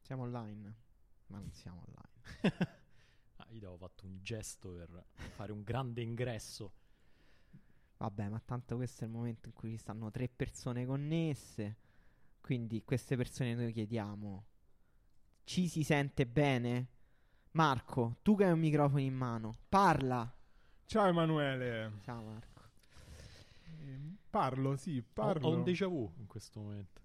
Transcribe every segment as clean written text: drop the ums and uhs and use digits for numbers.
Siamo online, ma non siamo online. Io avevo fatto un gesto per fare un grande ingresso. Vabbè, ma tanto questo è il momento in cui ci stanno 3 persone connesse. Quindi queste persone noi chiediamo: ci si sente bene? Marco, tu che hai un microfono in mano, parla. Ciao Emanuele. Ciao Marco. Parlo, sì, parlo. Ho un déjà vu in questo momento.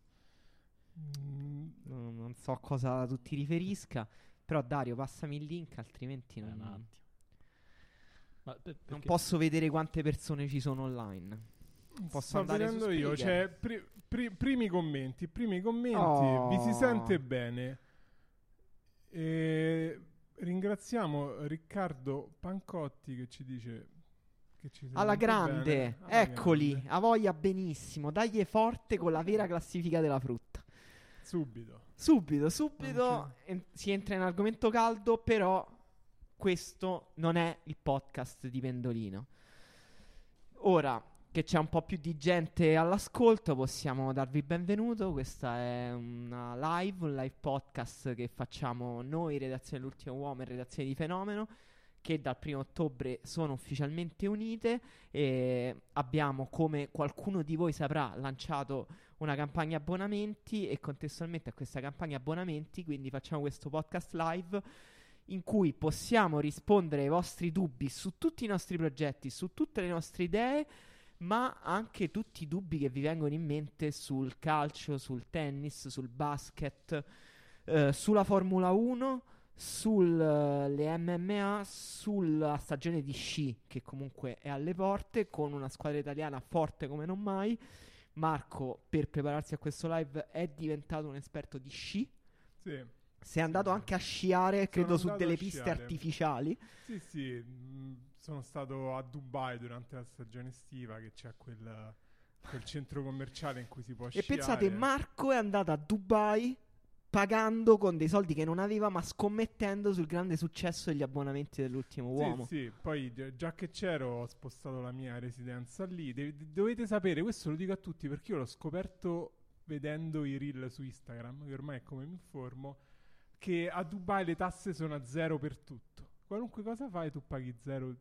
Non so a cosa tu ti riferisca, però Dario, passami il link, altrimenti Un non, attimo. Ma non perché- posso vedere quante persone ci sono online. Posso Sto andare su vedendo io, Spreaker? c'è primi commenti, Oh. vi si sente bene. E ringraziamo Riccardo Pancotti che ci dice che ci si Alla sente grande, bene. Alla eccoli, grande. a voglia benissimo, dagli forte con la vera classifica della frutta. Subito. Subito, Non si entra in argomento caldo, però questo non è il podcast di Pendolino. Ora che c'è un po' più di gente all'ascolto, possiamo darvi il benvenuto. Questa è un live podcast che facciamo noi, redazione dell'Ultimo Uomo e redazione di Fenomeno, che dal 1 ottobre sono ufficialmente unite e abbiamo, come qualcuno di voi saprà, lanciato una campagna abbonamenti e contestualmente a questa campagna abbonamenti quindi facciamo questo podcast live in cui possiamo rispondere ai vostri dubbi su tutti i nostri progetti, su tutte le nostre idee, ma anche tutti i dubbi che vi vengono in mente sul calcio, sul tennis, sul basket, sulla Formula 1, sulle MMA, sulla stagione di sci che comunque è alle porte con una squadra italiana forte come non mai. Marco, per prepararsi a questo live, è diventato un esperto di sci. Sì. Sei andato anche a sciare, credo, su andato delle a piste sciare. artificiali. Sì, sono stato a Dubai durante la stagione estiva che c'è quel centro commerciale in cui si può E sciare. pensate, Marco è andato a Dubai pagando con dei soldi che non aveva, ma scommettendo sul grande successo degli abbonamenti dell'Ultimo Uomo. Sì, poi già che c'ero ho spostato la mia residenza lì. Dovete sapere, questo lo dico a tutti perché io l'ho scoperto vedendo i reel su Instagram, che ormai è come mi informo, che a Dubai le tasse sono a 0 per tutto. Qualunque cosa fai tu paghi 0.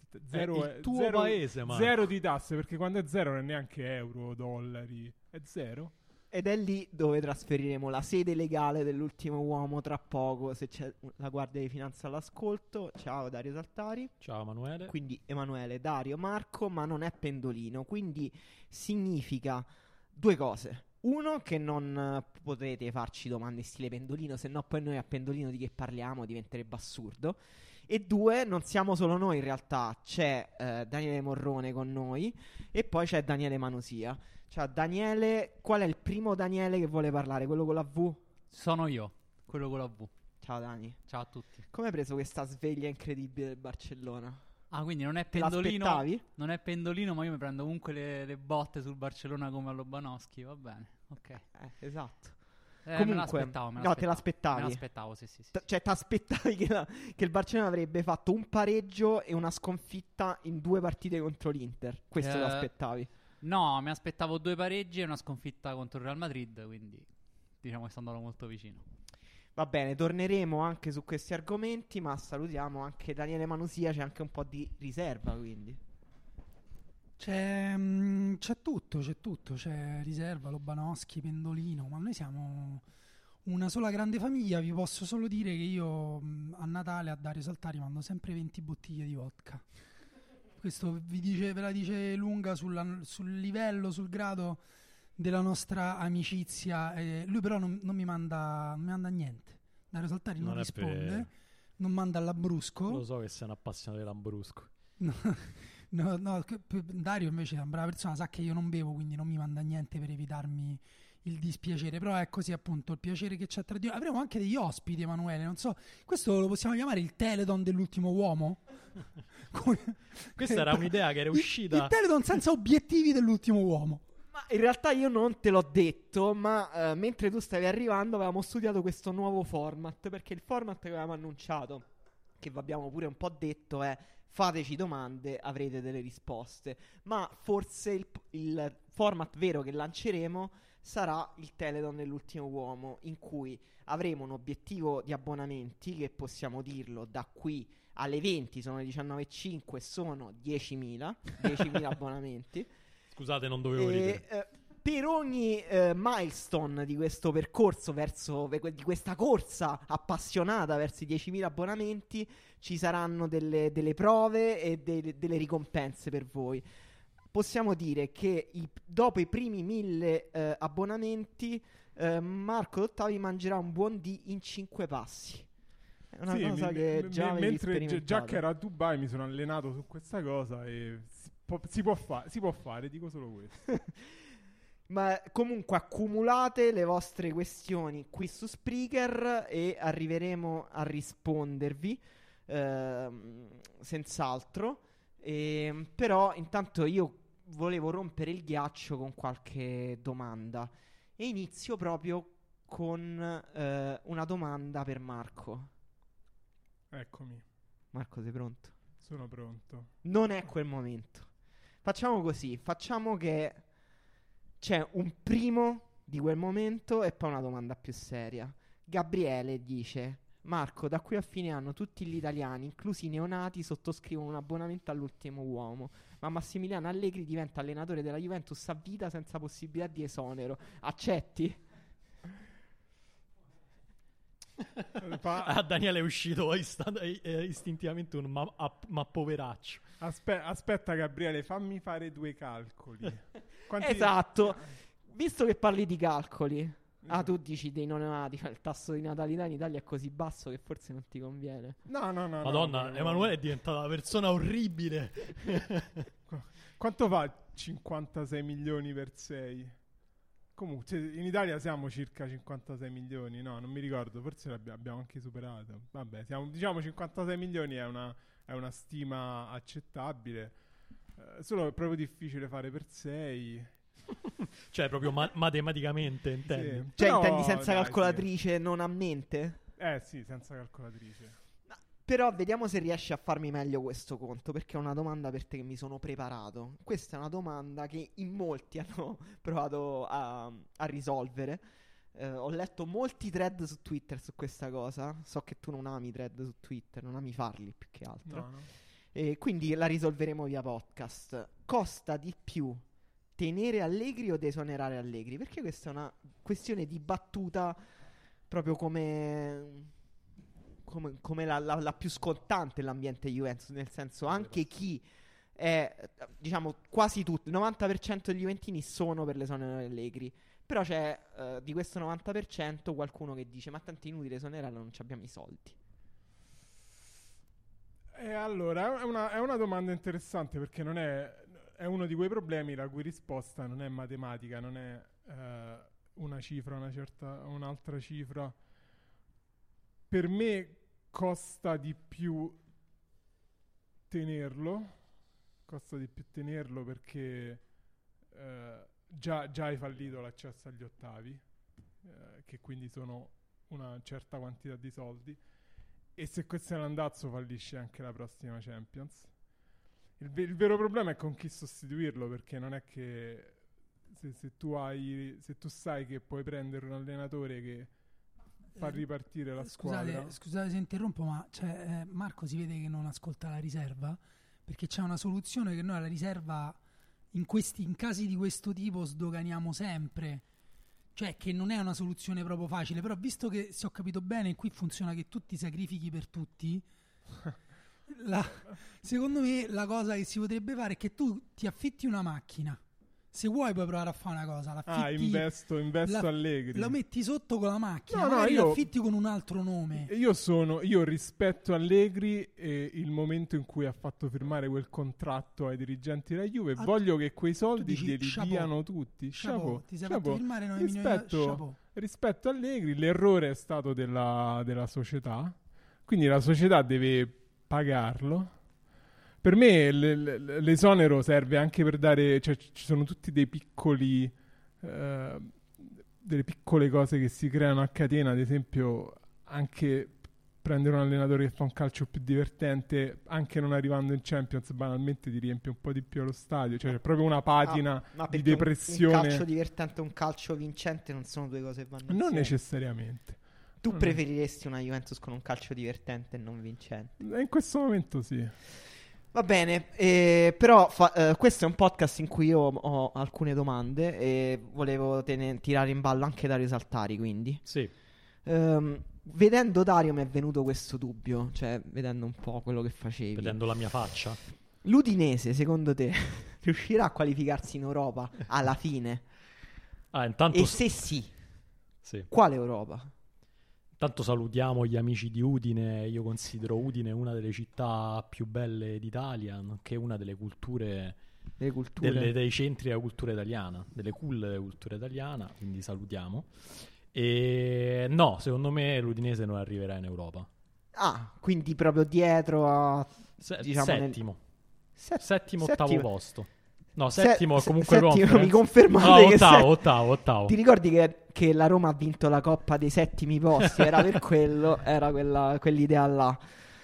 il tuo paese, Marco. Zero di tasse, perché quando è 0 non è neanche euro o dollari, è 0. Ed è lì dove trasferiremo la sede legale dell'Ultimo Uomo tra poco, se c'è la Guardia di Finanza all'ascolto. Ciao Dario Saltari. Ciao Emanuele. Quindi Emanuele, Dario, Marco, ma non è Pendolino. Quindi significa 2 cose. Uno, che non potete farci domande stile Pendolino, se no poi noi a Pendolino di che parliamo diventerebbe assurdo. E 2, non siamo solo noi in realtà, c'è Daniele Morrone con noi e poi c'è Daniele Manusia. Ciao Daniele, qual è il primo Daniele che vuole parlare? Quello con la V? Sono io, quello con la V. Ciao Dani. Ciao a tutti. Come hai preso questa sveglia incredibile del Barcellona? Ah, quindi non è Te Pendolino. l'aspettavi? Non è Pendolino, ma io mi prendo comunque le botte sul Barcellona come a Lobanowski, va bene. Ok. Esatto. Me Comunque, l'aspettavo, no, te l'aspettavi? Me l'aspettavo, sì. Cioè, ti aspettavi che il Barcellona avrebbe fatto un pareggio e una sconfitta in 2 partite contro l'Inter? Questo te l'aspettavi? No, mi aspettavo 2 pareggi e una sconfitta contro il Real Madrid, quindi diciamo che sto andando molto vicino. Va bene, torneremo anche su questi argomenti, ma salutiamo anche Daniele Manusia, c'è anche un po' di riserva, quindi. C'è tutto, c'è riserva, Lobanowski, Pendolino, ma noi siamo una sola grande famiglia. Vi posso solo dire che io a Natale a Dario Saltari mando sempre 20 bottiglie di vodka. Questo ve la dice lunga sul livello, sul grado della nostra amicizia. Lui però non mi manda niente. Dario Saltari non risponde, non manda al Lambrusco. Lo so che sei un appassionato di Lambrusco. No, Dario invece è una brava persona, sa che io non bevo, quindi non mi manda niente per evitarmi il dispiacere. Però è così, appunto, il piacere che c'è tra di noi. Avremo anche degli ospiti, Emanuele, non so, questo lo possiamo chiamare il Teledon dell'Ultimo Uomo? Questa era un'idea che era uscita. Il Teledon senza obiettivi dell'Ultimo Uomo. Ma in realtà io non te l'ho detto, ma mentre tu stavi arrivando avevamo studiato questo nuovo format, perché il format che avevamo annunciato, che vi abbiamo pure un po' detto, è fateci domande, avrete delle risposte. Ma forse il format vero che lanceremo sarà il Teledon dell'ultimo uomo, in cui avremo un obiettivo di abbonamenti che, possiamo dirlo, da qui alle 20 sono le 19.05, sono 10.000 abbonamenti. Scusate, non dovevo ridere. Per ogni milestone di questo percorso di questa corsa appassionata verso i 10.000 abbonamenti, ci saranno delle prove e delle ricompense per voi. Possiamo dire che dopo i primi 1.000 abbonamenti, Marco D'Ottavi mangerà un buon D in 5 passi. È una cosa che già avevi sperimentato. Già che ero a Dubai mi sono allenato su questa cosa e si può fare, dico solo questo. Ma comunque accumulate le vostre questioni qui su Spreaker e arriveremo a rispondervi, senz'altro. Però intanto io volevo rompere il ghiaccio con qualche domanda e inizio proprio con una domanda per Marco. Eccomi. Marco, sei pronto? Sono pronto. Non è quel momento. Facciamo così, facciamo che c'è un primo di quel momento e poi una domanda più seria. Gabriele dice: Marco, da qui a fine anno tutti gli italiani, inclusi i neonati, sottoscrivono un abbonamento all'ultimo uomo, ma Massimiliano Allegri diventa allenatore della Juventus a vita senza possibilità di esonero. Accetti? A Daniele è uscito istintivamente un ma poveraccio. Aspetta Gabriele, fammi fare 2 calcoli. Esatto. Visto che parli di calcoli, tu dici dei neonati, il tasso di natalità in Italia è così basso che forse non ti conviene. No. Madonna, no. Emanuele è diventata una persona orribile. Quanto fa 56 milioni per 6? Comunque, in Italia siamo circa 56 milioni, no, non mi ricordo, forse l'abbiamo anche superato. Vabbè, diciamo 56 milioni è una stima accettabile. Solo è proprio difficile fare per 6. Cioè, proprio matematicamente intendi? Sì. Cioè, Però, intendi senza dai, calcolatrice, non a mente? Sì, senza calcolatrice. Però vediamo se riesci a farmi meglio questo conto, perché è una domanda per te che mi sono preparato. Questa è una domanda che in molti hanno provato a risolvere. Ho letto molti thread su Twitter su questa cosa. So che tu non ami thread su Twitter, non ami farli più che altro. No. E quindi la risolveremo via podcast. Costa di più tenere Allegri o desonerare Allegri? Perché questa è una questione dibattuta proprio come la più scottante nell'ambiente Juventus, nel senso anche chi è, diciamo, quasi tutti, il 90% degli juventini sono per l'esonero di Allegri, però c'è di questo 90% qualcuno che dice: ma tanto è inutile esonerarlo, non abbiamo i soldi. Allora, è una domanda interessante, perché non è uno di quei problemi la cui risposta non è matematica, non è una cifra, un'altra cifra. Per me costa di più tenerlo perché già hai fallito l'accesso agli ottavi, che quindi sono una certa quantità di soldi, e se questo è un andazzo fallisce anche la prossima Champions. Il vero problema è con chi sostituirlo, perché non è che se tu sai che puoi prendere un allenatore che fa ripartire la squadra. Scusate se interrompo, ma Marco si vede che non ascolta la riserva, perché c'è una soluzione che noi alla riserva in casi di questo tipo sdoganiamo sempre, cioè che non è una soluzione proprio facile, però visto che, se ho capito bene, qui funziona che tu ti sacrifichi per tutti. Secondo me la cosa che si potrebbe fare è che tu ti affitti una macchina. Se vuoi puoi provare a fare una cosa, investo Allegri. Lo metti sotto con la macchina, no, io affitti con un altro nome. Io rispetto Allegri e il momento in cui ha fatto firmare quel contratto ai dirigenti della Juve. Voglio che quei soldi glieli diano tutti. Chapeau. Ti sei fatto firmare 9 milioni. Rispetto Allegri, l'errore è stato della società, quindi la società deve pagarlo. Per me l'esonero serve anche per dare, cioè ci sono tutti dei piccoli delle piccole cose che si creano a catena, ad esempio anche prendere un allenatore che fa un calcio più divertente, anche non arrivando in Champions, banalmente ti riempie un po' di più allo stadio. Cioè, c'è proprio una patina Ma di perché depressione. un calcio divertente e un calcio vincente non sono due cose che vanno Non insieme. necessariamente. Tu Non preferiresti una Juventus con un calcio divertente e non vincente? In questo momento sì. Va bene, però questo è un podcast in cui io ho alcune domande e volevo tirare in ballo anche Dario Saltari, quindi. Sì. Vedendo Dario mi è venuto questo dubbio, cioè vedendo un po' quello che facevi. Vedendo la mia faccia. L'Udinese, secondo te, riuscirà a qualificarsi in Europa alla fine? Intanto E se sì, sì. quale Europa? Intanto salutiamo gli amici di Udine. Io considero Udine una delle città più belle d'Italia, nonché una delle culture, Le culture? dei centri della cultura italiana, delle cool della cultura italiana, quindi salutiamo. E no, secondo me l'Udinese non arriverà in Europa. Ah, quindi proprio dietro a... diciamo Settimo. Settimo, settimo. ottavo posto. No, settimo è comunque settimo, conference. mi confermate No, che ottavo. Ti ricordi che la Roma ha vinto la Coppa dei settimi posti? Era per quello, era quell'idea là.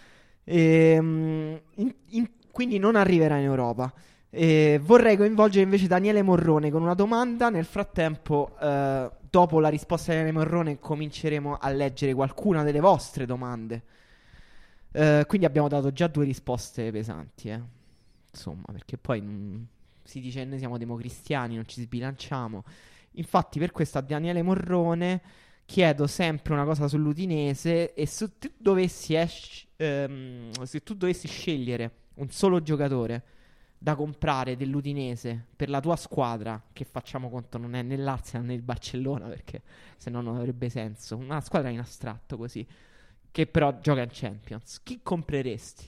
Quindi non arriverà in Europa. Vorrei coinvolgere invece Daniele Morrone con una domanda. Nel frattempo, dopo la risposta di Daniele Morrone, cominceremo a leggere qualcuna delle vostre domande. Quindi abbiamo dato già 2 risposte pesanti, insomma, perché poi si dice noi siamo democristiani, non ci sbilanciamo. Infatti per questo a Daniele Morrone chiedo sempre una cosa sull'Udinese, e se tu dovessi scegliere un solo giocatore da comprare dell'Udinese per la tua squadra, che facciamo conto non è né l'Arsenal né il Barcellona, perché se no non avrebbe senso, una squadra in astratto così, che però gioca in Champions, chi compreresti?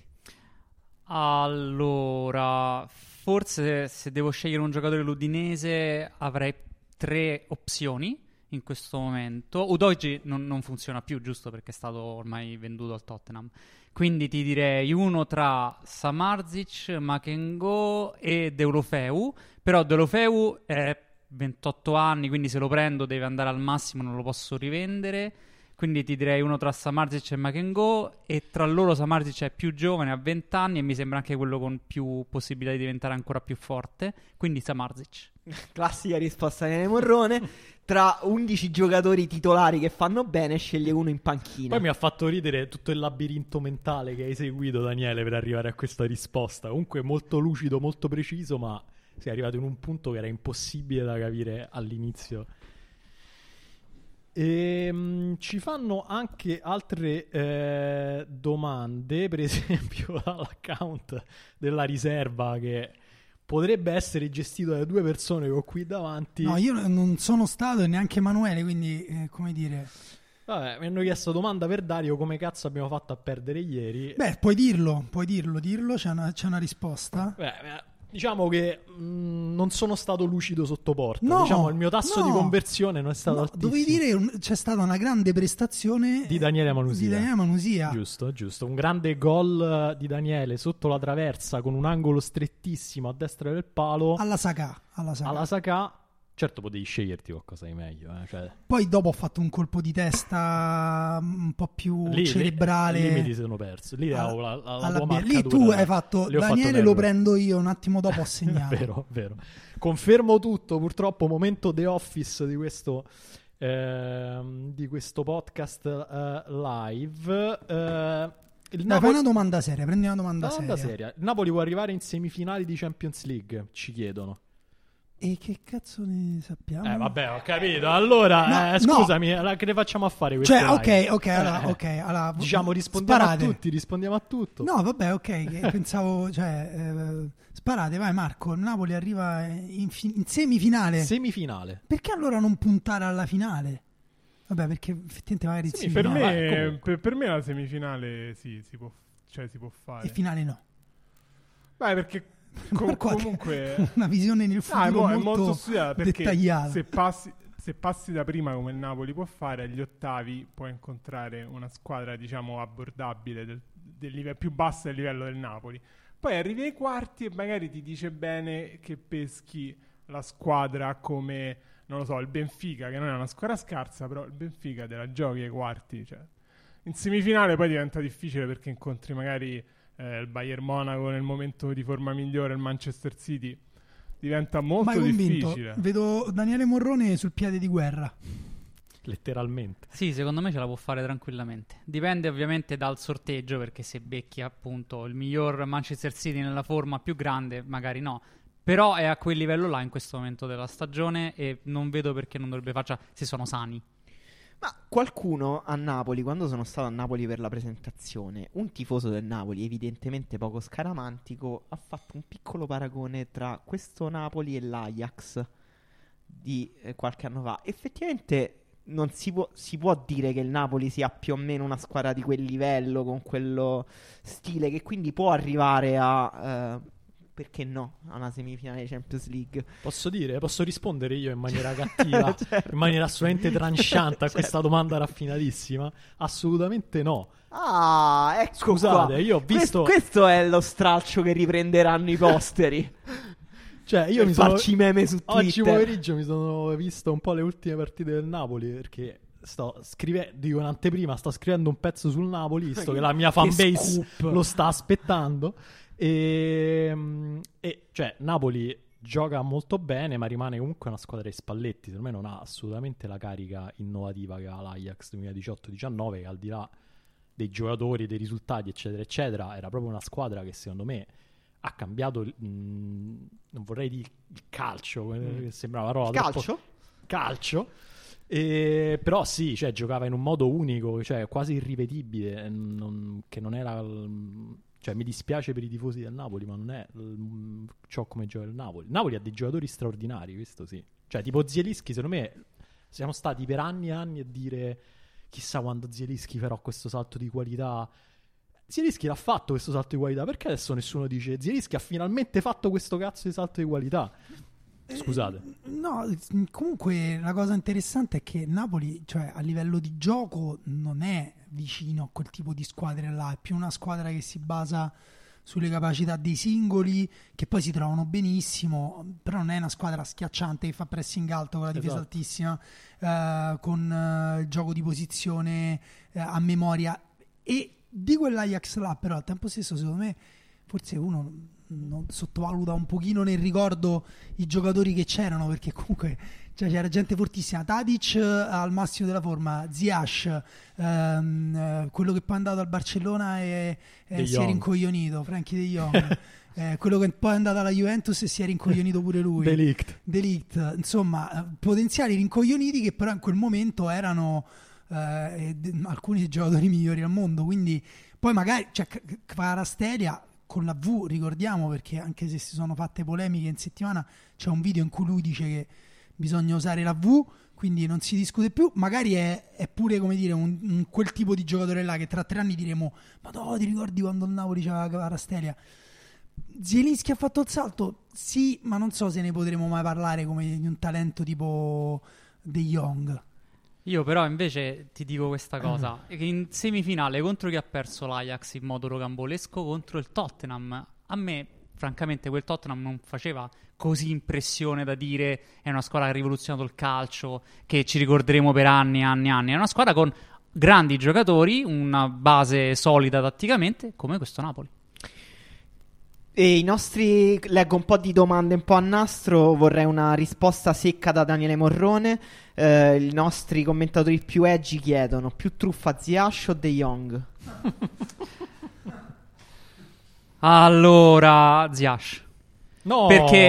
Allora, forse se devo scegliere un giocatore dell'Udinese avrei 3 opzioni in questo momento. Udogie non funziona più, giusto, perché è stato ormai venduto al Tottenham. Quindi ti direi uno tra Samardzic, Makengo e Deulofeu. Però Deulofeu è 28 anni, quindi se lo prendo deve andare al massimo, non lo posso rivendere. Quindi ti direi uno tra Samardzic e Makengo, e tra loro Samardzic è più giovane, ha 20 anni e mi sembra anche quello con più possibilità di diventare ancora più forte, quindi Samardzic. Classica risposta di Morrone. Tra 11 giocatori titolari che fanno bene sceglie uno in panchina. Poi mi ha fatto ridere tutto il labirinto mentale che hai seguito, Daniele, per arrivare a questa risposta. Comunque molto lucido, molto preciso, ma sei arrivato in un punto che era impossibile da capire all'inizio. Ci fanno anche altre domande, per esempio dall'account della riserva, che potrebbe essere gestito da 2 persone che ho qui davanti. No, io non sono stato, e neanche Emanuele, quindi come dire... Vabbè, mi hanno chiesto domanda per Dario: come cazzo abbiamo fatto a perdere ieri? Beh, puoi dirlo, c'è una risposta. Beh, diciamo che non sono stato lucido sotto porta. No, diciamo il mio tasso no. di conversione non è stato altissimo. Dovevi dire c'è stata una grande prestazione di Daniele Manusia. Giusto. Un grande gol di Daniele sotto la traversa con un angolo strettissimo a destra del palo. Alla Saka. Certo, potevi sceglierti qualcosa di meglio. Cioè... Poi dopo ho fatto un colpo di testa un po' più cerebrale. Lì mi ti sono perso. Lì avevo la tua marcatura. Lì tu hai fatto Daniele, lo prendo io, un attimo dopo ho segnato. Vero. Confermo tutto. Purtroppo momento The Office di questo podcast live. Fai una domanda seria, prendi una domanda seria. Il Napoli può arrivare in semifinali di Champions League, ci chiedono. E che cazzo ne sappiamo? Vabbè, ho capito. Allora, scusami, che ne facciamo a fare questo? Cioè, allora, diciamo, rispondiamo sparate. a tutti, rispondiamo a tutto. No, vabbè, ok, pensavo, sparate, vai Marco, il Napoli arriva in semifinale. Semifinale. Perché allora non puntare alla finale? Vabbè, perché effettivamente magari per me la semifinale sì, si può fare. E finale no. Beh, perché comunque una visione nel futuro è molto studiata, perché dettagliata. Se passi da prima come il Napoli può fare, agli ottavi puoi incontrare una squadra diciamo abbordabile del livello più basso del livello del Napoli. Poi arrivi ai quarti e magari ti dice bene che peschi la squadra come, non lo so, il Benfica, che non è una squadra scarsa, però il Benfica te la giochi ai quarti, cioè In semifinale poi diventa difficile perché incontri magari il Bayern Monaco nel momento di forma migliore, il Manchester City. Diventa molto Mai convinto. difficile. Vedo Daniele Morrone sul piede di guerra. Letteralmente. Sì, secondo me ce la può fare tranquillamente. Dipende ovviamente dal sorteggio, perché se becchi appunto il miglior Manchester City nella forma più grande, magari no. Però è a quel livello là in questo momento della stagione e non vedo perché non dovrebbe farcela se sono sani. Ma qualcuno a Napoli, quando sono stato a Napoli per la presentazione, un tifoso del Napoli, evidentemente poco scaramantico, ha fatto un piccolo paragone tra questo Napoli e l'Ajax di qualche anno fa. Effettivamente non si può dire che il Napoli sia più o meno una squadra di quel livello, con quello stile, che quindi può arrivare a... perché no? A una semifinale di Champions League. Posso rispondere io in maniera cattiva, Certo. in maniera assolutamente tranchante a questa Certo. domanda raffinatissima? Assolutamente no. Ah, ecco. Scusate, qua. io ho visto... Questo è lo stralcio che riprenderanno i posteri. Cioè, io Per mi sono... farci meme su Twitter. Oggi pomeriggio mi sono visto un po' le ultime partite del Napoli, perché sto scrivendo un pezzo sul Napoli, visto che la mia fanbase scoop. lo sta aspettando. E cioè Napoli gioca molto bene, ma rimane comunque una squadra di Spalletti. Per me non ha assolutamente la carica innovativa che ha l'Ajax 2018-19, che al di là dei giocatori, dei risultati eccetera eccetera, era proprio una squadra che secondo me ha cambiato non vorrei dire il calcio, che sembrava una roba troppo- calcio. Però sì, cioè giocava in un modo unico, cioè quasi irripetibile, che non era cioè mi dispiace per i tifosi del Napoli, ma non è ciò come gioca il Napoli. Il Napoli ha dei giocatori straordinari, questo sì. Cioè tipo Zielinski, secondo me siamo stati per anni e anni a dire chissà quando Zielinski farà questo salto di qualità. Zielinski l'ha fatto questo salto di qualità, perché adesso nessuno dice Zielinski ha finalmente fatto questo cazzo di salto di qualità? Scusate. No, comunque la cosa interessante è che Napoli, cioè a livello di gioco, non è vicino a quel tipo di squadre là, è più una squadra che si basa sulle capacità dei singoli, che poi si trovano benissimo, però non è una squadra schiacciante che fa pressing alto con la difesa Esatto. altissima, con il gioco di posizione a memoria. E di quell'Ajax là, però al tempo stesso, secondo me, forse uno non sottovaluta un pochino nel ricordo i giocatori che c'erano, perché comunque cioè, c'era gente fortissima. Tadic al massimo della forma, Ziyech, quello che poi è andato al Barcellona e De si è Jong. rincoglionito, Frankie De Jong. Quello che poi è andato alla Juventus e si è rincoglionito pure lui, De Ligt. Insomma, potenziali rincoglioniti che però in quel momento erano alcuni dei giocatori migliori al mondo. Quindi poi magari cioè, Kvaratskhelia con la V, ricordiamo, perché anche se si sono fatte polemiche in settimana, c'è un video in cui lui dice che bisogna usare la V, quindi non si discute più. Magari è pure, come dire, quel tipo di giocatore là che tra 3 anni diremo ma no, ti ricordi quando il Napoli c'aveva Kvaratskhelia? Zielinski ha fatto il salto? Sì, ma non so se ne potremo mai parlare come di un talento tipo De Jong. Io però invece ti dico questa cosa, che in semifinale contro chi ha perso l'Ajax in modo rocambolesco? Contro il Tottenham. A me francamente quel Tottenham non faceva così impressione da dire è una squadra che ha rivoluzionato il calcio, che ci ricorderemo per anni e anni e anni. È una squadra con grandi giocatori, una base solida tatticamente, come questo Napoli. E i nostri, leggo un po' di domande un po' a nastro, vorrei una risposta secca da Daniele Morrone. I nostri commentatori più edgy chiedono più truffa Ziyech o De Jong? Allora, Ziyech. No,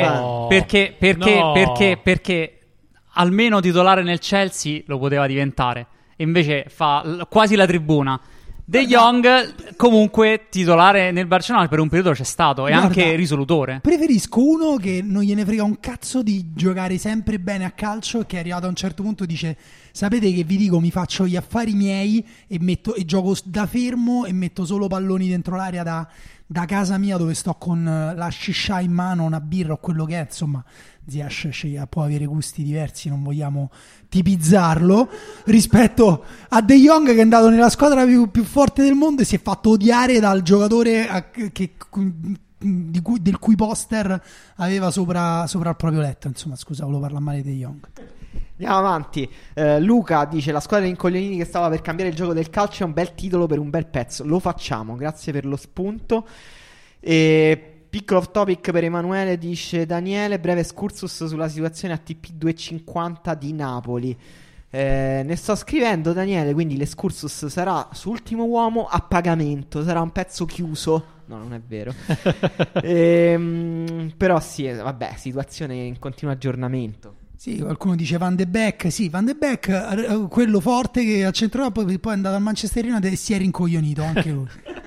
Perché almeno titolare nel Chelsea lo poteva diventare e invece fa quasi la tribuna. De Jong comunque titolare nel Barcellona per un periodo c'è stato e Guarda, anche risolutore. Preferisco uno che non gliene frega un cazzo di giocare sempre bene a calcio e che è arrivato a un certo punto dice sapete che vi dico, mi faccio gli affari miei e gioco da fermo e metto solo palloni dentro l'area da casa mia dove sto con la shisha in mano, una birra o quello che è. Insomma, Ziyech può avere gusti diversi, non vogliamo tipizzarlo, rispetto a De Jong che è andato nella squadra più forte del mondo e si è fatto odiare dal giocatore che del cui poster aveva sopra il proprio letto. Insomma, scusa, volevo parlare male di Young. Andiamo avanti. Luca dice: la squadra di Incoglioniti che stava per cambiare il gioco del calcio è un bel titolo per un bel pezzo. Lo facciamo, grazie per lo spunto. Piccolo off topic per Emanuele, dice Daniele: breve excursus sulla situazione ATP 250 di Napoli. Ne sto scrivendo, Daniele, quindi l'excursus sarà su Ultimo Uomo a pagamento, sarà un pezzo chiuso. No, non è vero. Però sì, vabbè, situazione in continuo aggiornamento. Sì, qualcuno dice Van de Beek. Sì, Van de Beek, quello forte che a centrocampo poi è andato al Manchester United e si è rincoglionito anche lui.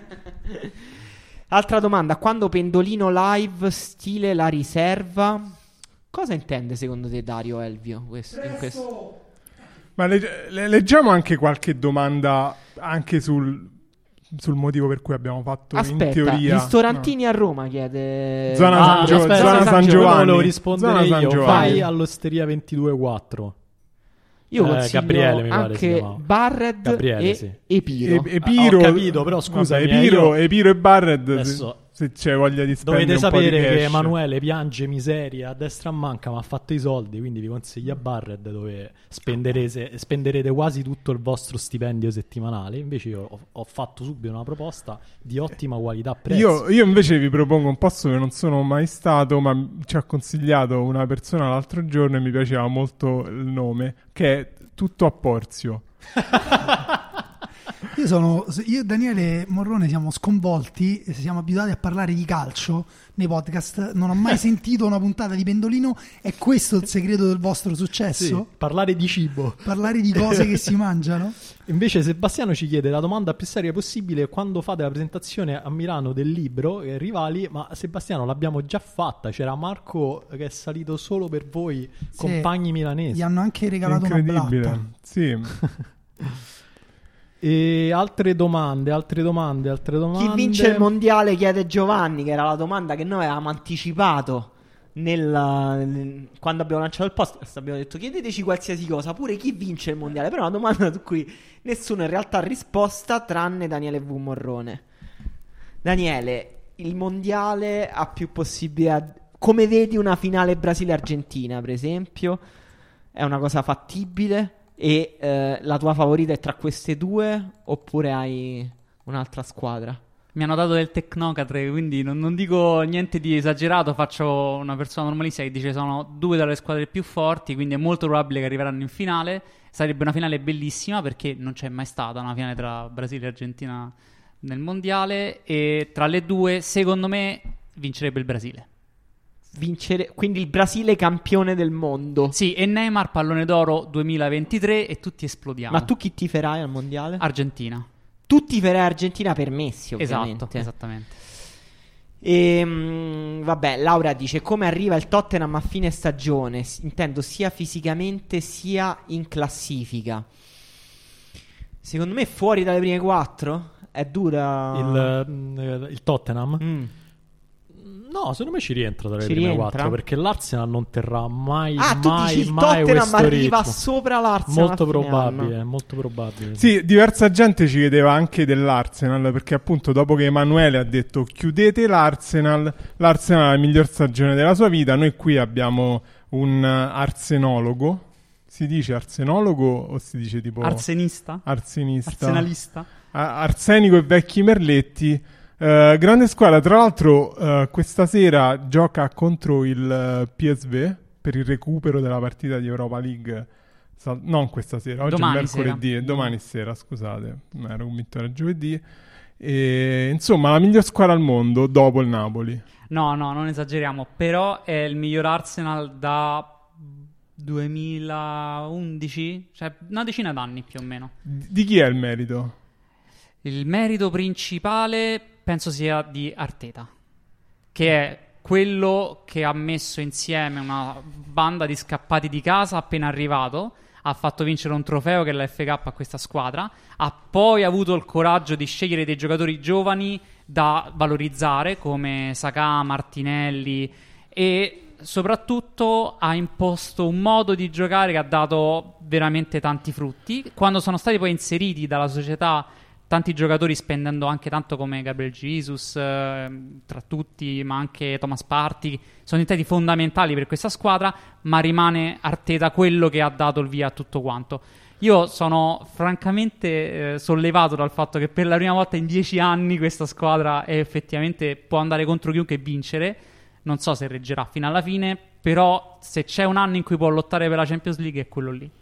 Altra domanda: quando Pendolino live stile la riserva, cosa intende secondo te Dario Elvio in questo? Ma leggiamo anche qualche domanda anche sul motivo per cui abbiamo fatto in teoria ristorantini a Roma, chiede zona San Giovanni. Volevo rispondere Zona io. San Vai all'Osteria 22-4. Io consiglio Gabriele, mi pare anche Barred Gabriele, e sì. Epiro. Epiro, ho capito, però scusa, Epiro e Barred, adesso se c'è voglia di spendere dovete un po' di sapere che cash. Emanuele piange miseria a destra e a manca, ma ha fatto i soldi, quindi vi consiglia Barred, dove spenderete quasi tutto il vostro stipendio settimanale. Invece io ho fatto subito una proposta di ottima qualità prezzo. Io invece vi propongo un posto che non sono mai stato, ma ci ha consigliato una persona l'altro giorno e mi piaceva molto il nome, che è Tutto a Porzio. Io e Daniele Morrone siamo sconvolti, siamo abituati a parlare di calcio nei podcast, non ho mai sentito una puntata di Pendolino. È questo il segreto del vostro successo? Sì, parlare di cibo, parlare di cose che si mangiano? Invece Sebastiano ci chiede la domanda più seria possibile: quando fate la presentazione a Milano del libro Rivali? Ma Sebastiano, l'abbiamo già fatta, c'era Marco che è salito solo per voi, sì, compagni milanesi. Gli hanno anche regalato una blatta. Sì. E altre domande. Chi vince il mondiale, chiede Giovanni, che era la domanda che noi avevamo anticipato quando abbiamo lanciato il podcast. Abbiamo detto: chiedeteci qualsiasi cosa, pure chi vince il mondiale. Però è una domanda su cui nessuno in realtà ha risposta, tranne Daniele V. Morrone. Daniele, il mondiale ha più possibilità. Come vedi una finale Brasile-Argentina, per esempio? È una cosa fattibile? E la tua favorita è tra queste due, oppure hai un'altra squadra? Mi hanno dato del tecnocrate, quindi non dico niente di esagerato, faccio una persona normalissima che dice sono due delle squadre più forti, quindi è molto probabile che arriveranno in finale. Sarebbe una finale bellissima perché non c'è mai stata una finale tra Brasile e Argentina nel mondiale, e tra le due secondo me vincerebbe il Brasile. Quindi il Brasile campione del mondo. Sì, e Neymar pallone d'oro 2023 e tutti esplodiamo. Ma tu chi tiferai al mondiale? Argentina. Tu tiferai Argentina per Messi, ovviamente. Esatto, esattamente. Vabbè, Laura dice: come arriva il Tottenham a fine stagione? Intendo sia fisicamente sia in classifica. Secondo me fuori dalle prime 4 è dura. Il Tottenham? No, secondo me ci rientra tra le prime 4, perché l'Arsenal non terrà mai tu dici il mai Tottenham questo arriva ritmo. sopra l'Arsenal. Molto probabile. Sì, diversa gente ci chiedeva anche dell'Arsenal, perché appunto dopo che Emanuele ha detto chiudete l'Arsenal è la miglior stagione della sua vita, noi qui abbiamo un arsenologo. Si dice arsenologo o si dice tipo Arsenista? Arsenalista? Arsenico e vecchi merletti. Grande squadra, tra l'altro questa sera gioca contro il PSV per il recupero della partita di Europa League. Non questa sera, oggi domani è mercoledì sera. E domani sera, scusate, mi ero convinto era giovedì. E, insomma, la miglior squadra al mondo dopo il Napoli. No, non esageriamo, però è il miglior Arsenal da 2011, cioè una decina d'anni più o meno. Di chi è il merito? Il merito principale penso sia di Arteta, che è quello che ha messo insieme una banda di scappati di casa appena arrivato, ha fatto vincere un trofeo che è la FA Cup a questa squadra, ha poi avuto il coraggio di scegliere dei giocatori giovani da valorizzare come Saka, Martinelli, e soprattutto ha imposto un modo di giocare che ha dato veramente tanti frutti. Quando sono stati poi inseriti dalla società tanti giocatori, spendendo anche tanto come Gabriel Jesus tra tutti, ma anche Thomas Partey, sono diventati fondamentali per questa squadra, ma rimane Arteta quello che ha dato il via a tutto quanto. Io sono francamente sollevato dal fatto che per la prima volta in 10 anni questa squadra effettivamente può andare contro chiunque e vincere. Non so se reggerà fino alla fine, però se c'è un anno in cui può lottare per la Champions League è quello lì.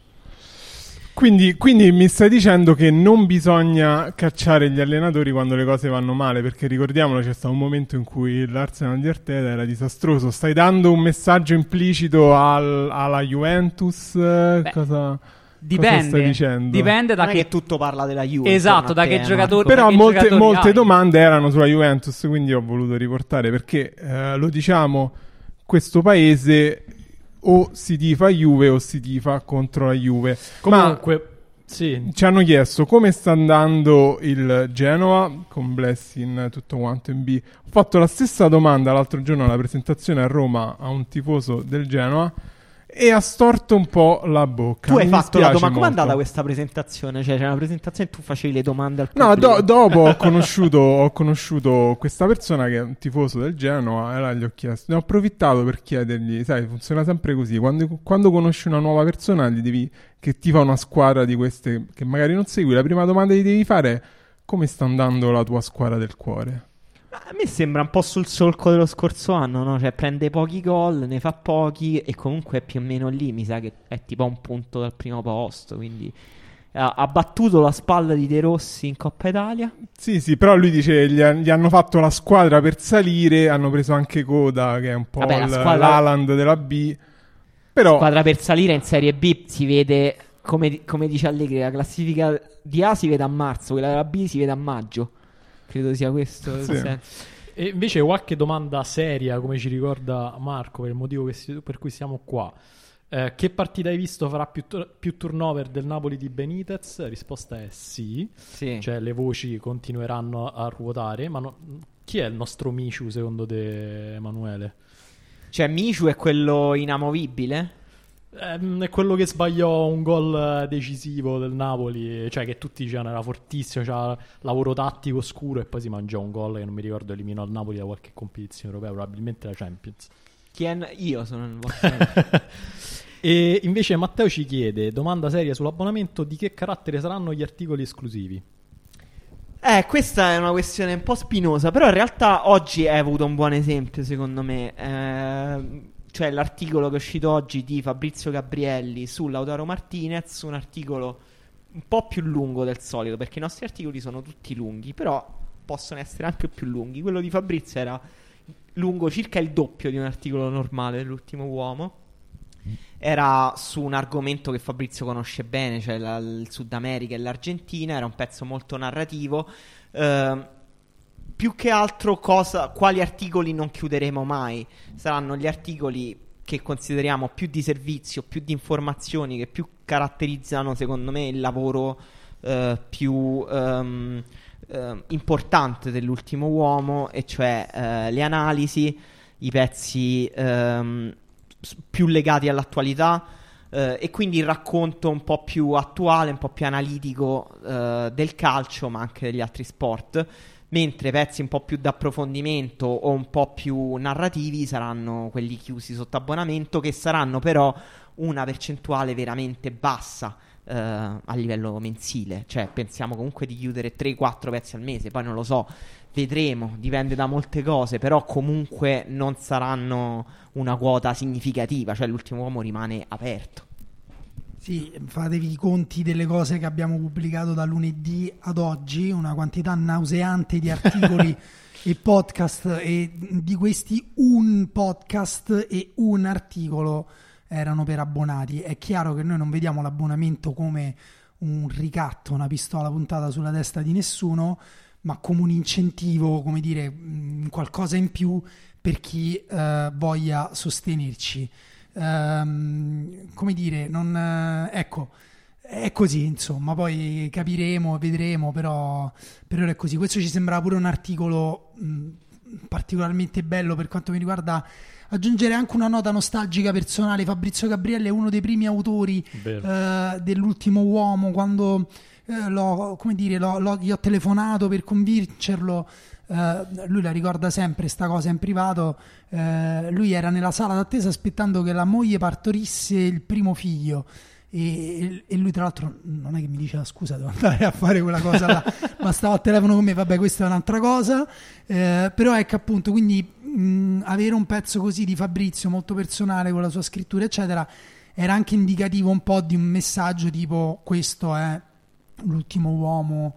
Quindi mi stai dicendo che non bisogna cacciare gli allenatori quando le cose vanno male, perché ricordiamolo, c'è stato un momento in cui l'Arsenal di Arteta era disastroso. Stai dando un messaggio implicito alla Juventus? Cosa stai dicendo? Dipende da che tutto parla della Juve. Esatto, da che giocatori. Però molte hai. domande erano sulla Juventus, quindi ho voluto riportare, perché lo diciamo, questo paese o si tifa Juve o si tifa contro la Juve. Comunque, sì. Ci hanno chiesto come sta andando il Genoa con Blessing, tutto quanto in B. Ho fatto la stessa domanda l'altro giorno alla presentazione a Roma a un tifoso del Genoa e ha storto un po' la bocca. Tu hai Mi fatto la dispiace domanda. Com'è molto. andata questa presentazione? Cioè, c'era una presentazione e tu facevi le domande al No, pubblico? dopo ho conosciuto questa persona che è un tifoso del Genoa e allora gli ho chiesto, ne ho approfittato per chiedergli, sai, funziona sempre così, quando conosci una nuova persona che ti fa una squadra di queste che magari non segui, la prima domanda che gli devi fare è: come sta andando la tua squadra del cuore? A me sembra un po' sul solco dello scorso anno, no? Cioè prende pochi gol, ne fa pochi e comunque è più o meno lì, mi sa che è tipo a un punto dal primo posto, quindi ha battuto la spalla di De Rossi in Coppa Italia. Sì, però lui dice gli hanno fatto la squadra per salire, hanno preso anche Coda che è un po' l'Haaland della B. Però squadra per salire in Serie B si vede, come dice Allegri, la classifica di A si vede a marzo, quella della B si vede a maggio. Credo sia questo il senso. E invece qualche domanda seria, come ci ricorda Marco, per il motivo per cui siamo qua. Che partita hai visto farà più turnover del Napoli di Benitez? La risposta è sì. Cioè le voci continueranno a ruotare. Ma chi è il nostro Michu secondo te, Emanuele? Cioè Michu è quello inamovibile? È quello che sbagliò un gol decisivo del Napoli, cioè che tutti dicevano era fortissimo, c'era lavoro tattico scuro e poi si mangiò un gol che non mi ricordo, eliminò il Napoli da qualche competizione europea, probabilmente la Champions. Io sono il vostro. E invece Matteo ci chiede, domanda seria sull'abbonamento, di che carattere saranno gli articoli esclusivi? Questa è una questione un po' spinosa, però in realtà oggi hai avuto un buon esempio secondo me. Cioè l'articolo che è uscito oggi di Fabrizio Gabrielli su Lautaro Martinez, un articolo un po' più lungo del solito, perché i nostri articoli sono tutti lunghi, però possono essere anche più lunghi. Quello di Fabrizio era lungo circa il doppio di un articolo normale dell'Ultimo Uomo. Era su un argomento che Fabrizio conosce bene, cioè il Sud America e l'Argentina. Era un pezzo molto narrativo. Più che altro quali articoli non chiuderemo mai saranno gli articoli che consideriamo più di servizio, più di informazioni, che più caratterizzano secondo me il lavoro più importante dell'Ultimo Uomo, e cioè le analisi, i pezzi più legati all'attualità, e quindi il racconto un po' più attuale, un po' più analitico del calcio, ma anche degli altri sport. Mentre pezzi un po' più d'approfondimento o un po' più narrativi saranno quelli chiusi sotto abbonamento, che saranno però una percentuale veramente bassa a livello mensile. Cioè pensiamo comunque di chiudere 3-4 pezzi al mese, poi non lo so, vedremo, dipende da molte cose, però comunque non saranno una quota significativa, cioè l'Ultimo Uomo rimane aperto. Sì, fatevi i conti delle cose che abbiamo pubblicato da lunedì ad oggi, una quantità nauseante di articoli e podcast, e di questi un podcast e un articolo erano per abbonati. È chiaro che noi non vediamo l'abbonamento come un ricatto, una pistola puntata sulla testa di nessuno, ma come un incentivo, come dire, qualcosa in più per chi voglia sostenerci. Come dire, ecco, è così, insomma, poi capiremo, vedremo, però è così. Questo ci sembrava pure un articolo particolarmente bello per quanto mi riguarda. Aggiungere anche una nota nostalgica personale: Fabrizio Gabrielli è uno dei primi autori dell'Ultimo Uomo. Quando gli ho telefonato per convincerlo, lui la ricorda sempre sta cosa in privato. Lui era nella sala d'attesa aspettando che la moglie partorisse il primo figlio. E lui tra l'altro non è che mi diceva scusa, devo andare a fare quella cosa là, ma stava al telefono con me. Vabbè, questa è un'altra cosa, però ecco, appunto, quindi avere un pezzo così di Fabrizio molto personale con la sua scrittura eccetera era anche indicativo un po' di un messaggio tipo: questo è l'ultimo uomo,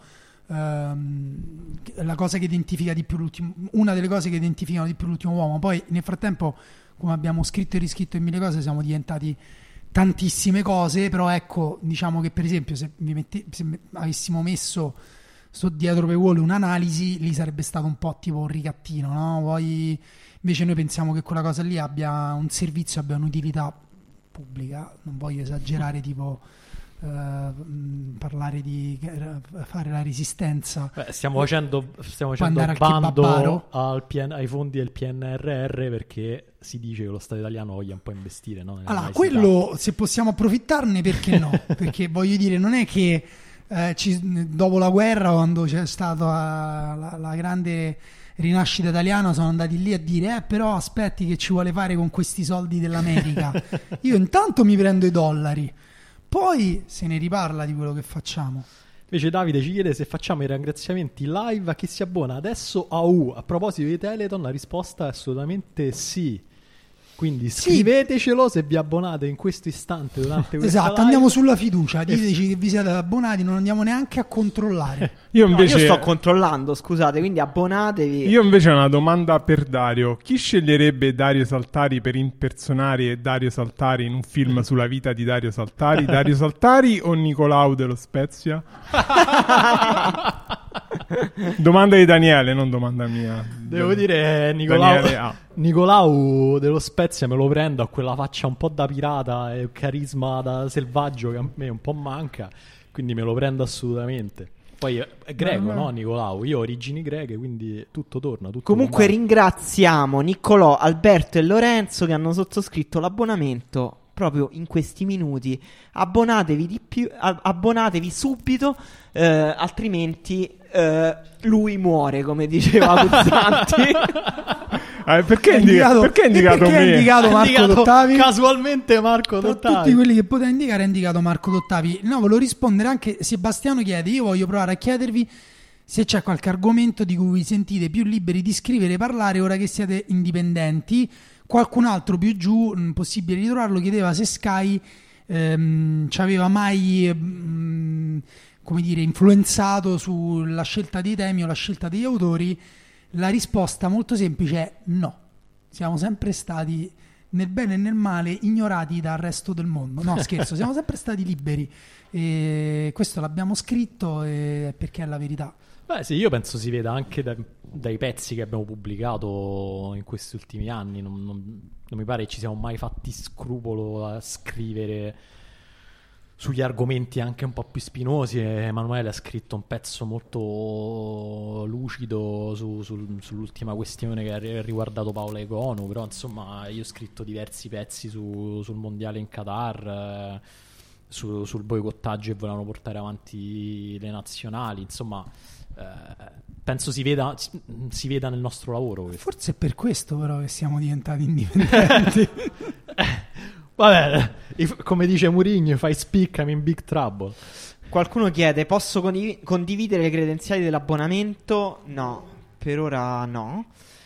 la cosa che identifica di più una delle cose che identificano di più l'ultimo uomo. Poi nel frattempo, come abbiamo scritto e riscritto in mille cose, siamo diventati tantissime cose, però ecco, diciamo che per esempio se avessimo messo dietro paywall un'analisi, lì sarebbe stato un po' tipo un ricattino, no? Poi invece noi pensiamo che quella cosa lì abbia un servizio, abbia un'utilità pubblica. Non voglio esagerare, tipo parlare di fare la resistenza. Stiamo facendo andare al bando ai fondi del PNRR perché si dice che lo Stato italiano voglia un po' investire, no? Allora, quello, se possiamo approfittarne, perché no? Perché voglio dire, non è che dopo la guerra, quando c'è stata la grande rinascita italiana, sono andati lì a dire però aspetti, che ci vuole fare con questi soldi dell'America? Io intanto mi prendo i dollari, poi se ne riparla di quello che facciamo. Invece Davide ci chiede se facciamo i ringraziamenti live a chi si abbona adesso a proposito di Teleton. La risposta è assolutamente sì. Quindi scrivetecelo se vi abbonate in questo istante durante questa live. Andiamo sulla fiducia, diteci che vi siete abbonati, non andiamo neanche a controllare. Io sto controllando, scusate, quindi abbonatevi. Io invece ho una domanda per Dario: chi sceglierebbe Dario Saltari per impersonare Dario Saltari in un film sulla vita di Dario Saltari? Dario Saltari o Nicolau dello Spezia? Domanda di Daniele, non domanda mia. Devo dire, Nicolau dello Spezia me lo prendo, a quella faccia un po' da pirata e carisma da selvaggio che a me un po' manca, quindi me lo prendo assolutamente. Poi è greco, no, Nicolau? Io ho origini greche, quindi tutto torna. Comunque ringraziamo Niccolò, Alberto e Lorenzo che hanno sottoscritto l'abbonamento proprio in questi minuti. Abbonatevi subito, altrimenti lui muore, come diceva Guzzanti. Perché è indicato me? Ha indicato Marco Dottavi. Casualmente Marco Tra Dottavi. tutti quelli che poteva indicare, ha indicato Marco Dottavi. No, volevo rispondere anche. Sebastiano chiede: io voglio provare a chiedervi se c'è qualche argomento di cui vi sentite più liberi di scrivere e parlare ora che siete indipendenti. Qualcun altro più giù, possibile ritrovarlo, chiedeva se Sky ci aveva mai come dire, influenzato sulla scelta dei temi o la scelta degli autori. La risposta molto semplice è no. Siamo sempre stati, nel bene e nel male, ignorati dal resto del mondo. No, scherzo, siamo sempre stati liberi. E questo l'abbiamo scritto perché è la verità. Beh sì, io penso si veda anche dai pezzi che abbiamo pubblicato in questi ultimi anni. Non mi pare che ci siamo mai fatti scrupolo a scrivere sugli argomenti anche un po' più spinosi. Emanuele ha scritto un pezzo molto lucido sull'ultima questione che ha riguardato Paola Egonu, però insomma io ho scritto diversi pezzi sul mondiale in Qatar, sul boicottaggio che volevano portare avanti le nazionali. Insomma, penso si veda nel nostro lavoro questo. Forse è per questo però che siamo diventati indipendenti. Vabbè, come dice Mourinho, if I speak I'm in big trouble. Qualcuno chiede: posso condividere le credenziali dell'abbonamento? No, per ora no.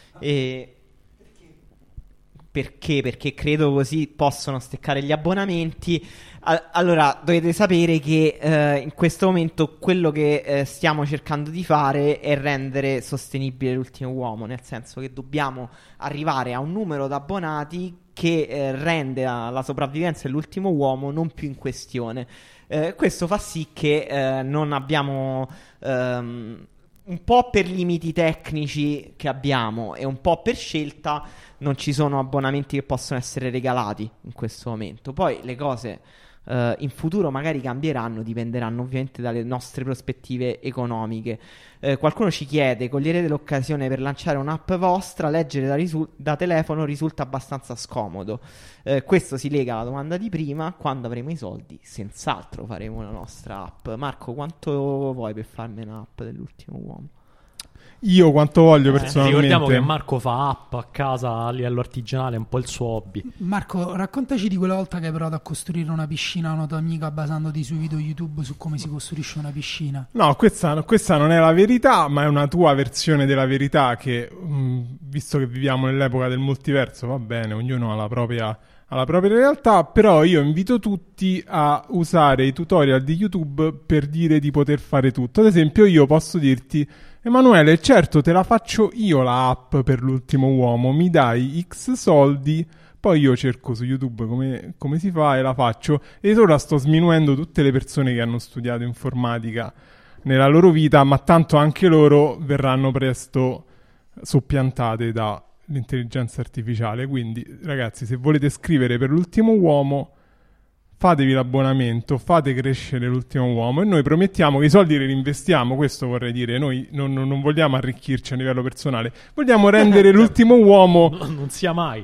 Perché? Perché credo così possono steccare gli abbonamenti. Allora, dovete sapere che in questo momento quello che stiamo cercando di fare è rendere sostenibile l'ultimo uomo, nel senso che dobbiamo arrivare a un numero di abbonati che rende la sopravvivenza dell'ultimo uomo non più in questione. Questo fa sì che non abbiamo, un po' per limiti tecnici che abbiamo e un po' per scelta, non ci sono abbonamenti che possono essere regalati in questo momento. Poi le cose in futuro magari cambieranno, dipenderanno ovviamente dalle nostre prospettive economiche. Qualcuno ci chiede: coglierete l'occasione per lanciare un'app vostra? Leggere da telefono risulta abbastanza scomodo. Questo si lega alla domanda di prima: quando avremo i soldi senz'altro faremo la nostra app. Marco, quanto vuoi per farmi un'app dell'ultimo uomo? Io quanto voglio personalmente. Ricordiamo che Marco fa app a casa a livello artigianale, è un po' il suo hobby. Marco, raccontaci di quella volta che hai provato a costruire una piscina a una tua amica basandoti sui video YouTube su come si costruisce una piscina. No, questa non è la verità, ma è una tua versione della verità che, visto che viviamo nell'epoca del multiverso, va bene, ognuno ha la propria realtà, però io invito tutti a usare i tutorial di YouTube per dire di poter fare tutto. Ad esempio, io posso dirti: Emanuele, certo, te la faccio io la app per l'ultimo uomo, mi dai X soldi, poi io cerco su YouTube come si fa e la faccio. E ora sto sminuendo tutte le persone che hanno studiato informatica nella loro vita, ma tanto anche loro verranno presto soppiantate dall'intelligenza artificiale. Quindi, ragazzi, se volete scrivere per l'ultimo uomo, fatevi l'abbonamento, fate crescere l'ultimo uomo e noi promettiamo che i soldi li reinvestiamo. Questo vorrei dire, noi non vogliamo arricchirci a livello personale, vogliamo rendere l'ultimo uomo non sia mai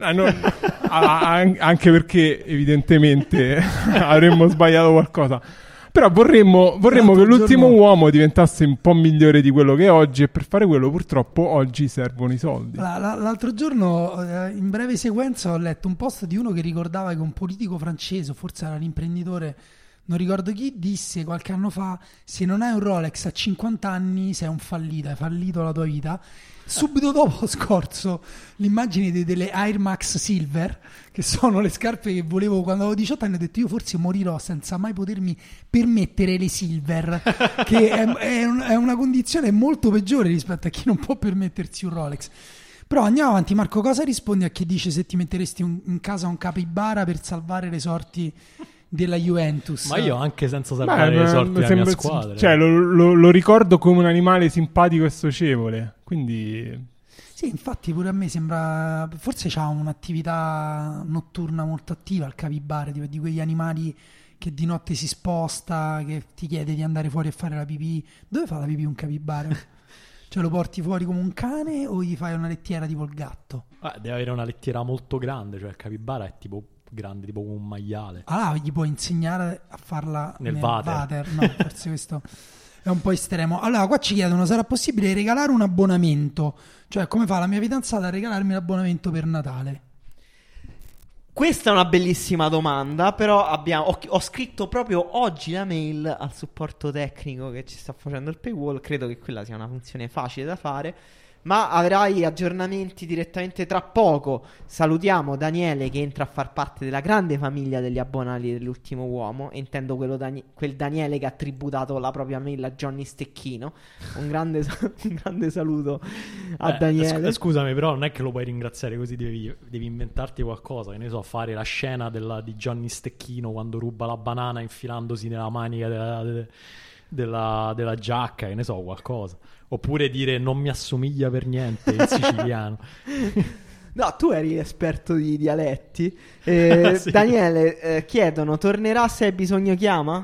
anche perché evidentemente avremmo sbagliato qualcosa, però vorremmo che l'ultimo uomo diventasse un po' migliore di quello che è oggi, e per fare quello purtroppo oggi servono i soldi. L'altro giorno, in breve sequenza, ho letto un post di uno che ricordava che un politico francese, forse era l'imprenditore, non ricordo chi, disse qualche anno fa: se non hai un Rolex a 50 anni sei un fallito, hai fallito la tua vita. Subito dopo ho scorso l'immagine delle Air Max Silver, che sono le scarpe che volevo quando avevo 18 anni. Ho detto: io forse morirò senza mai potermi permettere le Silver, che è una condizione molto peggiore rispetto a chi non può permettersi un Rolex. Però andiamo avanti. Marco, cosa rispondi a chi dice se ti metteresti in casa un capibara per salvare le sorti della Juventus? Ma io anche senza salvare le sorti della mia squadra, cioè lo ricordo come un animale simpatico e socievole, quindi sì, infatti pure a me sembra, forse c'ha un'attività notturna molto attiva il capibara, di quegli animali che di notte si sposta, che ti chiede di andare fuori a fare la pipì. Dove fa la pipì un capibara? Cioè lo porti fuori come un cane o gli fai una lettiera tipo il gatto? Deve avere una lettiera molto grande, cioè il capibara è tipo grande, tipo un maiale. Allora gli puoi insegnare a farla nel water. No, forse questo è un po' estremo. Allora qua ci chiedono: sarà possibile regalare un abbonamento? Cioè, come fa la mia fidanzata a regalarmi l'abbonamento per Natale? Questa è una bellissima domanda, però ho scritto proprio oggi la mail al supporto tecnico che ci sta facendo il paywall. Credo che quella sia una funzione facile da fare, ma avrai aggiornamenti direttamente tra poco. Salutiamo Daniele, che entra a far parte della grande famiglia degli abbonati dell'ultimo uomo, e intendo quel Daniele che ha tributato la propria mail a Johnny Stecchino. Un grande saluto a Daniele. Scusami, però non è che lo puoi ringraziare così, devi inventarti qualcosa, che ne so, fare la scena di Johnny Stecchino quando ruba la banana infilandosi nella manica della giacca, che ne so, qualcosa. Oppure dire: non mi assomiglia per niente in siciliano. No, tu eri esperto di dialetti. Sì. Daniele, chiedono: tornerà Se hai bisogno chiama?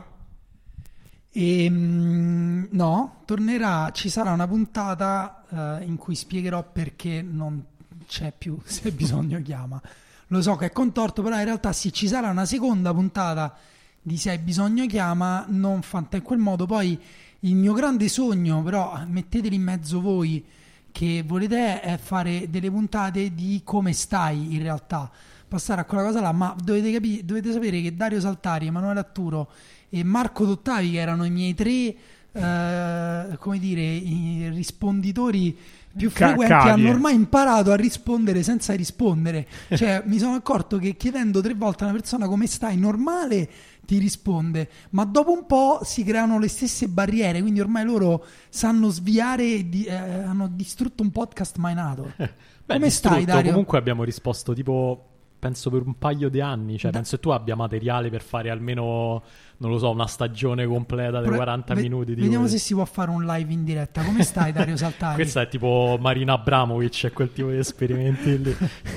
No, tornerà. Ci sarà una puntata in cui spiegherò perché non c'è più Se hai bisogno chiama. Lo so che è contorto, però in realtà sì, ci sarà una seconda puntata di Se hai bisogno chiama, non fatta in quel modo. Poi il mio grande sogno, però metteteli in mezzo voi che volete, è fare delle puntate di come stai in realtà, passare a quella cosa là. Ma dovete sapere che Dario Saltari, Emanuele Atturo e Marco Dottavi, che erano i miei tre come dire, i risponditori più frequenti, hanno ormai imparato a rispondere senza rispondere. Cioè mi sono accorto che chiedendo 3 volte a una persona come stai normale ti risponde, ma dopo un po' si creano le stesse barriere, quindi ormai loro sanno sviare hanno distrutto un podcast mai nato. Come stai, Dario? Comunque abbiamo risposto tipo, penso, per un paio di anni, cioè penso che tu abbia materiale per fare almeno, non lo so, una stagione completa di 40 minuti. Vediamo se si può fare un live in diretta. Come stai, Dario Saltari? Questa è tipo Marina Abramovic, è quel tipo di esperimenti lì.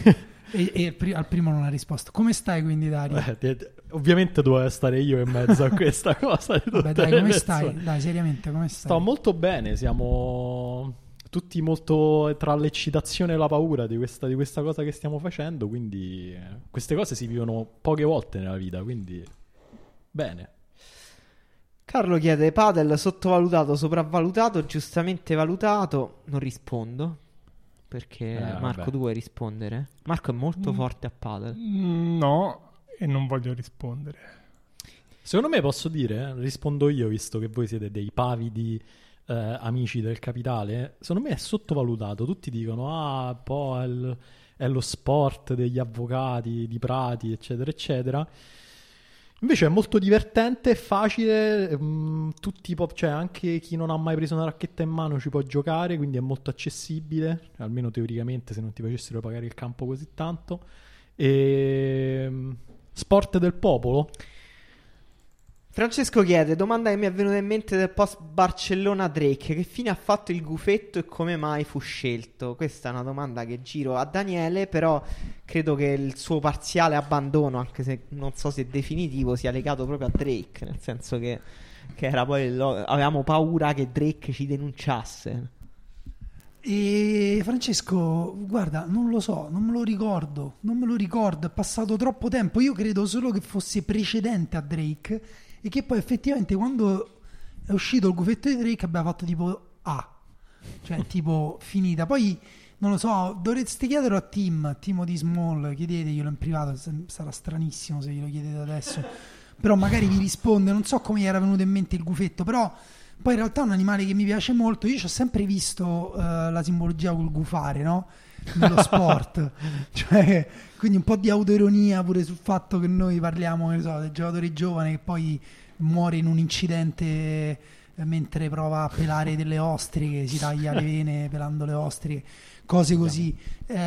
Al primo non ha risposto. Come stai quindi, Dario? Ovviamente dovevo stare io in mezzo a questa cosa. Vabbè, dai, come stai? Dai, seriamente, come stai? Sto molto bene, siamo tutti molto tra l'eccitazione e la paura di questa cosa che stiamo facendo, quindi queste cose si vivono poche volte nella vita, quindi bene. Carlo chiede: padel sottovalutato, sopravvalutato, giustamente valutato? Non rispondo perché Marco, vabbè. tu vuoi rispondere? Marco è molto forte a padel. No, e non voglio rispondere. Secondo me posso dire, rispondo io, visto che voi siete dei pavidi amici del capitale, secondo me è sottovalutato. Tutti dicono poi è lo sport degli avvocati di Prati, eccetera eccetera. Invece è molto divertente, facile, cioè anche chi non ha mai preso una racchetta in mano ci può giocare, quindi è molto accessibile, almeno teoricamente, se non ti facessero pagare il campo così tanto. Sport del popolo? Francesco chiede: domanda che mi è venuta in mente del post Barcellona Drake, che fine ha fatto il gufetto e come mai fu scelto? Questa è una domanda che giro a Daniele, però credo che il suo parziale abbandono, anche se non so se definitivo, sia legato proprio a Drake, nel senso che era poi avevamo paura che Drake ci denunciasse. E Francesco, guarda, non lo so, non me lo ricordo, è passato troppo tempo. Io credo solo che fosse precedente a Drake e che poi effettivamente quando è uscito il gufetto di Drake abbiamo fatto tipo cioè tipo finita. Poi non lo so, dovreste chiederlo a Timo di Small, chiedeteglielo in privato, sarà stranissimo se glielo chiedete adesso, però magari vi risponde. Non so come gli era venuto in mente il gufetto, però poi in realtà è un animale che mi piace molto. Io ci ho sempre visto la simbologia col gufare, no? Nello sport, cioè, quindi un po' di autoironia pure sul fatto che noi parliamo, che ne so, del giocatore giovane che poi muore in un incidente mentre prova a pelare delle ostriche, si taglia le vene pelando le ostriche, cose così.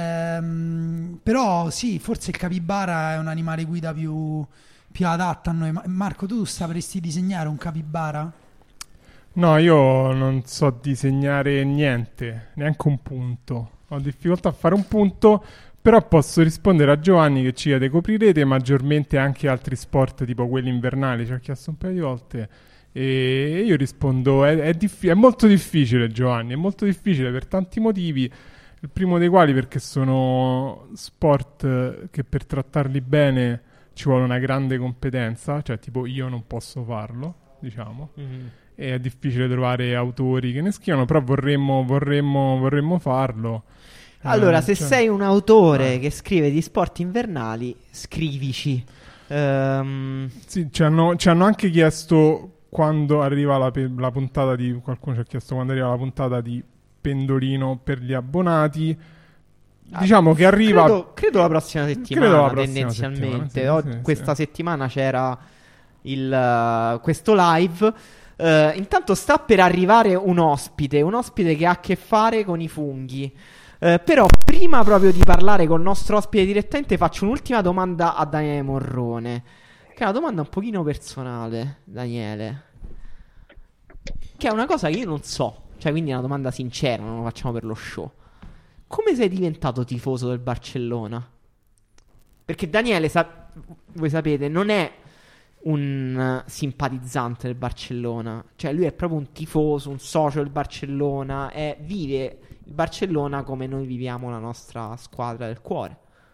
Però sì, forse il capibara è un animale guida più adatta a noi. Marco, tu sapresti disegnare un capibara? No, io non so disegnare niente, neanche un punto. Ho difficoltà a fare un punto, però posso rispondere a Giovanni che ci chiede: coprirete maggiormente anche altri sport tipo quelli invernali? Ci ha chiesto un paio di volte e io rispondo è molto difficile, Giovanni, è molto difficile per tanti motivi. Il primo dei quali perché sono sport che per trattarli bene ci vuole una grande competenza, cioè tipo io non posso farlo, diciamo. E è difficile trovare autori che ne scrivono, però vorremmo farlo. Allora, se sei un autore che scrive di sport invernali, scrivici. Sì, ci hanno anche chiesto quando arriva la puntata di... Qualcuno ci ha chiesto quando arriva la puntata di Pendolino per gli abbonati. Diciamo che arriva... Credo la prossima settimana, tendenzialmente. Settimana, questa settimana c'era questo live. Intanto sta per arrivare un ospite che ha a che fare con i funghi. Però prima proprio di parlare con il nostro ospite direttamente faccio un'ultima domanda a Daniele Morrone, che è una domanda un pochino personale, Daniele, che è una cosa che io non so, cioè quindi è una domanda sincera, non lo facciamo per lo show. Come sei diventato tifoso del Barcellona? Perché Daniele, voi sapete, non è un simpatizzante del Barcellona, cioè lui è proprio un tifoso, un socio del Barcellona, vive il Barcellona come noi viviamo la nostra squadra del cuore.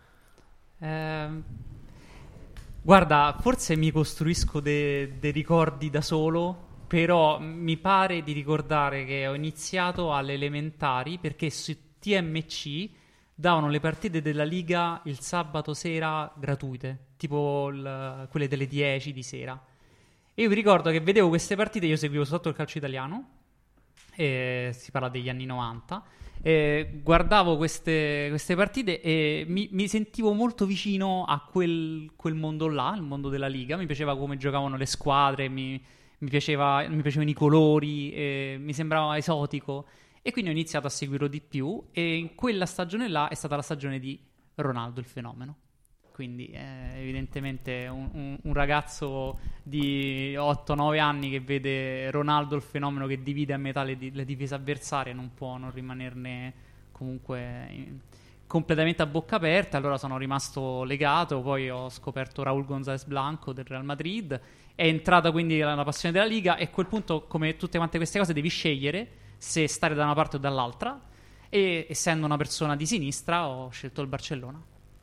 Guarda, forse mi costruisco dei ricordi da solo, però mi pare di ricordare che ho iniziato alle elementari perché su TMC davano le partite della Liga il sabato sera gratuite, tipo quelle delle 10 di sera. E io vi ricordo che vedevo queste partite, io seguivo soltanto il calcio italiano, si parla degli anni 90, guardavo queste partite e mi sentivo molto vicino a quel mondo là, il mondo della Liga. Mi piaceva come giocavano le squadre, mi piacevano i colori, mi sembrava esotico. E quindi ho iniziato a seguirlo di più e in quella stagione là è stata la stagione di Ronaldo il fenomeno. Quindi evidentemente un ragazzo di 8-9 anni che vede Ronaldo il fenomeno che divide a metà le difese avversarie non può non rimanerne comunque completamente a bocca aperta, allora sono rimasto legato, poi ho scoperto Raúl González Blanco del Real Madrid, è entrata quindi la passione della Liga, e a quel punto, come tutte quante queste cose, devi scegliere se stare da una parte o dall'altra, e essendo una persona di sinistra ho scelto il Barcellona.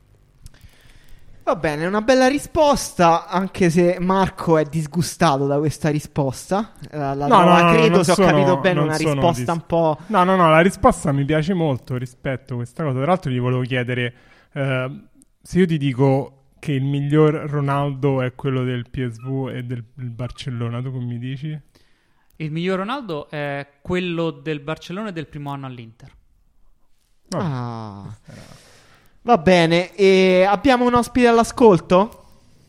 Va bene, una bella risposta, anche se Marco è disgustato da questa risposta. Credo, se ho capito bene, una risposta un po'... No, la risposta mi piace molto rispetto a questa cosa. Tra l'altro gli volevo chiedere, se io ti dico che il miglior Ronaldo è quello del PSV e del Barcellona, tu come mi dici? Il miglior Ronaldo è quello del Barcellona e del primo anno all'Inter. Va bene, e abbiamo un ospite all'ascolto?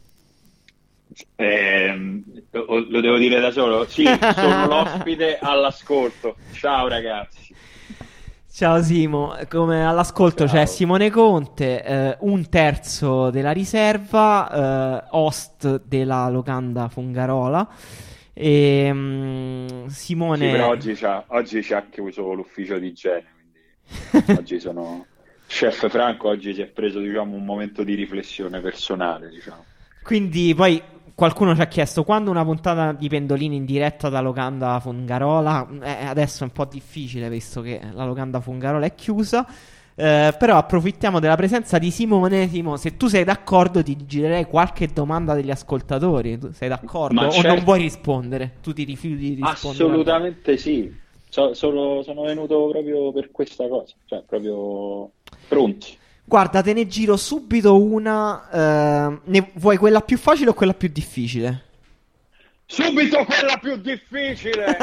Lo devo dire da solo? Sì, sono l'ospite all'ascolto. Ciao ragazzi. Ciao Simo, come all'ascolto Ciao. c'è Simone Conte, un terzo della riserva, host della locanda Fungarola. Simone... Sì, però oggi c'ha chiuso l'ufficio di igiene, quindi oggi sono... Chef Franco oggi si è preso, diciamo, un momento di riflessione personale, diciamo. Quindi poi qualcuno ci ha chiesto quando una puntata di Pendolini in diretta da locanda Fungarola. Adesso è un po' difficile visto che la locanda Fungarola è chiusa, però approfittiamo della presenza di Simone. Simo, se tu sei d'accordo ti girerei qualche domanda degli ascoltatori. Tu sei d'accordo? Ma o certo. Non vuoi rispondere? Tu ti rifiuti di rispondere? Assolutamente sì. Sono venuto proprio per questa cosa, cioè proprio pronti. Guarda, te ne giro subito una. Vuoi quella più facile o quella più difficile? Subito quella più difficile!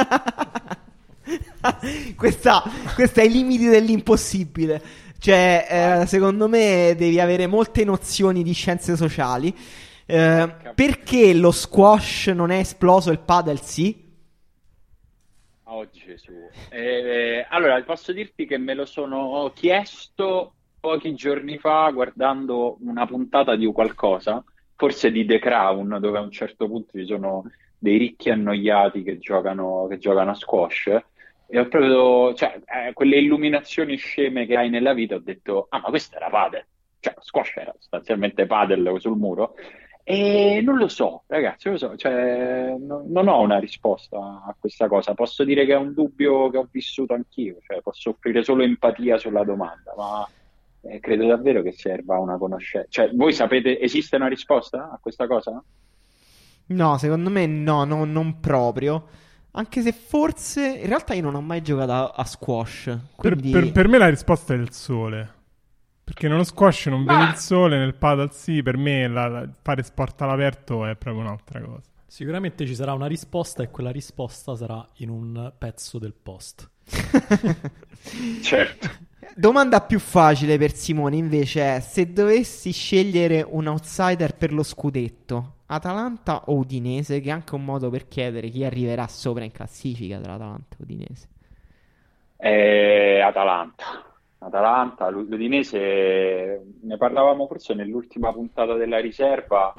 Questa è ai limiti dell'impossibile. Cioè, secondo me devi avere molte nozioni di scienze sociali. Perché lo squash non è esploso, il padel sì? Oh Gesù. Allora, posso dirti che me lo sono chiesto pochi giorni fa guardando una puntata di qualcosa, forse di The Crown, dove a un certo punto ci sono dei ricchi annoiati che giocano a squash, e ho proprio, cioè, quelle illuminazioni sceme che hai nella vita, ho detto, ma questo era padel, cioè squash era sostanzialmente padel sul muro. E non lo so, ragazzi, non lo so, cioè, non ho una risposta a questa cosa. Posso dire che è un dubbio che ho vissuto anch'io, cioè posso offrire solo empatia sulla domanda, ma credo davvero che serva una conoscenza. Cioè, voi sapete, esiste una risposta a questa cosa? No, secondo me no, non proprio. Anche se forse, in realtà io non ho mai giocato a squash, quindi... Per me la risposta è il sole. Perché nello squash non vedi il sole, nel paddle sì, per me fare sport all'aperto è proprio un'altra cosa. Sicuramente ci sarà una risposta e quella risposta sarà in un pezzo del post. Certo. Domanda più facile per Simone invece è: se dovessi scegliere un outsider per lo scudetto, Atalanta o Udinese? Che è anche un modo per chiedere chi arriverà sopra in classifica tra Atalanta e Udinese. Atalanta, l'Udinese, ne parlavamo forse nell'ultima puntata della riserva,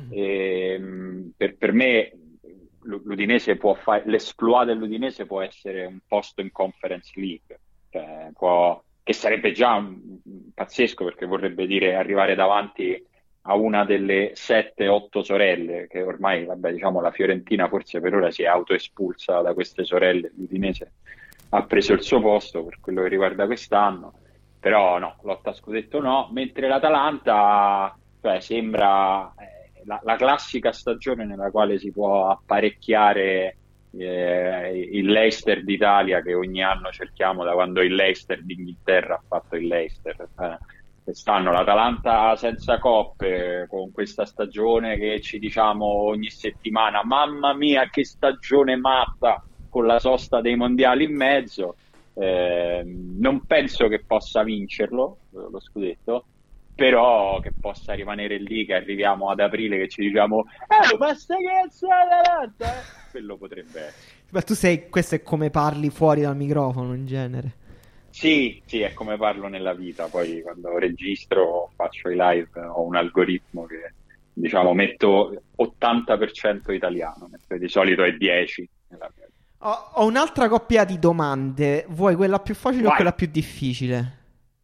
per me l'Udinese può fare, l'esploit dell'Udinese può essere un posto in Conference League, cioè che sarebbe già pazzesco, perché vorrebbe dire arrivare davanti a una delle 7-8 sorelle, che ormai, vabbè, diciamo, la Fiorentina forse per ora si è autoespulsa da queste sorelle, l'Udinese ha preso il suo posto per quello che riguarda quest'anno, però no, lotta a scudetto no, mentre l'Atalanta, cioè, sembra la classica stagione nella quale si può apparecchiare il Leicester d'Italia, che ogni anno cerchiamo da quando il Leicester d'Inghilterra ha fatto il Leicester. Quest'anno l'Atalanta senza coppe, con questa stagione che ci diciamo ogni settimana, mamma mia che stagione matta, con la sosta dei mondiali in mezzo. Non penso che possa vincerlo lo scudetto, però che possa rimanere lì, che arriviamo ad aprile che ci diciamo ma sta cazzo l'Atalanta, quello potrebbe essere. Ma questo è come parli fuori dal microfono in genere. Sì, è come parlo nella vita. Poi quando registro, faccio i live, ho un algoritmo che, diciamo, metto 80% italiano, mentre di solito è 10 nella mia. Ho un'altra coppia di domande. Vuoi quella più facile o Vai. quella più difficile?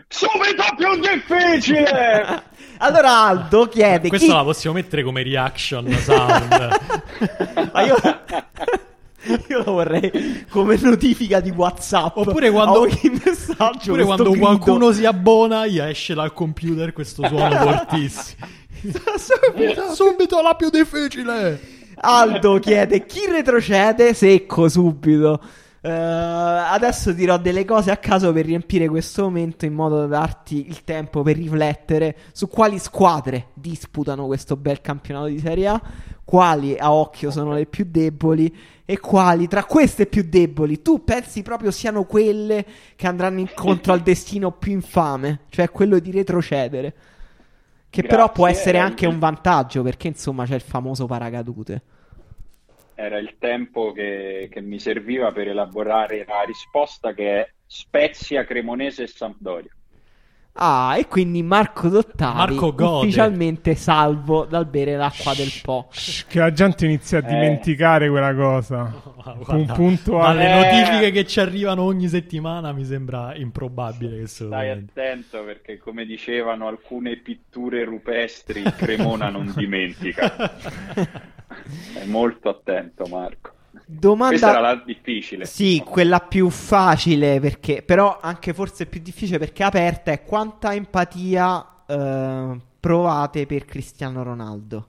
Subito più difficile! Allora Aldo chiede Questa la possiamo mettere come reaction sound. Ma io lo vorrei come notifica di WhatsApp. Oppure quando, ogni messaggio, oppure quando grido. qualcuno si abbona, gli esce dal computer questo suono fortissimo. Subito la più difficile. Aldo chiede chi retrocede, secco subito. Adesso dirò delle cose a caso per riempire questo momento, in modo da darti il tempo per riflettere su quali squadre disputano questo bel campionato di Serie A, quali a occhio sono le più deboli e quali tra queste più deboli tu pensi proprio siano quelle che andranno incontro al destino più infame, cioè quello di retrocedere, che però può essere anche un vantaggio, perché insomma c'è il famoso paracadute. Era il tempo che mi serviva per elaborare la risposta, che è Spezia, Cremonese e Sampdoria. Ah, e quindi Marco Dottavi gode. ufficialmente salvo dal bere l'acqua del Po. Che la gente inizia a dimenticare quella cosa. Un punto a... Dalle notifiche che ci arrivano ogni settimana mi sembra improbabile che se lo Stai dimentichi. attento, perché come dicevano alcune pitture rupestri, Cremona non dimentica. Stai molto attento, Marco. Domanda... Questa era la difficile. Sì, quella più facile, perché però anche forse più difficile perché è aperta, è quanta empatia provate per Cristiano Ronaldo?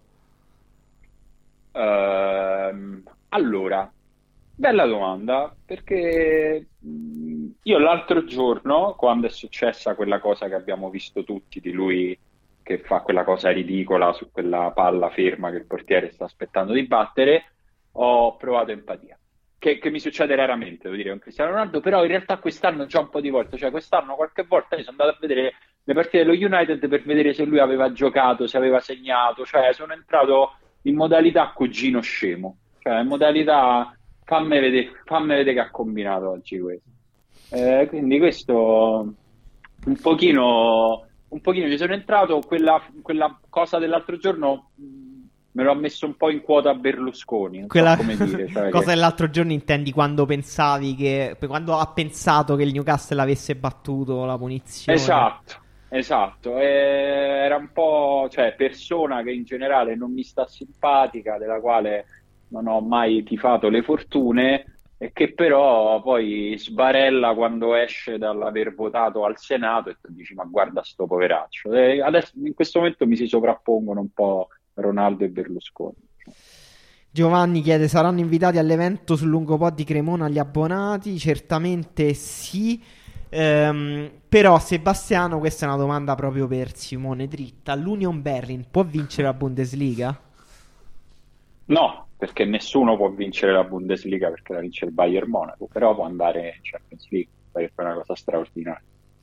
Allora, bella domanda, perché io l'altro giorno, quando è successa quella cosa che abbiamo visto tutti di lui che fa quella cosa ridicola su quella palla ferma che il portiere sta aspettando di battere, ho provato empatia, che mi succede raramente, devo dire, con Cristiano Ronaldo, però in realtà quest'anno già un po' di volte, cioè quest'anno qualche volta io sono andato a vedere le partite dello United per vedere se lui aveva giocato, se aveva segnato, cioè sono entrato in modalità cugino scemo, cioè in modalità fammi vedere che ha combinato oggi questo. Quindi questo un pochino ci sono entrato, quella cosa dell'altro giorno me l'ho messo un po' in quota Berlusconi, non Quella so come dire, cioè cosa dell'altro giorno intendi quando quando ha pensato che il Newcastle avesse battuto la punizione? Esatto, era un po', cioè, persona che in generale non mi sta simpatica, della quale non ho mai tifato le fortune, e che però poi sbarella quando esce dall'aver votato al Senato e tu dici ma guarda sto poveraccio. E adesso in questo momento mi si sovrappongono un po' Ronaldo e Berlusconi. Giovanni chiede: saranno invitati all'evento sul lungo pod di Cremona gli abbonati? Certamente sì. Però Sebastiano, questa è una domanda proprio per Simone dritta: l'Union Berlin può vincere la Bundesliga? No, perché nessuno può vincere la Bundesliga, perché la vince il Bayern Monaco, però può andare in Champions League, perché è una cosa straordinaria.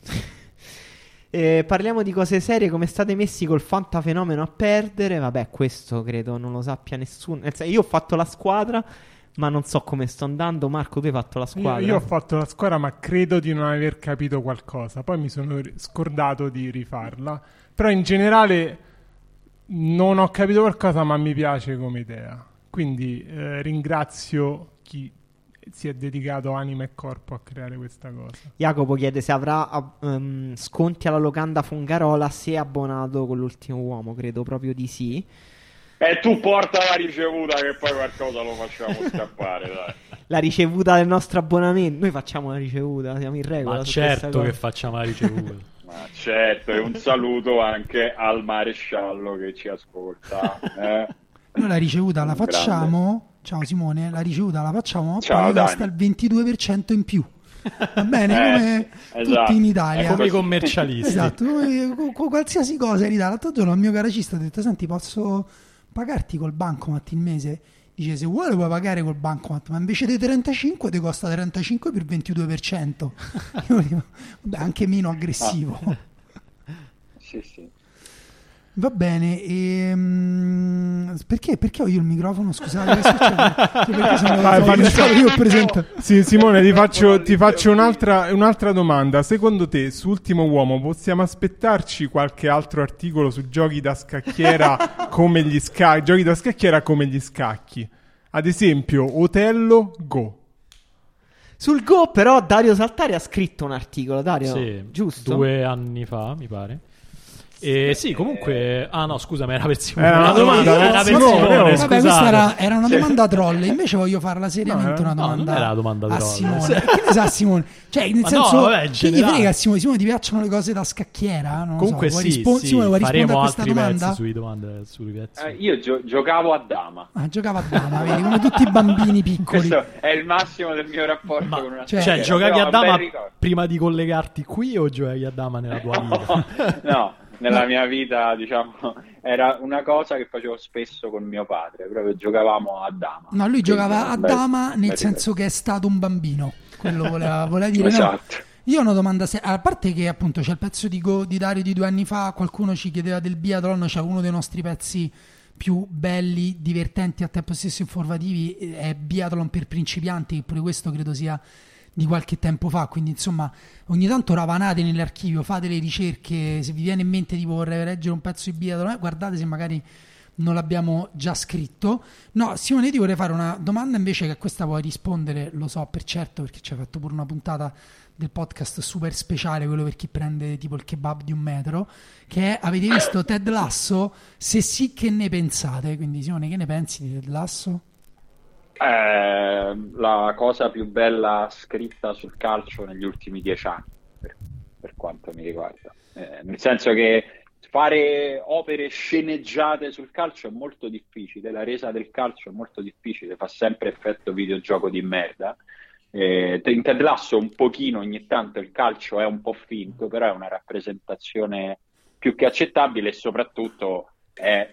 Parliamo di cose serie. Come state messi col fantafenomeno a perdere? Vabbè, questo credo non lo sappia nessuno. Io ho fatto la squadra, ma non so come sto andando. Marco, tu hai fatto la squadra? Io ho fatto la squadra, ma credo di non aver capito qualcosa. Poi mi sono scordato di rifarla. Però in generale non ho capito qualcosa, ma mi piace come idea. Quindi ringrazio chi si è dedicato anima e corpo a creare questa cosa. Jacopo chiede se avrà sconti alla locanda Fungarola se è abbonato con l'ultimo uomo. Credo proprio di sì. E tu porta la ricevuta che poi qualcosa lo facciamo scappare, dai. La ricevuta del nostro abbonamento. Noi facciamo la ricevuta, siamo in regola. Ma su questa certo cosa. che facciamo la ricevuta. Ma certo, e un saluto anche al maresciallo che ci ascolta. Noi la ricevuta la Grande. facciamo. Ciao Simone, la ricevuta la facciamo, ma Ciao, poi Dani. costa il 22% in più. Va bene, come esatto. tutti in Italia. Come i commercialisti. Esatto, con qualsiasi cosa in Italia. L'altro giorno il mio caracista ha detto: senti, posso pagarti col bancomat il mese? Dice: se vuoi lo puoi pagare col bancomat, ma invece dei 35 ti costa 35 per 22%. Io dico, vabbè, anche meno aggressivo. Sì. Va bene, perché ho io il microfono? Scusate, che succede? Perché sono io presento. Sì, Simone, ti faccio un'altra domanda. Secondo te, su Ultimo Uomo, possiamo aspettarci qualche altro articolo su giochi da scacchiera come gli scacchi? Ad esempio, Otello Go. Sul Go però Dario Saltari ha scritto un articolo, Dario, Sì, giusto? 2 anni fa, mi pare. E sì, comunque... Ah no, scusa, ma era per Simone. Era una domanda, Era per Simone, Simone, Vabbè, scusate. questa era una domanda troll. Invece voglio farla seriamente No, una no, domanda, non era la domanda a troll. Simone. Che ne sa Simone? Cioè, nel Ma senso, no, vabbè, in chi gli generale. frega a Simone? Simone, ti piacciono le cose da scacchiera? Non lo Comunque so. sì, Simone, vuoi rispondere faremo a questa altri domanda? pezzi sui pezzi. Io giocavo a dama. Ah, giocava a dama, vedi, come tutti i bambini piccoli. Questo è il massimo del mio rapporto con una cioè, scacchiera, Giocavi però a è un bel dama ricordo. prima di collegarti qui o giocavi a dama nella tua vita? No, nella mia vita, diciamo, era una cosa che facevo spesso con mio padre, proprio giocavamo a dama. No, lui giocava a Quindi, bel- dama nel bel senso che è stato un bambino. Quello voleva dire. No, Esatto. io ho una domanda, a parte che appunto c'è il pezzo di Dario di 2 anni fa, qualcuno ci chiedeva del biathlon, c'è uno dei nostri pezzi più belli, divertenti, a tempo stesso informativi, è Biathlon per principianti, che pure questo credo sia di qualche tempo fa, quindi insomma ogni tanto ravanate nell'archivio, fate le ricerche, se vi viene in mente tipo vorrei leggere un pezzo di Biathlon, guardate se magari non l'abbiamo già scritto. No, Simone, ti vorrei fare una domanda invece, che a questa puoi rispondere, lo so per certo, perché ci hai fatto pure una puntata del podcast super speciale, quello per chi prende tipo il kebab di 1 metro, che è: avete visto Ted Lasso? Se sì, che ne pensate? Quindi Simone, che ne pensi di Ted Lasso? La cosa più bella scritta sul calcio negli ultimi 10 anni, per quanto mi riguarda. Nel senso che fare opere sceneggiate sul calcio è molto difficile, la resa del calcio è molto difficile, fa sempre effetto videogioco di merda. In Ted Lasso un pochino ogni tanto il calcio è un po' finto, però è una rappresentazione più che accettabile, e soprattutto è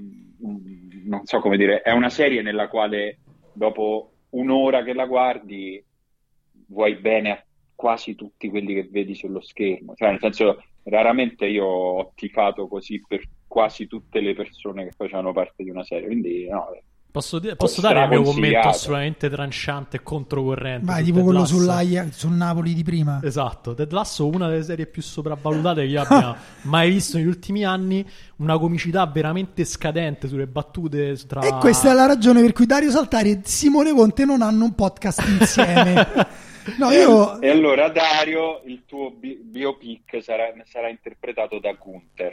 non so come dire, è una serie nella quale dopo un'ora che la guardi vuoi bene a quasi tutti quelli che vedi sullo schermo, cioè nel senso, raramente io ho tifato così per quasi tutte le persone che facevano parte di una serie, quindi no, Posso dare il mio commento straconsigliato. assolutamente tranciante e controcorrente Vai, su tipo Ted quello Lasso? sul Napoli di prima. Esatto, Ted Lasso, una delle serie più sopravvalutate che io abbia mai visto negli ultimi anni, una comicità veramente scadente sulle battute tra... E questa è la ragione per cui Dario Saltari e Simone Conte non hanno un podcast insieme. No, io... E allora Dario, il tuo biopic sarà interpretato da Gunther,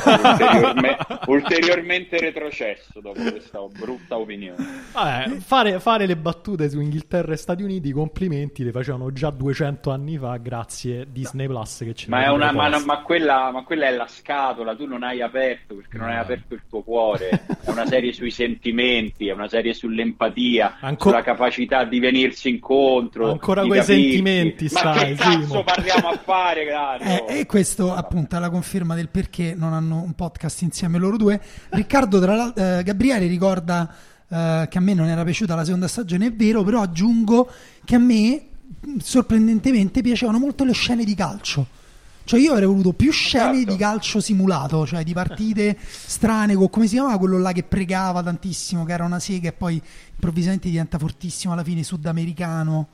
ulteriormente retrocesso dopo questa brutta opinione. Vabbè, fare le battute su Inghilterra e Stati Uniti, complimenti, le facevano già 200 anni fa, grazie Disney Plus che ce Ma, l'ha ma quella è la scatola, tu non hai aperto perché non hai aperto il tuo cuore, è una serie sui sentimenti, è una serie sull'empatia, sulla capacità di venirsi incontro, ancora di quei capirsi. sentimenti, Ma sai, che cazzo Simo? parliamo a fare, Dario? E questo appunto è la conferma del perché non hanno un podcast insieme loro due. Riccardo Gabriele ricorda che a me non era piaciuta la seconda stagione, è vero, però aggiungo che a me sorprendentemente piacevano molto le scene di calcio. Cioè io avrei voluto più scene di calcio simulato, cioè di partite strane, come si chiamava quello là che pregava tantissimo, che era una sega e poi improvvisamente diventa fortissimo alla fine, sudamericano.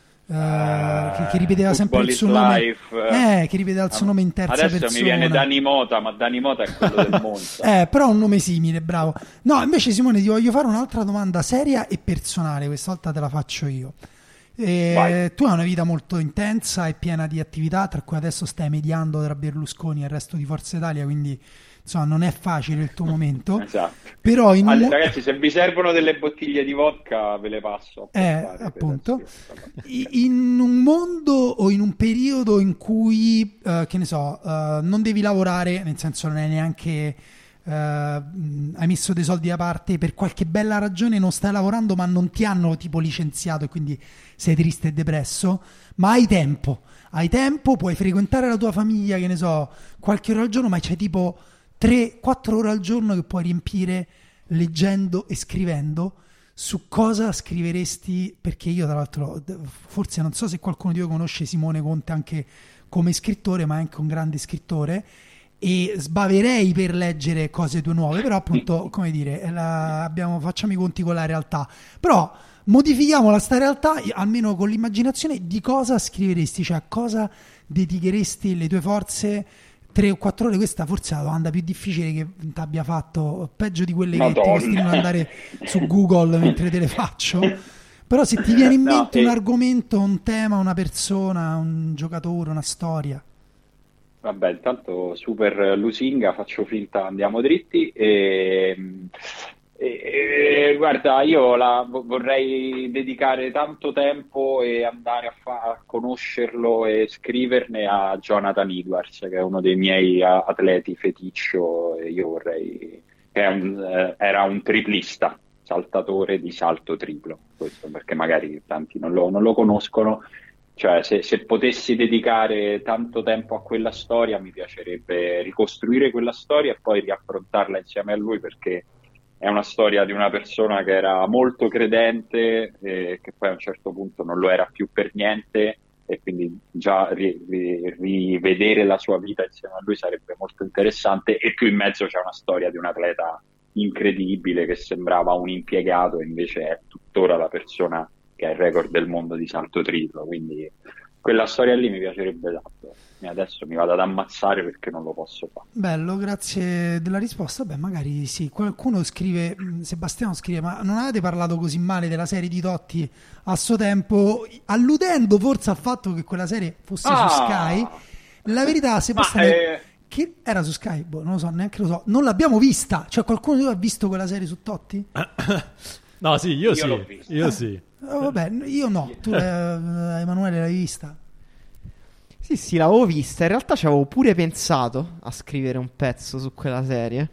Che ripeteva sempre il suo nome, che ripeteva il suo nome in terza adesso persona. mi viene Dani Mota, ma Dani Mota è quello del Monza. Però ha un nome simile, bravo. No, invece Simone, ti voglio fare un'altra domanda seria e personale, questa volta te la faccio io. Tu hai una vita molto intensa e piena di attività, tra cui adesso stai mediando tra Berlusconi e il resto di Forza Italia, quindi insomma non è facile il tuo momento. Esatto. Però ragazzi, se vi servono delle bottiglie di vodka ve le passo appunto in un mondo o in un periodo in cui che ne so, non devi lavorare, nel senso non è neanche hai messo dei soldi da parte, per qualche bella ragione non stai lavorando ma non ti hanno tipo licenziato e quindi sei triste e depresso, ma hai tempo, puoi frequentare la tua famiglia, che ne so, qualche ora al giorno, ma c'è tipo 3-4 ore al giorno che puoi riempire leggendo e scrivendo. Su cosa scriveresti? Perché io tra l'altro forse non so se qualcuno di voi conosce Simone Conte anche come scrittore, ma è anche un grande scrittore, e sbaverei per leggere cose tue nuove, però appunto come dire facciamo i conti con la realtà, però modifichiamola sta realtà, almeno con l'immaginazione. Di cosa scriveresti? Cioè a cosa dedicheresti le tue forze? 3 o 4 ore? Questa forse è la domanda più difficile che ti abbia fatto, peggio di quelle che ti costringono ad andare su Google mentre te le faccio. Però se ti viene in No, mente un argomento, un tema, una persona, un giocatore, una storia. Vabbè, intanto super lusinga, faccio finta, andiamo dritti. Guarda, io vorrei dedicare tanto tempo e andare a conoscerlo e scriverne a Jonathan Edwards, che è uno dei miei atleti feticcio. E io vorrei, era un triplista, saltatore di salto triplo, questo perché magari tanti non lo conoscono. Cioè, se potessi dedicare tanto tempo a quella storia, mi piacerebbe ricostruire quella storia e poi riaffrontarla insieme a lui, perché è una storia di una persona che era molto credente e che poi a un certo punto non lo era più per niente, e quindi già rivedere la sua vita insieme a lui sarebbe molto interessante. E più in mezzo c'è una storia di un atleta incredibile che sembrava un impiegato e invece è tuttora la persona che ha il record del mondo di salto triplo, quindi quella storia lì mi piacerebbe tanto. E adesso mi vado ad ammazzare perché non lo posso fare. Bello, grazie della risposta. Beh, magari sì. Qualcuno scrive, Sebastiano scrive, ma non avete parlato così male della serie di Totti a suo tempo, alludendo forse al fatto che quella serie fosse su Sky? La verità, Sebastiano, che era su Sky? Boh, non lo so, neanche lo so. Non l'abbiamo vista. Cioè, qualcuno di voi ha visto quella serie su Totti? No, sì, io l'ho sì. vista. Io sì. Vabbè, io no. Tu, Emanuele, l'hai vista? Sì, l'avevo vista. In realtà ci avevo pure pensato a scrivere un pezzo su quella serie.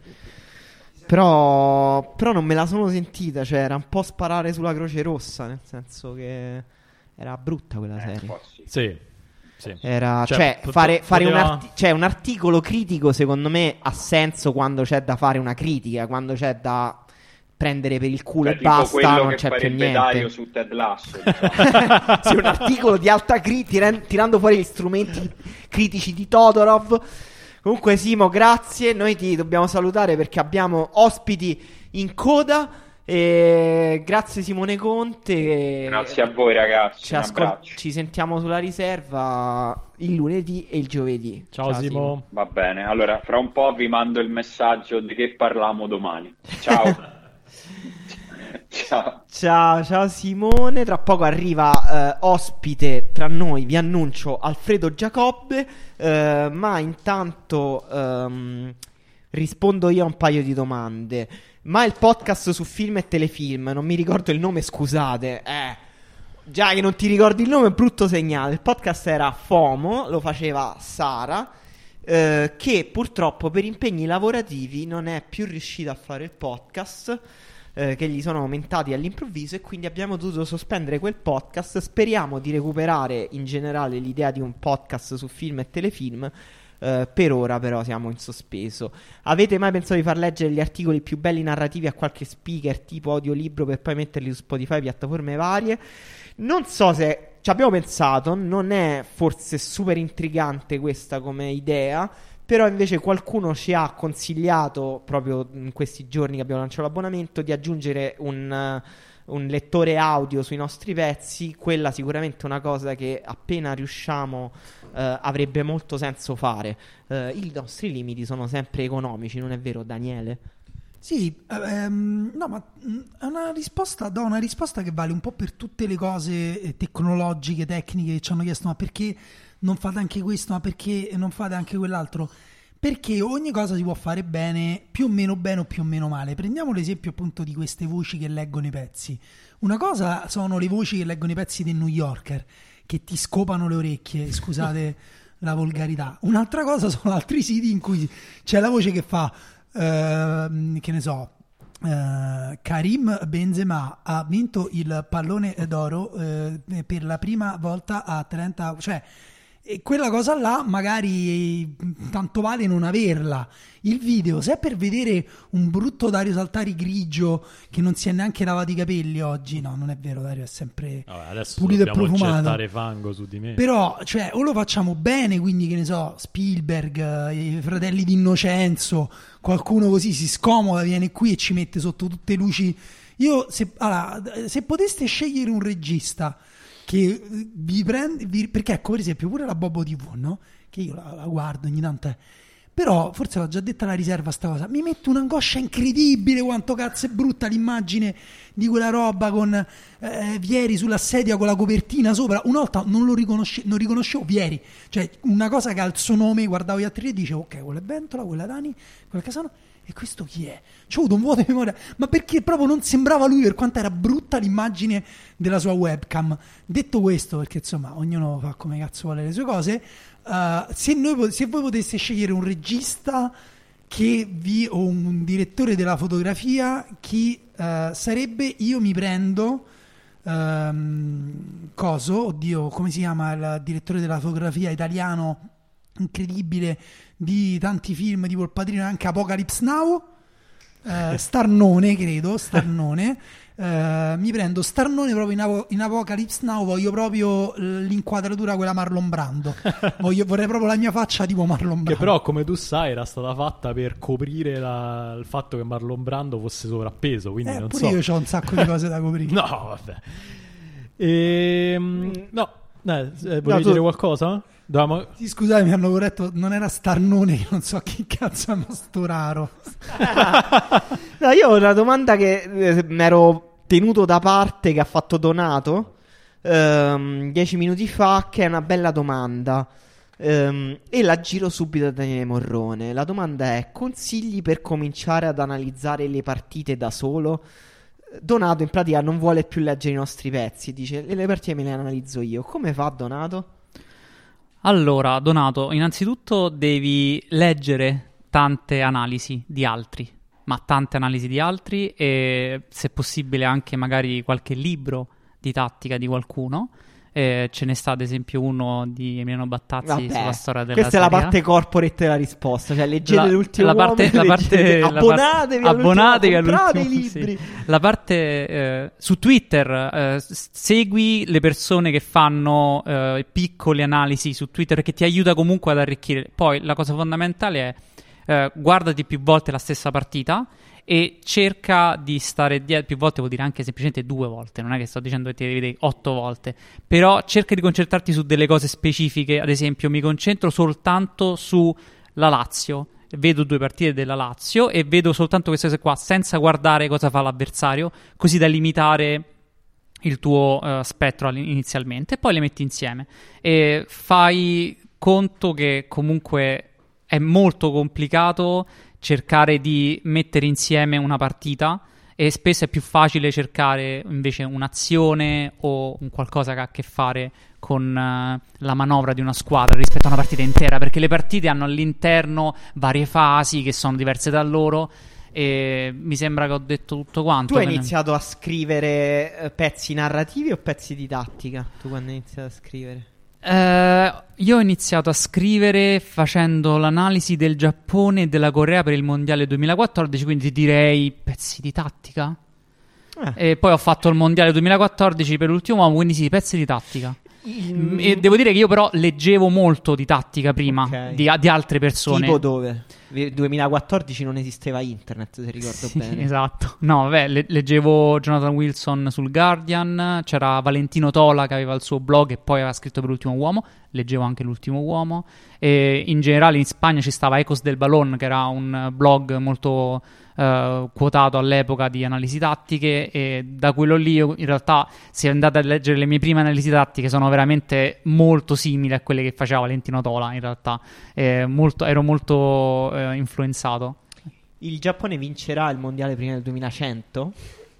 Però non me la sono sentita. Cioè, era un po' sparare sulla Croce Rossa. Nel senso che era brutta quella serie. Sì. Sì. Era, Cioè, fare poteva- un articolo critico, secondo me, ha senso quando c'è da fare una critica. Quando c'è da prendere per il culo Cioè, e tipo basta, quello non che c'è più farebbe niente. Dario su Ted Lasso, diciamo. Sì, un articolo di alta critica, tirando fuori gli strumenti critici di Todorov. Comunque Simo, grazie. Noi ti dobbiamo salutare perché abbiamo ospiti in coda. E grazie Simone Conte. Grazie a voi ragazzi, un abbraccio. Ci sentiamo sulla riserva il lunedì e il giovedì. Ciao Simo. Va bene, allora fra un po' vi mando il messaggio di che parliamo domani. Ciao. Ciao Simone. Tra poco arriva ospite tra noi, vi annuncio, Alfredo Giacobbe. Ma intanto rispondo io a un paio di domande. Ma il podcast su film e telefilm, non mi ricordo il nome, scusate. Già che non ti ricordi il nome è un brutto segnale. Il podcast era FOMO, lo faceva Sara, che purtroppo per impegni lavorativi non è più riuscita a fare il podcast, che gli sono aumentati all'improvviso, e quindi abbiamo dovuto sospendere quel podcast. Speriamo di recuperare in generale l'idea di un podcast su film e telefilm. Per ora però siamo in sospeso. Avete mai pensato di far leggere gli articoli più belli narrativi a qualche speaker tipo audiolibro per poi metterli su Spotify, piattaforme varie? Non so se ci abbiamo pensato, non è forse super intrigante questa come idea, però invece qualcuno ci ha consigliato proprio in questi giorni che abbiamo lanciato l'abbonamento di aggiungere un lettore audio sui nostri pezzi. Quella sicuramente è una cosa che appena riusciamo avrebbe molto senso fare. I nostri limiti sono sempre economici, non è vero Daniele? Sì, no, ma è una risposta, do una risposta che vale un po' per tutte le cose tecnologiche, tecniche che ci hanno chiesto: ma perché non fate anche questo, ma perché non fate anche quell'altro? Perché ogni cosa si può fare bene o più o meno male. Prendiamo l'esempio appunto di queste voci che leggono i pezzi. Una cosa sono le voci che leggono i pezzi del New Yorker, che ti scopano le orecchie, scusate la volgarità. Un'altra cosa sono altri siti in cui c'è la voce che fa che ne so, Karim Benzema ha vinto il pallone d'oro per la prima volta a 30, cioè, e quella cosa là magari tanto vale non averla. Il video, se è per vedere un brutto Dario Saltari grigio che non si è neanche lavato i capelli oggi, no, non è vero, Dario è sempre adesso pulito e dobbiamo profumato. gettare fango su di me. Però, cioè, o lo facciamo bene, quindi che ne so, Spielberg, i fratelli di Innocenzo, qualcuno così si scomoda, viene qui e ci mette sotto tutte le luci. Io, se poteste scegliere un regista che vi prende, perché ecco, per esempio, pure la Bobo TV, no? Che io la guardo ogni tanto, Però forse l'ho già detta la riserva sta cosa, mi mette un'angoscia incredibile quanto cazzo è brutta l'immagine di quella roba con Vieri sulla sedia con la copertina sopra. Una volta non riconoscevo Vieri, cioè una cosa che ha il suo nome, guardavo gli altri e dicevo ok, quella è Bentola, quella Dani, quella Casano, e questo chi è? C'ho avuto un vuoto di memoria, ma perché proprio non sembrava lui per quanto era brutta l'immagine della sua webcam. Detto questo, perché insomma ognuno fa come cazzo vuole le sue cose, se voi poteste scegliere un regista o un direttore della fotografia, chi sarebbe? Io mi prendo come si chiama il direttore della fotografia italiano incredibile di tanti film tipo Il Padrino e anche Apocalypse Now, Starnone credo. Mi prendo Starnone proprio in Apocalypse Now, voglio proprio l'inquadratura quella Marlon Brando. Vorrei proprio la mia faccia tipo Marlon Brando. Che però, come tu sai, era stata fatta per coprire il fatto che Marlon Brando fosse sovrappeso, quindi non pure so. io ho un sacco di cose da coprire. No, vabbè. Volevi dire qualcosa? Sì, scusate, mi hanno corretto, non era Starnone, che non so chi cazzo è, ma sto raro. No, io ho una domanda che mi ero tenuto da parte, che ha fatto Donato 10 minuti fa, che è una bella domanda, e la giro subito a Daniele Morrone. La domanda è: consigli per cominciare ad analizzare le partite da solo? Donato in pratica non vuole più leggere i nostri pezzi, dice le partite me le analizzo io. Come fa Donato? Allora, Donato, innanzitutto devi leggere tante analisi di altri, ma tante analisi di altri, e se possibile anche magari qualche libro di tattica di qualcuno. Ce ne sta ad esempio uno di Emiliano Battazzi sulla storia della questa Serie è la parte corporate della risposta, cioè leggete l'ultimo uomo, abbonatevi comprate i libri. Sì. La parte su Twitter, segui le persone che fanno piccole analisi su Twitter, che ti aiuta comunque ad arricchire. Poi la cosa fondamentale è guardati più volte la stessa partita e cerca di stare dietro. Più volte vuol dire anche semplicemente 2 volte, non è che sto dicendo che ti devi vedere 8 volte, però cerca di concentrarti su delle cose specifiche. Ad esempio mi concentro soltanto sulla Lazio, vedo 2 partite della Lazio e vedo soltanto queste cose qua senza guardare cosa fa l'avversario, così da limitare il tuo spettro inizialmente, e poi le metti insieme e fai conto che comunque è molto complicato cercare di mettere insieme una partita, e spesso è più facile cercare invece un'azione o un qualcosa che ha a che fare con la manovra di una squadra rispetto a una partita intera, perché le partite hanno all'interno varie fasi che sono diverse da loro, e mi sembra che ho detto tutto quanto. Tu hai iniziato a scrivere pezzi narrativi o pezzi di tattica? Tu quando hai iniziato a scrivere? Io ho iniziato a scrivere facendo l'analisi del Giappone e della Corea per il Mondiale 2014, quindi direi pezzi di tattica. E poi ho fatto il Mondiale 2014 per l'ultimo uomo, quindi sì, pezzi di tattica. E devo dire che io però leggevo molto di tattica prima, okay, di altre persone. Tipo dove? 2014 non esisteva internet, se ricordo bene. Esatto. No, vabbè, leggevo Jonathan Wilson sul Guardian, c'era Valentino Tola che aveva il suo blog e poi aveva scritto per l'ultimo uomo, leggevo anche l'ultimo uomo, e in generale in Spagna ci stava Ecos del Balón, che era un blog molto quotato all'epoca di analisi tattiche, e da quello lì io, in realtà, se andate a leggere le mie prime analisi tattiche, sono veramente molto simili a quelle che faceva Valentino Tola. In realtà ero molto influenzato. Il Giappone vincerà il mondiale prima del 2100?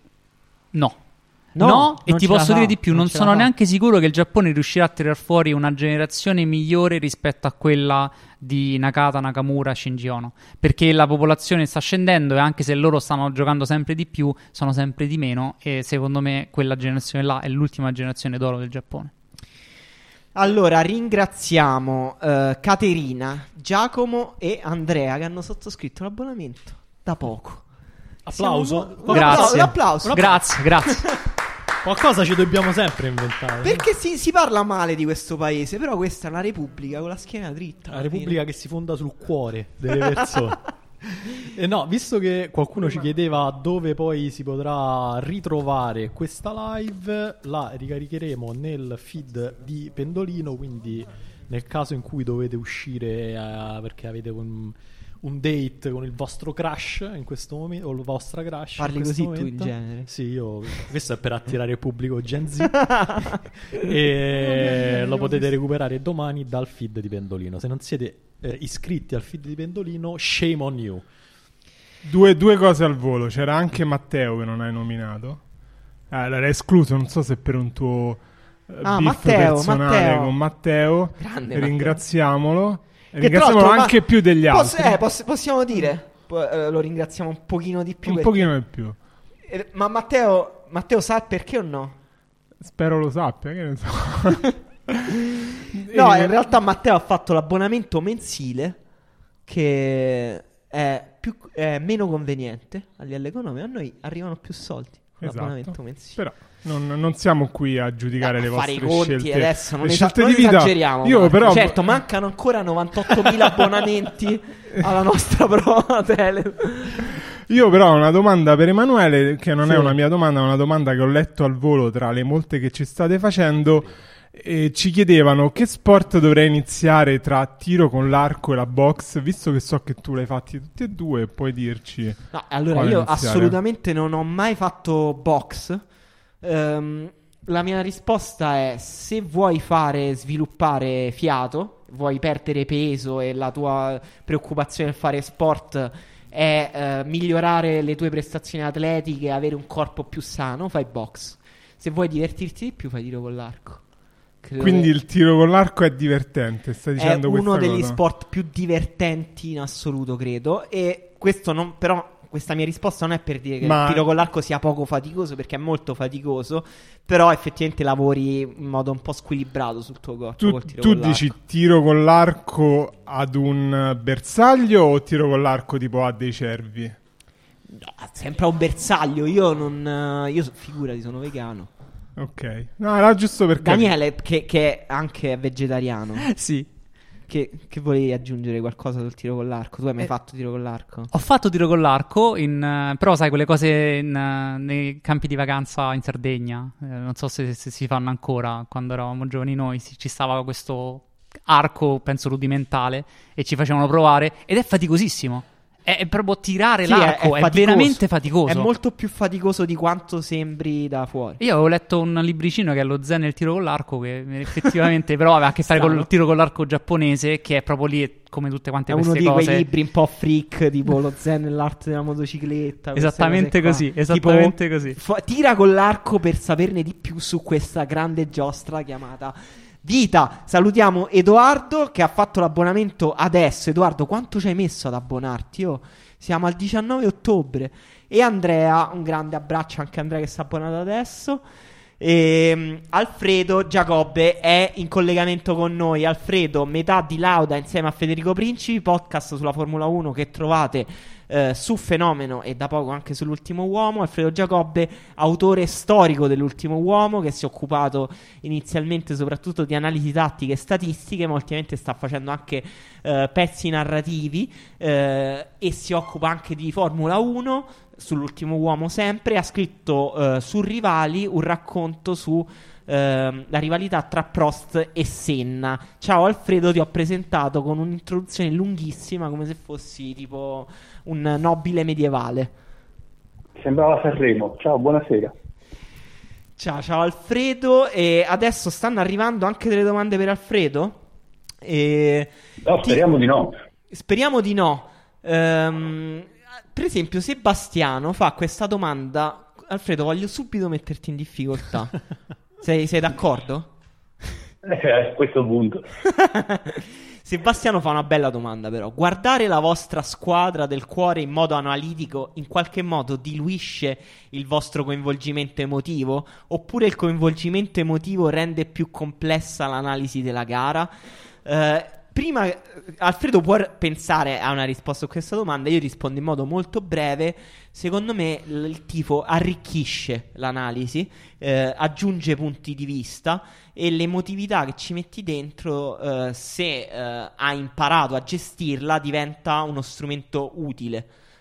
No, e ti posso dire di più, non sono neanche sicuro che il Giappone riuscirà a tirar fuori una generazione migliore rispetto a quella di Nakata, Nakamura, Shinji Ono, perché la popolazione sta scendendo, e anche se loro stanno giocando sempre di più, sono sempre di meno, e secondo me quella generazione là è l'ultima generazione d'oro del Giappone. Allora ringraziamo Caterina, Giacomo e Andrea, che hanno sottoscritto l'abbonamento da poco. Applauso. Grazie. Un applauso. Grazie. Qualcosa ci dobbiamo sempre inventare. Perché si parla male di questo paese, però questa è una repubblica con la schiena dritta. La repubblica che si fonda sul cuore delle persone. E no, visto che qualcuno ci chiedeva dove poi si potrà ritrovare questa live, la ricaricheremo nel feed di Pendolino, quindi nel caso in cui dovete uscire perché avete un date con il vostro crush in questo momento, o la vostra crush Parli in questo così tu in momento. genere. Sì, questo è per attirare il pubblico Gen Z. E lo potete recuperare domani dal feed di Pendolino. Se non siete iscritti al feed di Pendolino, shame on you. Due cose al volo. C'era anche Matteo che non hai nominato. L'era escluso, non so se per un tuo beef personale con Matteo. Grande Ringraziamolo. Che Ringraziamolo tra l'altro, anche più degli altri. Possiamo dire, lo ringraziamo un pochino di più. Un pochino di più. Ma Matteo sa perché o no? Spero lo sappia, che ne so. No, in realtà Matteo ha fatto l'abbonamento mensile, che è meno conveniente a livello economico. A noi arrivano più soldi con l'abbonamento mensile. Però non siamo qui a giudicare le vostre fare i conti scelte. adesso, non scelte di vita. esageriamo. Io però... Certo, mancano ancora 98.000 abbonamenti alla nostra prova tele. Io però ho una domanda per Emanuele, che non Sì. è una mia domanda, è una domanda che ho letto al volo tra le molte che ci state facendo. E ci chiedevano che sport dovrei iniziare tra tiro con l'arco e la box, visto che so che tu l'hai fatti tutti e due, puoi dirci. No, allora quale io iniziare? assolutamente non ho mai fatto box. La mia risposta è: se vuoi sviluppare fiato, vuoi perdere peso e la tua preoccupazione nel fare sport è migliorare le tue prestazioni atletiche e avere un corpo più sano, fai box. Se vuoi divertirti di più, fai tiro con l'arco. Quindi il tiro con l'arco è divertente, stai dicendo è questa uno degli cosa? sport più divertenti in assoluto, credo. E questo non, però questa mia risposta non è per dire che il tiro con l'arco sia poco faticoso, perché è molto faticoso, però effettivamente lavori in modo un po' squilibrato sul tuo corpo col tiro Tu con dici l'arco. tiro con l'arco ad un bersaglio o tiro con l'arco tipo a dei cervi? No, sempre a un bersaglio. Io figurati, sono vegano. Ok, no, era giusto perché Daniele, che anche è vegetariano, Sì. che volevi aggiungere qualcosa sul tiro con l'arco? Tu hai mai fatto tiro con l'arco? Ho fatto tiro con l'arco, però sai, quelle cose nei campi di vacanza in Sardegna, non so se si fanno ancora. Quando eravamo giovani noi ci stava questo arco, penso rudimentale, e ci facevano provare, ed è faticosissimo. È proprio tirare Sì, l'arco, è faticoso. veramente faticoso. È molto più faticoso di quanto sembri da fuori. Io avevo letto un libricino che è lo zen nel tiro con l'arco, che effettivamente però aveva a che fare Strano. con il tiro con l'arco giapponese, che è proprio lì, come tutte quante È uno queste di cose. quei libri un po' freak, tipo lo zen nell'arte della motocicletta. queste Esattamente cose qua. così, esattamente Tipo, così. Tira con l'arco per saperne di più su questa grande giostra chiamata vita. Salutiamo Edoardo che ha fatto l'abbonamento adesso. Edoardo, quanto ci hai messo ad abbonarti? Siamo al 19 ottobre. E Andrea, un grande abbraccio anche a Andrea che si è abbonato adesso. E Alfredo Giacobbe è in collegamento con noi. Alfredo, metà di Lauda insieme a Federico Principi, podcast sulla Formula 1 che trovate su Fenomeno e da poco anche sull'Ultimo Uomo. Alfredo Giacobbe, autore storico dell'Ultimo Uomo, che si è occupato inizialmente soprattutto di analisi tattiche e statistiche, ma ultimamente sta facendo anche pezzi narrativi e si occupa anche di Formula 1 sull'Ultimo Uomo sempre. Ha scritto su Rivali un racconto su la rivalità tra Prost e Senna. Ciao Alfredo, ti ho presentato con un'introduzione lunghissima come se fossi tipo un nobile medievale. Sembrava Sanremo. Ciao, buonasera. Ciao Alfredo. E adesso stanno arrivando anche delle domande per Alfredo. No, speriamo di no. Speriamo di no. Per esempio, Sebastiano fa questa domanda. Alfredo, voglio subito metterti in difficoltà. Sei d'accordo? A questo punto. Sebastiano fa una bella domanda, però. Guardare la vostra squadra del cuore in modo analitico in qualche modo diluisce il vostro coinvolgimento emotivo? Oppure il coinvolgimento emotivo rende più complessa l'analisi della gara? Prima Alfredo può pensare a una risposta a questa domanda. Io rispondo in modo molto breve. Secondo me il tifo arricchisce l'analisi, aggiunge punti di vista, e l'emotività che ci metti dentro, se hai imparato a gestirla, diventa uno strumento utile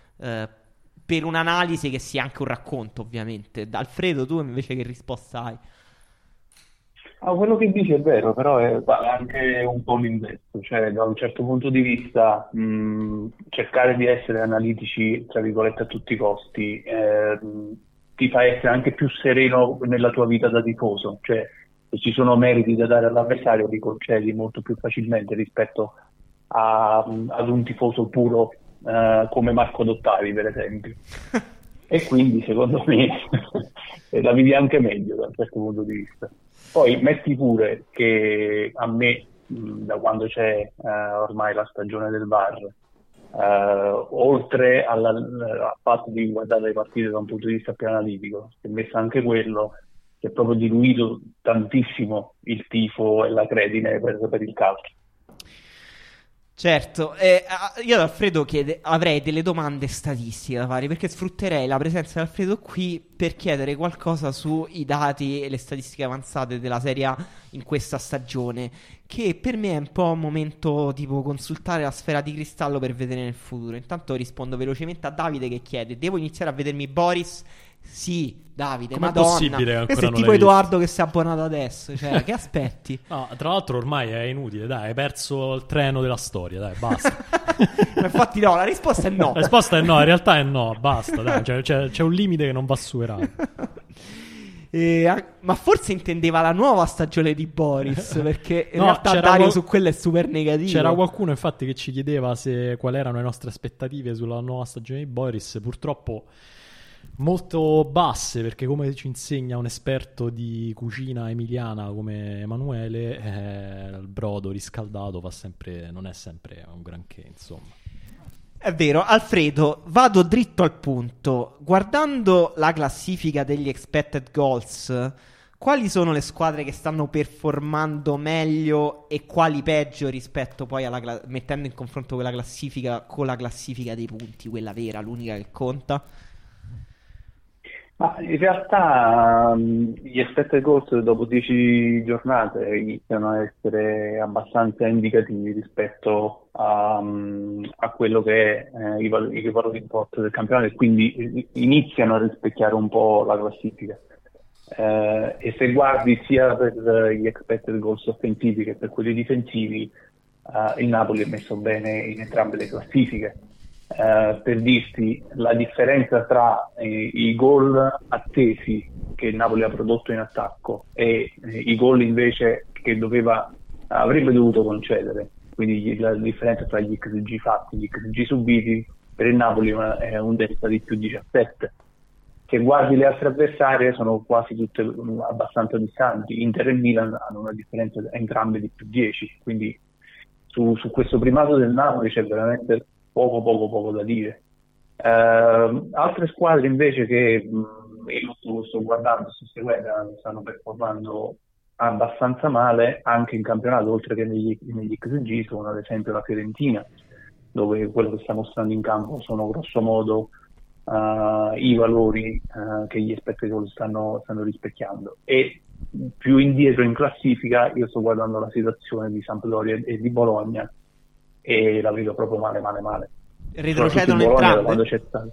per un'analisi che sia anche un racconto, ovviamente. Alfredo, tu invece che risposta hai? Quello che dici è vero, però è anche un po' l'inverso, cioè da un certo punto di vista cercare di essere analitici, tra virgolette, a tutti i costi, ti fa essere anche più sereno nella tua vita da tifoso, cioè se ci sono meriti da dare all'avversario li concedi molto più facilmente rispetto ad un tifoso puro come Marco Dottavi, per esempio. E quindi secondo me la vivi anche meglio da un certo punto di vista. Poi metti pure che a me, da quando c'è ormai la stagione del VAR, oltre al fatto di guardare le partite da un punto di vista più analitico, si è messo anche quello che è proprio diluito tantissimo il tifo e la credine per il calcio. Certo, io ad Alfredo avrei delle domande statistiche da fare, perché sfrutterei la presenza di Alfredo qui per chiedere qualcosa sui dati e le statistiche avanzate della Serie A in questa stagione, che per me è un po' un momento tipo consultare la sfera di cristallo per vedere nel futuro. Intanto rispondo velocemente a Davide che chiede: devo iniziare a vedermi Boris? Sì, Davide, com'è Madonna, possibile che ancora questo è non tipo l'hai Edoardo che si è abbonato adesso, cioè che aspetti? No, tra l'altro ormai è inutile, dai, hai perso il treno della storia, dai, basta. Ma infatti no, la risposta è no. La risposta è no, in realtà è no, basta, dai, c'è un limite che non va superato. Ma forse intendeva la nuova stagione di Boris, perché in No, realtà c'era Dario su quello è super negativo. C'era qualcuno infatti che ci chiedeva quali erano le nostre aspettative sulla nuova stagione di Boris. Purtroppo molto basse, perché come ci insegna un esperto di cucina emiliana come Emanuele, il brodo riscaldato non è sempre un granché, insomma. È vero. Alfredo, vado dritto al punto. Guardando la classifica degli expected goals, quali sono le squadre che stanno performando meglio e quali peggio rispetto poi mettendo in confronto quella classifica con la classifica dei punti, quella vera, l'unica che conta? Ma in realtà gli expected goals dopo 10 giornate iniziano a essere abbastanza indicativi rispetto a quello che è i valori di porto del campionato, e quindi iniziano a rispecchiare un po' la classifica. E se guardi sia per gli expected goals offensivi che per quelli difensivi, il Napoli è messo bene in entrambe le classifiche. Per dirti, la differenza tra i gol attesi che il Napoli ha prodotto in attacco e i gol invece che avrebbe dovuto concedere, quindi la differenza tra gli XG fatti e gli XG subiti, per il Napoli è un delta di più 17. Se guardi le altre avversarie sono quasi tutte abbastanza distanti. Inter e Milan hanno una differenza entrambe di più 10, quindi su questo primato del Napoli c'è veramente poco da dire. Altre squadre invece che io sto guardando, sto seguendo, stanno performando abbastanza male anche in campionato, oltre che negli XG, sono ad esempio la Fiorentina, dove quello che sta mostrando in campo sono grosso modo i valori che gli spettatori stanno rispecchiando. E più indietro in classifica io sto guardando la situazione di Sampdoria e di Bologna, e la vedo proprio male. Retrocedono entrambe? Quando c'è stato.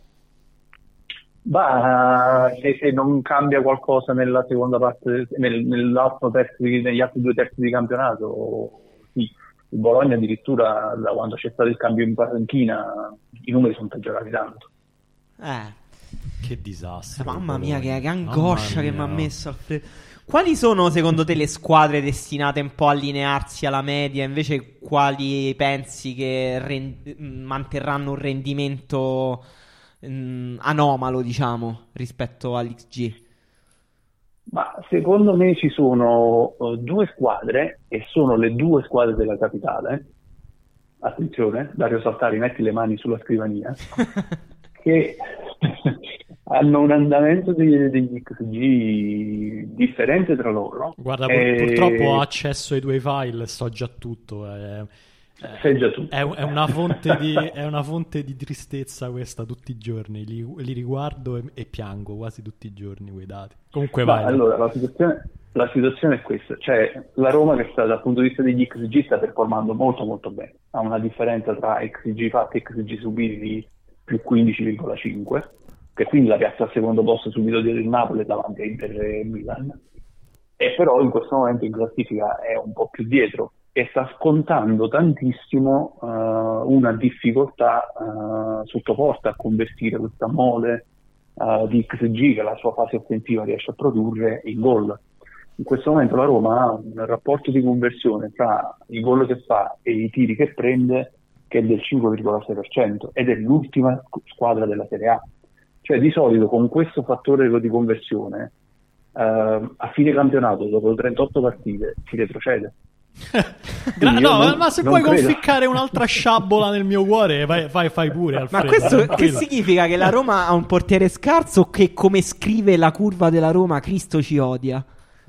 Se non cambia qualcosa nella seconda parte, negli altri 2 terzi di campionato, sì. Il Bologna addirittura, da quando c'è stato il cambio in panchina, i numeri sono peggiorati tanto. Che disastro. Mamma mia, che angoscia che mi ha messo Alfredo. Quali sono secondo te le squadre destinate un po' a allinearsi alla media? Invece quali pensi che manterranno un rendimento anomalo, diciamo, rispetto all'XG? Ma secondo me ci sono 2 squadre, e sono le 2 squadre della capitale. Attenzione, Dario Saltari, metti le mani sulla scrivania. Che hanno un andamento degli XG differente tra loro. Guarda, purtroppo ho accesso ai tuoi file, so già tutto. Sai già tutto. È una fonte di tristezza questa tutti i giorni. Li riguardo e piango quasi tutti i giorni quei dati. Comunque vai. Allora, la situazione è questa. Cioè, la Roma, che sta dal punto di vista degli XG sta performando molto bene. Ha una differenza tra XG fatti e XG subiti di più 15,5, che quindi la piazza al secondo posto subito dietro il Napoli davanti a Inter e Milan. e però in questo momento in classifica è un po' più dietro e sta scontando tantissimo una difficoltà sottoposta a convertire questa mole di XG che la sua fase offensiva riesce a produrre in gol. In questo momento la Roma ha un rapporto di conversione tra i gol che fa e i tiri che prende che è del 5,6% ed è l'ultima squadra della Serie A. Cioè di solito con questo fattore di conversione a fine campionato, dopo 38 partite, si retrocede. Ma se puoi conficcare un'altra sciabola nel mio cuore, fai pure, Alfredo. Ma questo che significa? Che la Roma ha un portiere scarso o che, come scrive la curva della Roma, Cristo ci odia?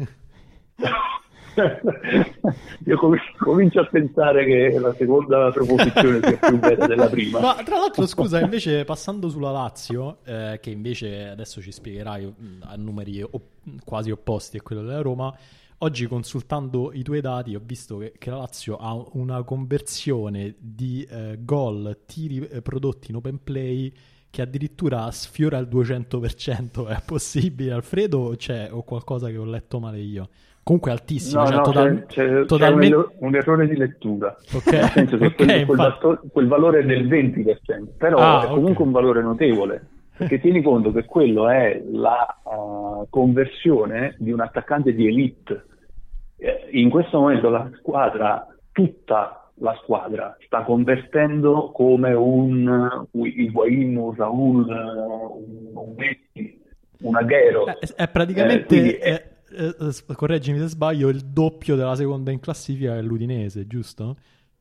Io comincio a pensare che la seconda proposizione sia più vera della prima. Ma tra l'altro, scusa, invece passando sulla Lazio, che invece adesso ci spiegherai a numeri quasi opposti a quello della Roma, oggi consultando i tuoi dati ho visto che la Lazio ha una conversione di gol, tiri prodotti in open play che addirittura sfiora il 200%. È possibile, Alfredo, o qualcosa che ho letto male io? Comunque è altissimo. C'è un errore di lettura. Okay. Nel senso che quel valore è del 20%, però è comunque un valore notevole, perché tieni conto che quello è la conversione di un attaccante di elite. In questo momento tutta la squadra sta convertendo come un Higuaín, un Raul, un Messi, un Aguero. È praticamente... correggimi se sbaglio, il doppio della seconda in classifica è l'Udinese, giusto?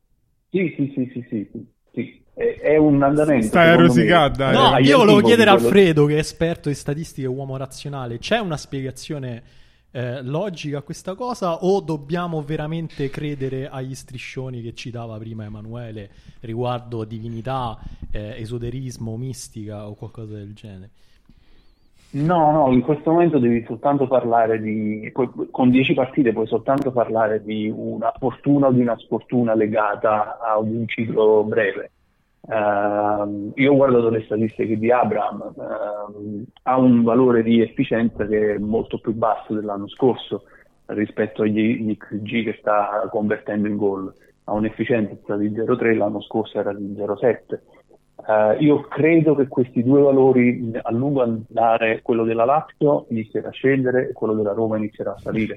Sì. È un andamento. Stai a rosicare, no, io volevo chiedere a Alfredo, che è esperto di statistiche e uomo razionale, c'è una spiegazione logica a questa cosa o dobbiamo veramente credere agli striscioni che ci dava prima Emanuele riguardo divinità, esoterismo, mistica o qualcosa del genere? No, in questo momento devi soltanto parlare con 10 partite puoi soltanto parlare di una fortuna o di una sfortuna legata a un ciclo breve. Io ho guardato le statistiche di Abraham, ha un valore di efficienza che è molto più basso dell'anno scorso rispetto agli XG che sta convertendo in gol. Ha un'efficienza di 0,3, l'anno scorso era di 0,7. Io credo che questi due valori a lungo andare, quello della Lazio inizierà a scendere e quello della Roma inizierà a salire.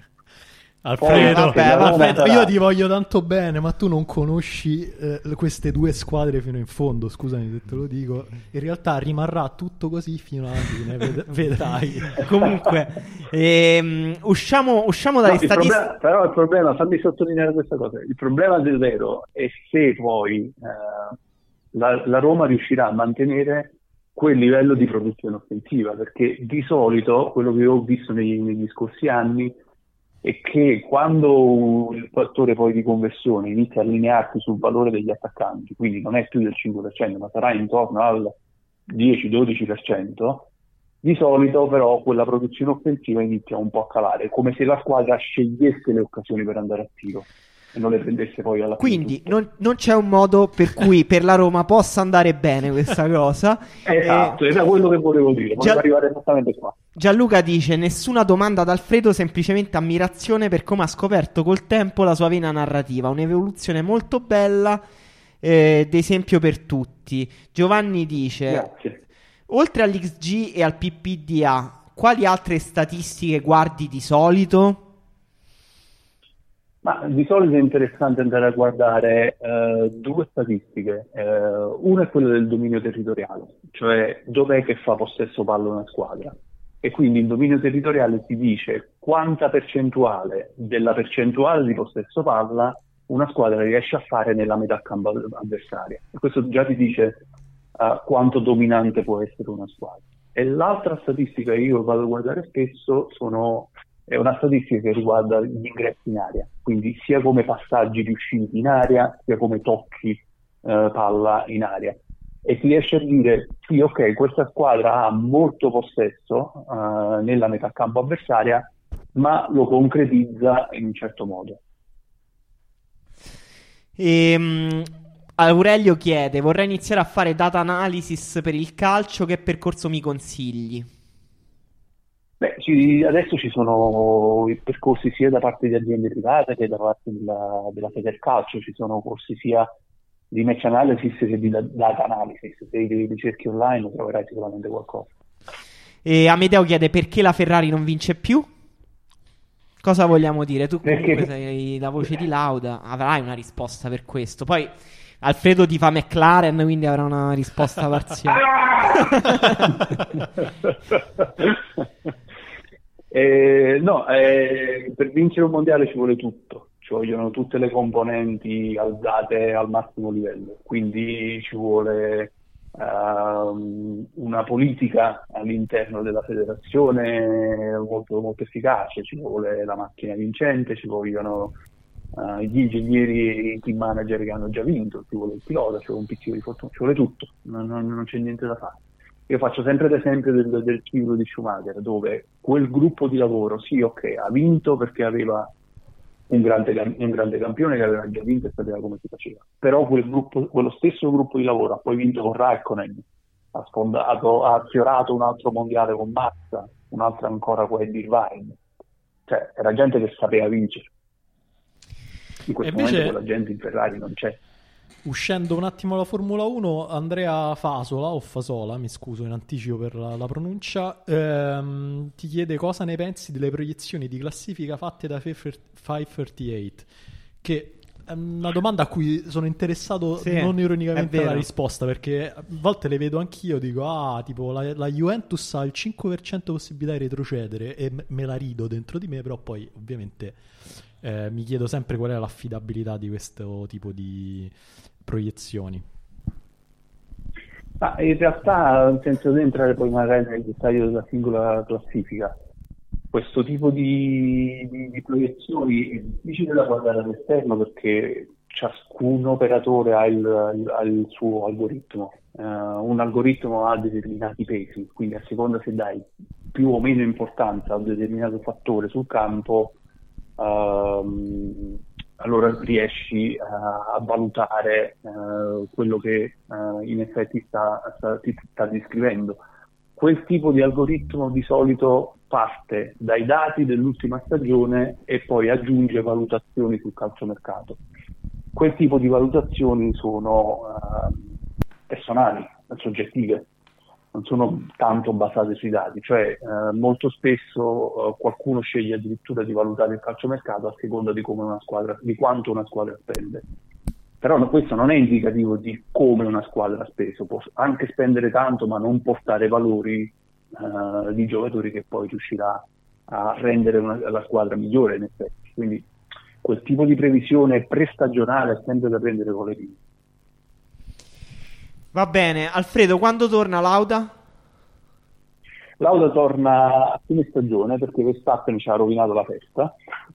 Alfredo, io ti voglio tanto bene, ma tu non conosci queste due squadre fino in fondo, scusami se te lo dico. In realtà rimarrà tutto così fino alla fine, vedrai. Comunque usciamo dalle statistiche. Però il problema, fammi sottolineare questa cosa, il problema del vero è se poi la Roma riuscirà a mantenere quel livello di produzione offensiva, perché di solito quello che ho visto negli scorsi anni è che quando il fattore poi di conversione inizia a allinearsi sul valore degli attaccanti, quindi non è più del 5%, ma sarà intorno al 10-12%, di solito però quella produzione offensiva inizia un po' a calare, come se la squadra scegliesse le occasioni per andare a tiro e non le prendesse poi alla fine. Quindi non c'è un modo per cui per la Roma possa andare bene questa cosa. Esatto, era quello che volevo dire, volevo arrivare esattamente qua. Gianluca dice: nessuna domanda ad Alfredo, semplicemente ammirazione per come ha scoperto col tempo la sua vena narrativa, un'evoluzione molto bella, d'esempio per tutti. Giovanni dice: grazie. Oltre all'XG e al PPDA, quali altre statistiche guardi di solito? Ma di solito è interessante andare a guardare due statistiche. Una è quella del dominio territoriale, cioè dov'è che fa possesso palla una squadra. E quindi in dominio territoriale si dice quanta percentuale della percentuale di possesso palla una squadra riesce a fare nella metà campo avversaria. E questo già ti dice quanto dominante può essere una squadra. E l'altra statistica che io vado a guardare spesso è una statistica che riguarda gli ingressi in area, quindi sia come passaggi riusciti in area, sia come tocchi palla in area. E si riesce a dire, sì, ok, questa squadra ha molto possesso nella metà campo avversaria, ma lo concretizza in un certo modo. Aurelio chiede: vorrei iniziare a fare data analysis per il calcio, che percorso mi consigli? Beh, adesso ci sono i percorsi sia da parte di aziende private che da parte della Federcalcio, ci sono corsi sia di match analysis che di data analysis. Se li cerchi online troverai sicuramente qualcosa. E Amedeo chiede perché la Ferrari non vince più? Cosa vogliamo dire? Tu comunque Perché- sei la voce di Lauda, avrai una risposta per questo. Poi Alfredo ti fa McLaren, quindi avrà una risposta parziale. No, per vincere un mondiale ci vuole tutto, ci vogliono tutte le componenti alzate al massimo livello, quindi ci vuole una politica all'interno della federazione molto, molto efficace, ci vuole la macchina vincente, ci vogliono gli ingegneri e i team manager che hanno già vinto, ci vuole il pilota, ci vuole un pizzico di fortuna, ci vuole tutto, non c'è niente da fare. Io faccio sempre l'esempio del ciclo di Schumacher, dove quel gruppo di lavoro, sì, ok, ha vinto perché aveva un grande campione che aveva già vinto e sapeva come si faceva. Però quello stesso gruppo di lavoro ha poi vinto con Raikkonen, ha sfiorato un altro mondiale con Massa, un altro ancora con Eddie Irvine. Cioè, era gente che sapeva vincere. In questo E invece- momento quella gente in Ferrari non c'è. Uscendo un attimo dalla Formula 1, Andrea Fasola, o Fasola, mi scuso in anticipo per la pronuncia, ti chiede cosa ne pensi delle proiezioni di classifica fatte da 538, che è una domanda a cui sono interessato Sì, non è ironicamente alla vero. risposta, perché a volte le vedo anch'io, dico, tipo la Juventus ha il 5% possibilità di retrocedere e me la rido dentro di me, però poi ovviamente mi chiedo sempre qual è l'affidabilità di questo tipo di proiezioni. Ma in realtà, senza entrare poi magari nel dettaglio della singola classifica, questo tipo di proiezioni è difficile da guardare all'esterno perché ciascun operatore ha il suo algoritmo. Un algoritmo ha determinati pesi, quindi a seconda se dai più o meno importanza a un determinato fattore sul campo, allora riesci a valutare quello che in effetti ti sta descrivendo. Quel tipo di algoritmo di solito parte dai dati dell'ultima stagione e poi aggiunge valutazioni sul calciomercato. Quel tipo di valutazioni sono personali, soggettive, non sono tanto basate sui dati, cioè molto spesso qualcuno sceglie addirittura di valutare il calciomercato a seconda di quanto una squadra spende. Però questo non è indicativo di come una squadra ha speso, può anche spendere tanto ma non portare valori di giocatori che poi riuscirà a rendere la squadra migliore in effetti. Quindi quel tipo di previsione prestagionale è sempre da prendere con le pinze. Va bene, Alfredo, quando torna Lauda? Lauda torna a fine stagione perché Verstappen ci ha rovinato la festa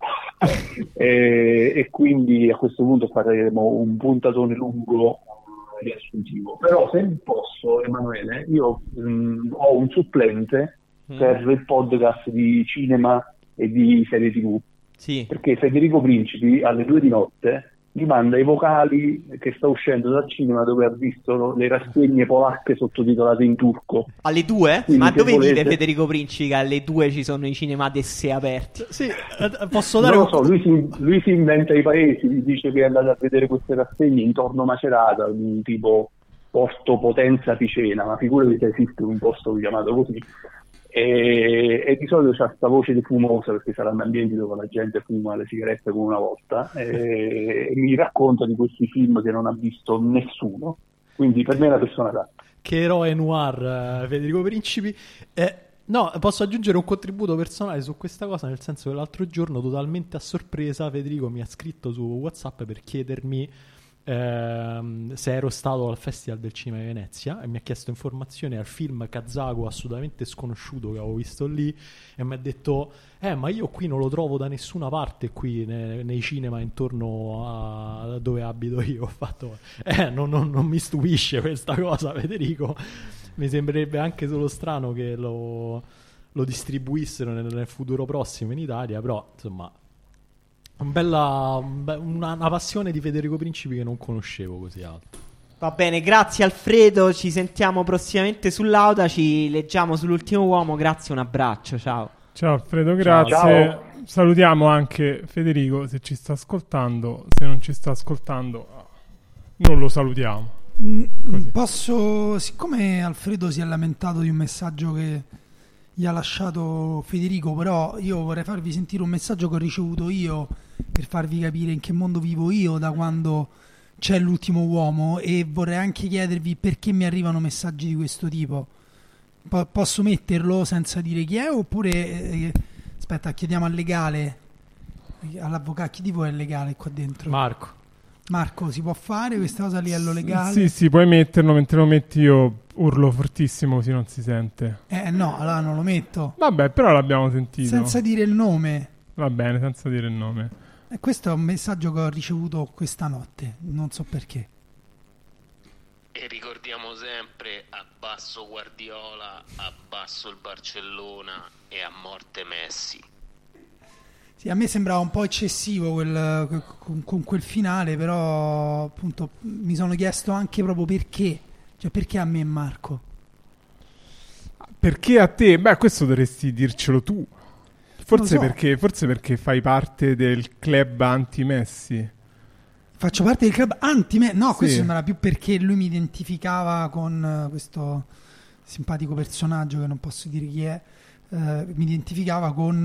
e quindi a questo punto faremo un puntatone lungo riassuntivo. Però se posso, Emanuele, io ho un supplente per il podcast di cinema e di serie TV, Sì. perché Federico Principi alle 2 di notte mi manda i vocali che sta uscendo dal cinema dove ha visto le rassegne polacche sottotitolate in turco. Alle 2? Quindi Ma se dove volete- vive Federico Princi che alle 2 ci sono i cinema d'esse aperti? Sì, posso dare Non lo so, lui si inventa i paesi, dice che è andato a vedere queste rassegne intorno a Macerata, un tipo posto Potenza Picena, ma figurati se esiste un posto chiamato così. E di solito c'ha sta voce di fumosa perché saranno ambienti dove la gente fuma le sigarette come una volta e mi racconta di questi film che non ha visto nessuno, quindi per me è una persona adatta. Che eroe noir, Federico Principi. No, posso aggiungere un contributo personale su questa cosa, nel senso che l'altro giorno, totalmente a sorpresa, Federico mi ha scritto su WhatsApp per chiedermi se ero stato al Festival del Cinema di Venezia e mi ha chiesto informazioni al film kazako assolutamente sconosciuto che avevo visto lì e mi ha detto ma io qui non lo trovo da nessuna parte qui nei cinema intorno a dove abito io. Ho fatto non mi stupisce questa cosa, Federico. Mi sembrerebbe anche solo strano che lo distribuissero nel futuro prossimo in Italia, però insomma una passione di Federico Principi che non conoscevo così alto. Va bene, grazie Alfredo, ci sentiamo prossimamente sull'Auda, ci leggiamo sull'ultimo uomo, grazie, un abbraccio, ciao. Ciao Alfredo, grazie. Ciao. Salutiamo anche Federico se ci sta ascoltando, se non ci sta ascoltando non lo salutiamo. Così. Siccome Alfredo si è lamentato di un messaggio che gli ha lasciato Federico, però io vorrei farvi sentire un messaggio che ho ricevuto io per farvi capire in che mondo vivo io da quando c'è l'ultimo uomo, e vorrei anche chiedervi perché mi arrivano messaggi di questo tipo. Posso metterlo senza dire chi è, oppure aspetta, chiediamo al legale, all'avvocato, chi di voi è legale qua dentro? Marco, si può fare questa cosa a livello legale? Sì, puoi metterlo, mentre lo metti io urlo fortissimo così non si sente. No, allora non lo metto. Vabbè, però l'abbiamo sentito. Senza dire il nome. Va bene, senza dire il nome. Questo è un messaggio che ho ricevuto questa notte, non so perché. E ricordiamo sempre: abbasso Guardiola, abbasso il Barcellona e a morte Messi. Sì, a me sembrava un po' eccessivo con quel finale, però appunto mi sono chiesto anche proprio perché. Cioè, perché a me e Marco? Perché a te? Beh, questo dovresti dircelo tu. Forse, Non lo so. perché fai parte del club anti-Messi. Faccio parte del club anti-me. No, Sì. questo sembrava più perché lui mi identificava con questo simpatico personaggio che non posso dire chi è. Mi identificava con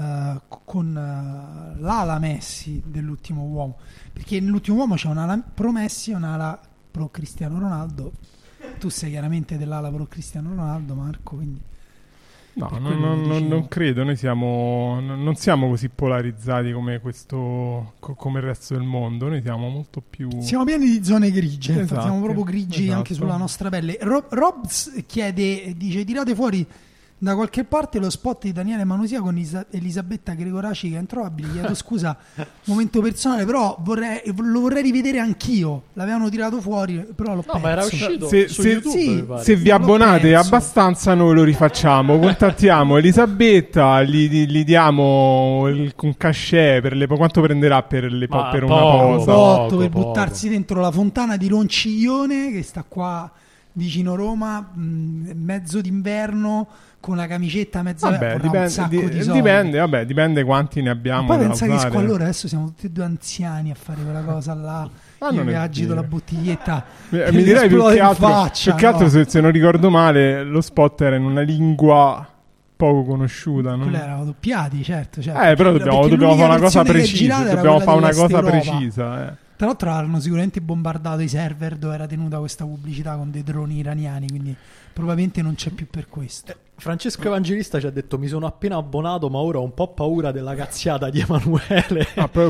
l'ala Messi dell'ultimo uomo, perché nell'ultimo uomo c'è un'ala pro Messi e un'ala pro Cristiano Ronaldo. Tu sei chiaramente dell'ala pro Cristiano Ronaldo, Marco, quindi No, per quello lo dicevo. non credo. Noi non siamo così polarizzati come come il resto del mondo. Noi siamo molto più... Siamo pieni di zone grigie, Esatto, siamo proprio grigi esatto. anche sulla nostra pelle. Robs dice: tirate fuori da qualche parte lo spot di Daniele Manusia con Elisabetta Gregoraci, che è introvabile. Chiedo scusa, momento personale, però lo vorrei rivedere anch'io. L'avevano tirato fuori, però l'ho perso. Ma era uscito Se- su se- YouTube, sì, mi pare. Se vi l'ho abbonate perso. abbastanza, noi lo rifacciamo. Contattiamo Elisabetta, gli diamo un cachet quanto prenderà per una poco, posa. Botto per poco. buttarsi dentro la fontana di Ronciglione, che sta qua vicino Roma, mezzo d'inverno, con la camicetta mezza Vabbè, vorrà un sacco di soldi. dipende quanti ne Ma abbiamo poi da pensa che usare. squallore, adesso siamo tutti e due anziani a fare quella cosa là. Ma Io non che è agito vero. la bottiglietta Mi e direi più esplode che in altro, faccia, più che altro no? se non ricordo male, lo spot era in una lingua poco conosciuta. No? Quelli erano doppiati, certo. Però dobbiamo perché fare una l'unica cosa versione che è precisa. girata era Dobbiamo quella fare una dell'Est cosa Europa. precisa. Tra l'altro hanno sicuramente bombardato i server dove era tenuta questa pubblicità con dei droni iraniani, quindi probabilmente non c'è più per questo. Francesco Evangelista ci ha detto: mi sono appena abbonato, ma ora ho un po' paura della cazziata di Emanuele.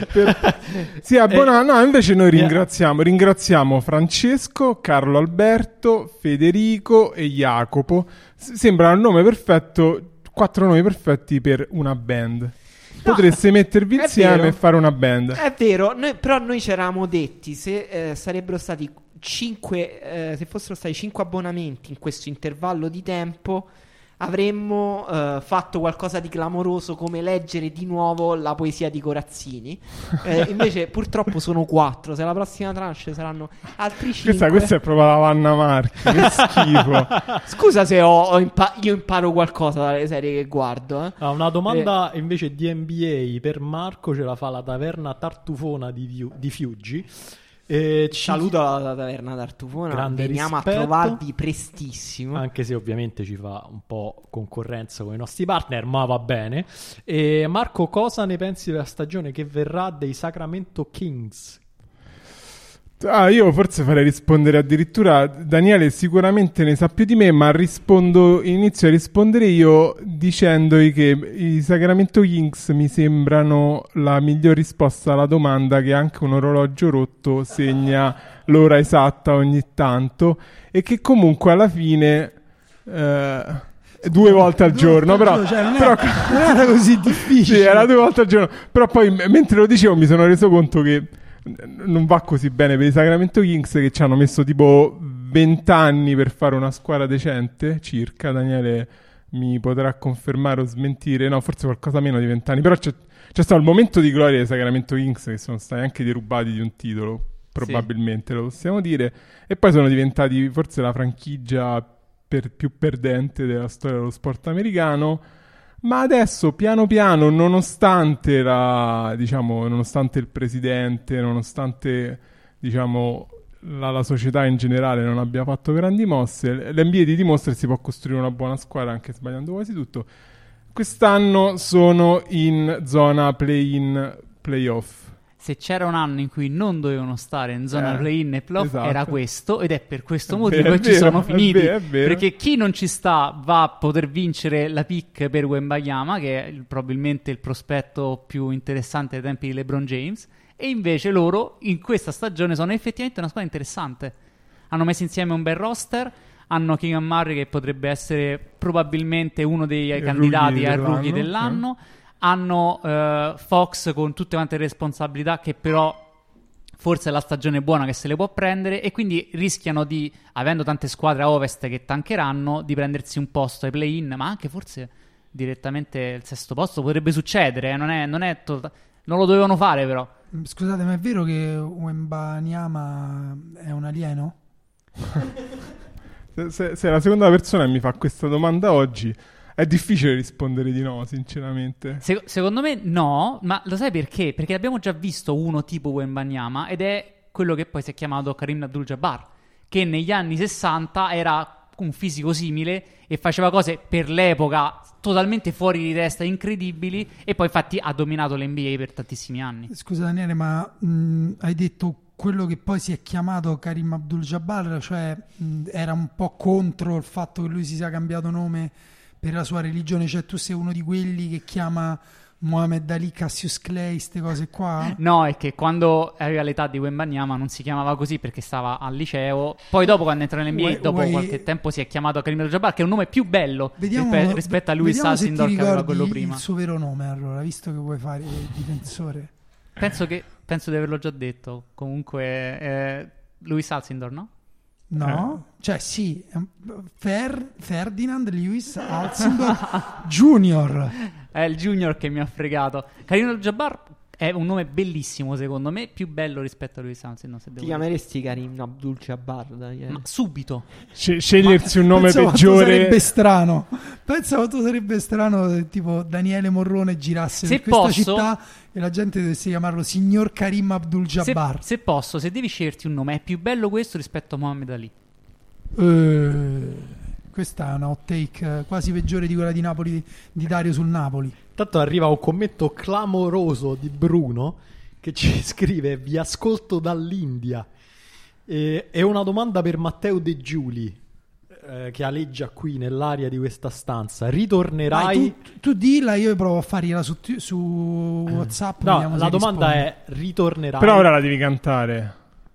Sì, no, invece noi ringraziamo Francesco, Carlo Alberto, Federico e Jacopo. Sembra il nome perfetto, 4 nomi perfetti per una band. Potreste mettervi è insieme vero. e fare una band. È vero, però noi ci eravamo detti se sarebbero stati 5, se fossero stati 5 abbonamenti in questo intervallo di tempo, avremmo fatto qualcosa di clamoroso come leggere di nuovo la poesia di Corazzini. Invece purtroppo sono 4. Se la prossima tranche saranno altri 5. Questa è proprio la Vanna Marchi. Che schifo. Scusa se io imparo qualcosa dalle serie che guardo. Una domanda invece di NBA per Marco ce la fa la taverna Tartufona di Fiuggi. Saluto la taverna Tartufona. Grande Veniamo rispetto. a trovarvi prestissimo. Anche se ovviamente ci fa un po' concorrenza con i nostri partner, ma va bene. E Marco, cosa ne pensi della stagione che verrà dei Sacramento Kings? Io forse farei rispondere addirittura Daniele, sicuramente ne sa più di me, ma inizio a rispondere io dicendogli che i Sacramento Kings mi sembrano la miglior risposta alla domanda che anche un orologio rotto segna l'ora esatta ogni tanto, e che comunque alla fine 2 volte al giorno, però non era così difficile. sì, era 2 volte al giorno, però poi mentre lo dicevo mi sono reso conto che non va così bene per i Sacramento Kings, che ci hanno messo tipo 20 anni per fare una squadra decente circa. Daniele mi potrà confermare o smentire, no, forse qualcosa meno di 20 anni, però c'è stato il momento di gloria dei Sacramento Kings, che sono stati anche derubati di un titolo probabilmente lo possiamo dire, e poi sono diventati forse la franchigia più perdente della storia dello sport americano. Ma adesso, piano piano, nonostante nonostante il presidente, nonostante, diciamo, la società in generale non abbia fatto grandi mosse, l'NBA ti dimostra che si può costruire una buona squadra anche sbagliando quasi tutto. Quest'anno sono in zona play-in, playoff. Se c'era un anno in cui non dovevano stare in zona play-in e playoff, esatto. Era questo, ed è per questo motivo che ci sono finiti. È vero. Perché chi non ci sta va a poter vincere la pick per Wembanyama, che è probabilmente il prospetto più interessante ai tempi di LeBron James, e invece loro in questa stagione sono effettivamente una squadra interessante. Hanno messo insieme un bel roster, hanno Keegan Murray che potrebbe essere probabilmente uno dei candidati al rookie dell'anno. Hanno Fox con tutte quante le responsabilità, che però forse è la stagione buona che se le può prendere, e quindi rischiano di, avendo tante squadre a ovest che tancheranno, di prendersi un posto ai play-in, ma anche forse direttamente il sesto posto potrebbe succedere, non lo dovevano fare però. Scusate, ma è vero che Wembanyama è un alieno? Se la seconda persona che mi fa questa domanda oggi, è difficile rispondere di no, sinceramente. Secondo me no, ma lo sai perché? Perché abbiamo già visto uno tipo Wembanyama, ed è quello che poi si è chiamato Kareem Abdul-Jabbar, che negli anni 60 era un fisico simile e faceva cose per l'epoca totalmente fuori di testa, incredibili, e poi infatti ha dominato l'NBA per tantissimi anni. Scusa Daniele, ma hai detto quello che poi si è chiamato Kareem Abdul-Jabbar, cioè era un po' contro il fatto che lui si sia cambiato nome per la sua religione, cioè tu sei uno di quelli che chiama Muhammad Ali Cassius Clay, queste cose qua? No, è che quando aveva l'età di Wembanyama non si chiamava così perché stava al liceo, poi dopo quando entrò nell'NBA dopo qualche tempo si è chiamato Kareem Abdul-Jabbar, che è un nome più bello rispetto a Louis Alcindor, che aveva quello prima. Il suo vero nome, allora, visto che vuoi fare il difensore. Penso di averlo già detto. Comunque Louis Alcindor, no? No, cioè sì, Ferdinand Lewis Alcindor Junior. È il Junior che mi ha fregato. Kareem Abdul-Jabbar è un nome bellissimo, secondo me, più bello rispetto a Louis Alcindor. Ti chiameresti Kareem Abdul-Jabbar? Ma subito. Scegliersi un nome peggiore sarebbe strano. Pensa quanto sarebbe strano se tipo Daniele Morrone girasse per questa città e la gente dovesse chiamarlo signor Kareem Abdul-Jabbar. Se devi sceglierti un nome, è più bello questo rispetto a Muhammad Ali. Questa è una hot take quasi peggiore di quella di Napoli, di Dario sul Napoli. Tanto arriva un commento clamoroso di Bruno che ci scrive: vi ascolto dall'India. È una domanda per Matteo De Giuli, che aleggia qui nell'aria di questa stanza. Ritornerai? Tu dilla, io provo a fargliela su WhatsApp. No, la domanda è: ritornerai? Però ora la devi cantare.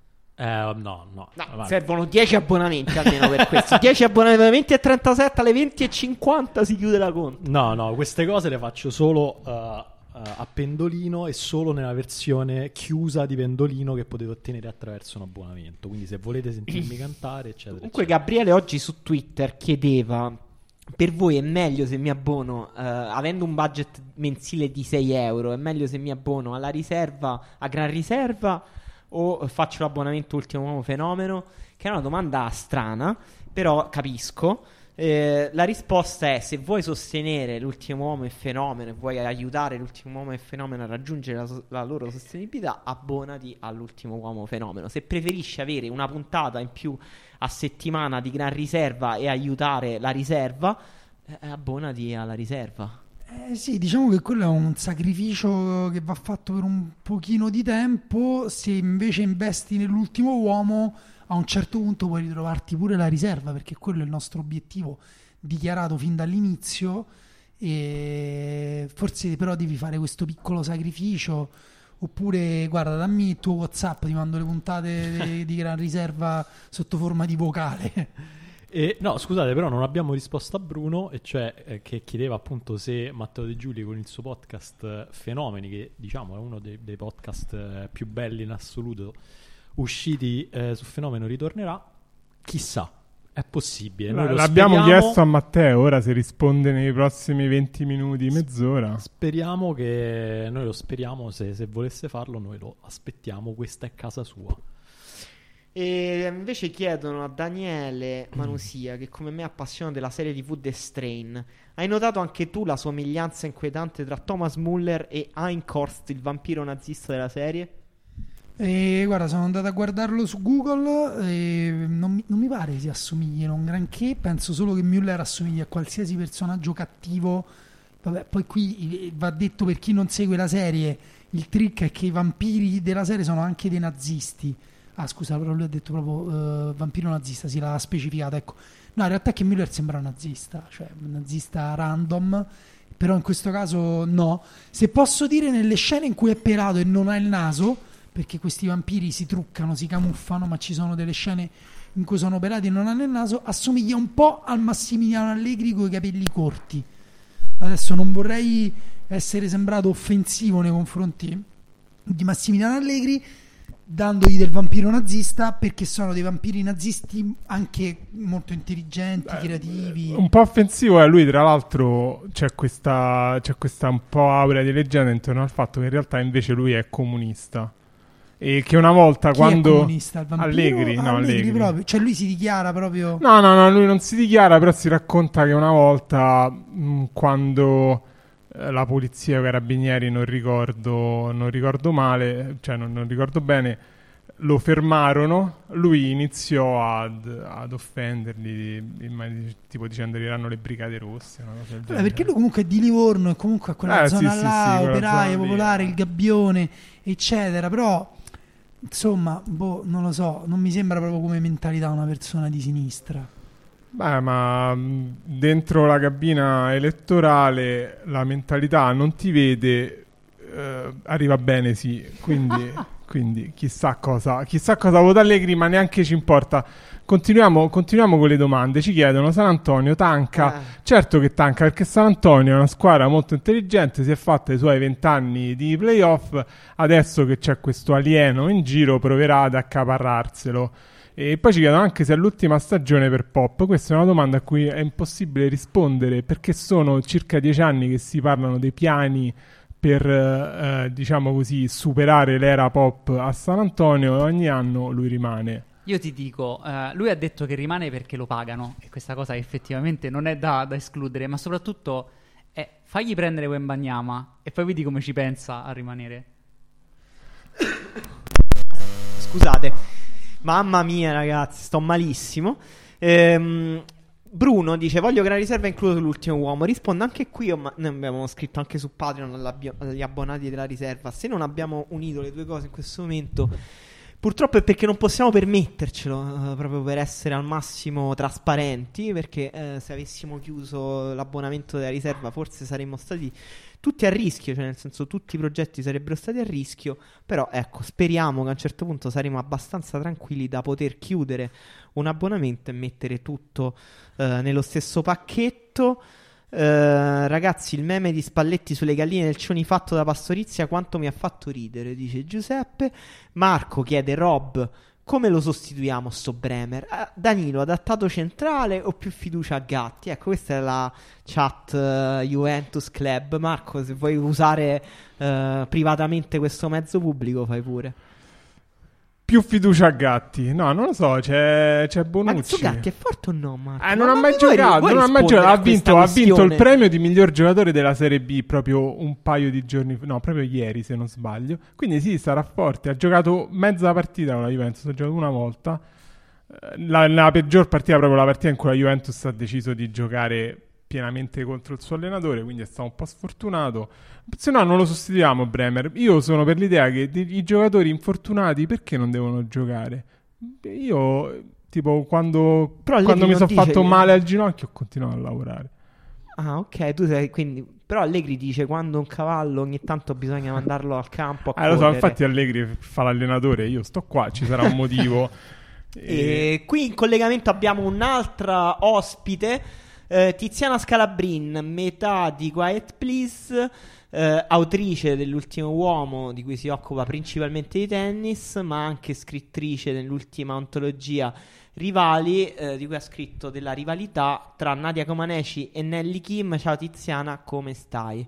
No, servono 10 abbonamenti almeno per questo. 10 abbonamenti a 37, alle 20:50 si chiude la conta. No, queste cose le faccio solo a Pendolino, e solo nella versione chiusa di Pendolino che potete ottenere attraverso un abbonamento. Quindi se volete sentirmi cantare, eccetera. Comunque Gabriele oggi su Twitter chiedeva: per voi è meglio se mi abbono, avendo un budget mensile di 6 euro, è meglio se mi abbono alla riserva, a Gran Riserva, o faccio l'abbonamento Ultimo Uomo Fenomeno? Che è una domanda strana, però capisco. La risposta è: se vuoi sostenere l'Ultimo Uomo e Fenomeno e vuoi aiutare l'Ultimo Uomo e Fenomeno a raggiungere la loro sostenibilità, abbonati all'Ultimo Uomo Fenomeno. Se preferisci avere una puntata in più a settimana di Gran Riserva e aiutare la riserva, abbonati alla riserva. Sì, diciamo che quello è un sacrificio che va fatto per un pochino di tempo. Se invece investi nell'Ultimo Uomo, a un certo punto puoi ritrovarti pure la riserva, perché quello è il nostro obiettivo dichiarato fin dall'inizio. E forse però devi fare questo piccolo sacrificio, oppure guarda, dammi il tuo WhatsApp, ti mando le puntate di Gran Riserva sotto forma di vocale. No, scusate, però non abbiamo risposto a Bruno, e cioè che chiedeva appunto se Matteo De Giuli con il suo podcast Fenomeni, che diciamo è uno dei podcast più belli in assoluto usciti su Fenomeno, ritornerà. Chissà, è possibile. Noi l'abbiamo chiesto a Matteo, ora se risponde nei prossimi 20 minuti, mezz'ora. Speriamo che... Noi lo speriamo, se volesse farlo noi lo aspettiamo, questa è casa sua. E invece chiedono a Daniele Manusia, che come me è appassionato della serie TV The Strain, hai notato anche tu la somiglianza inquietante tra Thomas Muller e Einkorst, il vampiro nazista della serie? Guarda, sono andato a guardarlo su Google e non mi pare si assomiglino un granché. Penso solo che Müller assomiglia a qualsiasi personaggio cattivo. Vabbè, poi qui va detto, per chi non segue la serie, il trick è che i vampiri della serie sono anche dei nazisti. Ah, scusa, però lui ha detto proprio vampiro nazista, si l'ha specificato, ecco. No, in realtà è che Müller sembra un nazista, cioè un nazista random, però in questo caso no. Se posso dire, nelle scene in cui è pelato e non ha il naso, perché questi vampiri si truccano, si camuffano, ma ci sono delle scene in cui sono pelati e non hanno il naso, assomiglia un po' al Massimiliano Allegri con i capelli corti. Adesso non vorrei essere sembrato offensivo nei confronti di Massimiliano Allegri dandogli del vampiro nazista, perché sono dei vampiri nazisti anche molto intelligenti, creativi. Un po' offensivo è lui, tra l'altro c'è questa un po' aurea di leggenda intorno al fatto che in realtà invece lui è comunista. E che una volta Chi quando è comunista? Il vampiro? Allegri, no, Allegri proprio. Cioè lui si dichiara proprio. No, lui non si dichiara, però si racconta che una volta quando la polizia o i carabinieri, non ricordo male, cioè non ricordo bene, lo fermarono, lui iniziò ad offenderli, tipo dicendo erano le Brigate Rosse, una cosa del genere. Perché lui comunque è di Livorno e comunque a quella zona là, quella operaia zona popolare, lì. il Gabbione, eccetera, però insomma, non lo so, non mi sembra proprio come mentalità una persona di sinistra. Beh, ma dentro la cabina elettorale la mentalità non ti vede, arriva bene, sì, quindi chissà cosa vota Allegri, ma neanche ci importa. Continuiamo con le domande. Ci chiedono: San Antonio tanca? Certo che tanca, perché San Antonio è una squadra molto intelligente, si è fatta i suoi 20 anni di playoff, adesso che c'è questo alieno in giro proverà ad accaparrarselo. E poi ci chiedono anche se è l'ultima stagione per Pop. Questa è una domanda a cui è impossibile rispondere, perché sono circa 10 anni che si parlano dei piani per, diciamo così, superare l'era Pop a San Antonio, e ogni anno lui rimane. Io ti dico, lui ha detto che rimane perché lo pagano, e questa cosa effettivamente non è da escludere, ma soprattutto fagli prendere Wembanyama e poi vedi come ci pensa a rimanere. Scusate. Mamma mia, ragazzi, sto malissimo. Bruno dice: voglio che la riserva includa l'ultimo uomo. Rispondo anche qui. Noi abbiamo scritto anche su Patreon agli abbonati della riserva. Se non abbiamo unito le due cose in questo momento, purtroppo è perché non possiamo permettercelo, proprio per essere al massimo trasparenti. Perché se avessimo chiuso l'abbonamento della riserva, forse saremmo stati tutti a rischio, cioè nel senso tutti i progetti sarebbero stati a rischio. Però ecco, speriamo che a un certo punto saremo abbastanza tranquilli da poter chiudere un abbonamento e mettere tutto nello stesso pacchetto. Ragazzi, il meme di Spalletti sulle galline del Cioni fatto da Pastorizia quanto mi ha fatto ridere, dice Giuseppe. Marco chiede: Rob, come lo sostituiamo sto Bremer? Danilo, adattato centrale o più fiducia a Gatti? Ecco, questa è la chat Juventus Club. Marco, se vuoi usare privatamente questo mezzo pubblico, fai pure. Più fiducia a Gatti. No, non lo so, c'è Bonucci. Ma questo Gatti è forte o no, Marco? Non ha mai giocato, ha vinto il premio di miglior giocatore della Serie B proprio un paio di giorni fa, no, proprio ieri se non sbaglio. Quindi sì, sarà forte. Ha giocato mezza partita con la Juventus, ha giocato una volta. La peggior partita, proprio la partita in cui la Juventus ha deciso di giocare pienamente contro il suo allenatore, quindi è stato un po' sfortunato. Se no non lo sostituiamo Bremer. Io sono per l'idea che i giocatori infortunati perché non devono giocare. Io tipo quando mi sono fatto male al ginocchio ho continuato a lavorare. Ah, ok, tu sei quindi. Però Allegri dice: quando un cavallo ogni tanto bisogna mandarlo al campo a correre. Lo so, infatti Allegri fa l'allenatore, io sto qua, ci sarà un motivo. E qui in collegamento abbiamo un'altra ospite, Tiziana Scalabrin, metà di Quiet Please, autrice dell'Ultimo Uomo, di cui si occupa principalmente di tennis, ma anche scrittrice dell'ultima antologia Rivali, di cui ha scritto della rivalità tra Nadia Comaneci e Nelly Kim. Ciao Tiziana, come stai?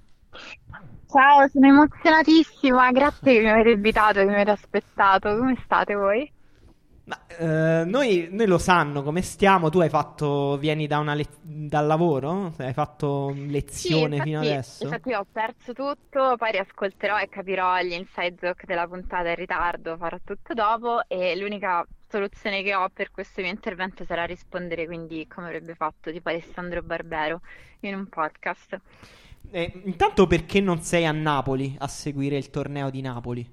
Ciao, sono emozionatissima, grazie che mi avete invitato, che mi avete aspettato. Come state voi? Ma, noi lo sanno come stiamo. Tu vieni dal lavoro? Hai fatto lezione fino adesso? Infatti ho perso tutto, poi riascolterò e capirò gli inside joke della puntata in ritardo, farò tutto dopo e l'unica soluzione che ho per questo mio intervento sarà rispondere quindi come avrebbe fatto tipo Alessandro Barbero in un podcast. Intanto perché non sei a Napoli a seguire il torneo di Napoli?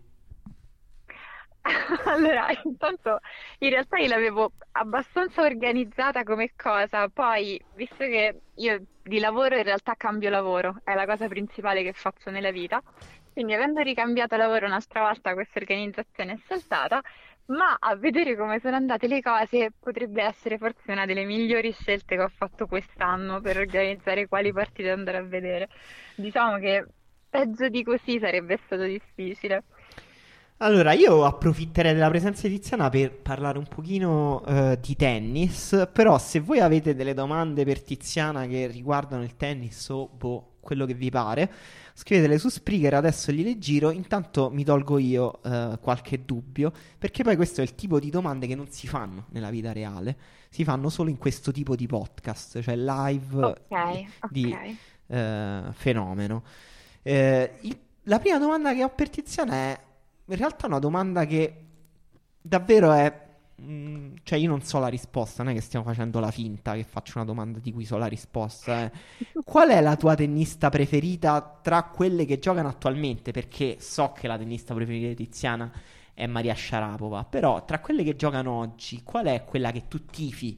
Allora, intanto in realtà io l'avevo abbastanza organizzata come cosa, poi visto che io di lavoro in realtà cambio lavoro, è la cosa principale che faccio nella vita, quindi avendo ricambiato lavoro un'altra volta questa organizzazione è saltata, ma a vedere come sono andate le cose potrebbe essere forse una delle migliori scelte che ho fatto quest'anno per organizzare quali partite andare a vedere. Diciamo che peggio di così sarebbe stato difficile. Allora, io approfitterei della presenza di Tiziana per parlare un pochino di tennis, però se voi avete delle domande per Tiziana che riguardano il tennis o quello che vi pare, scrivetele su Spreaker, adesso gliele giro, intanto mi tolgo io qualche dubbio, perché poi questo è il tipo di domande che non si fanno nella vita reale, si fanno solo in questo tipo di podcast, cioè live di fenomeno. La prima domanda che ho per Tiziana è in realtà una domanda che davvero è cioè io non so la risposta, non è che stiamo facendo la finta che faccio una domanda di cui so la risposta. Qual è la tua tennista preferita tra quelle che giocano attualmente? Perché so che la tennista preferita di Tiziana è Maria Sharapova, però tra quelle che giocano oggi qual è quella che tu tifi?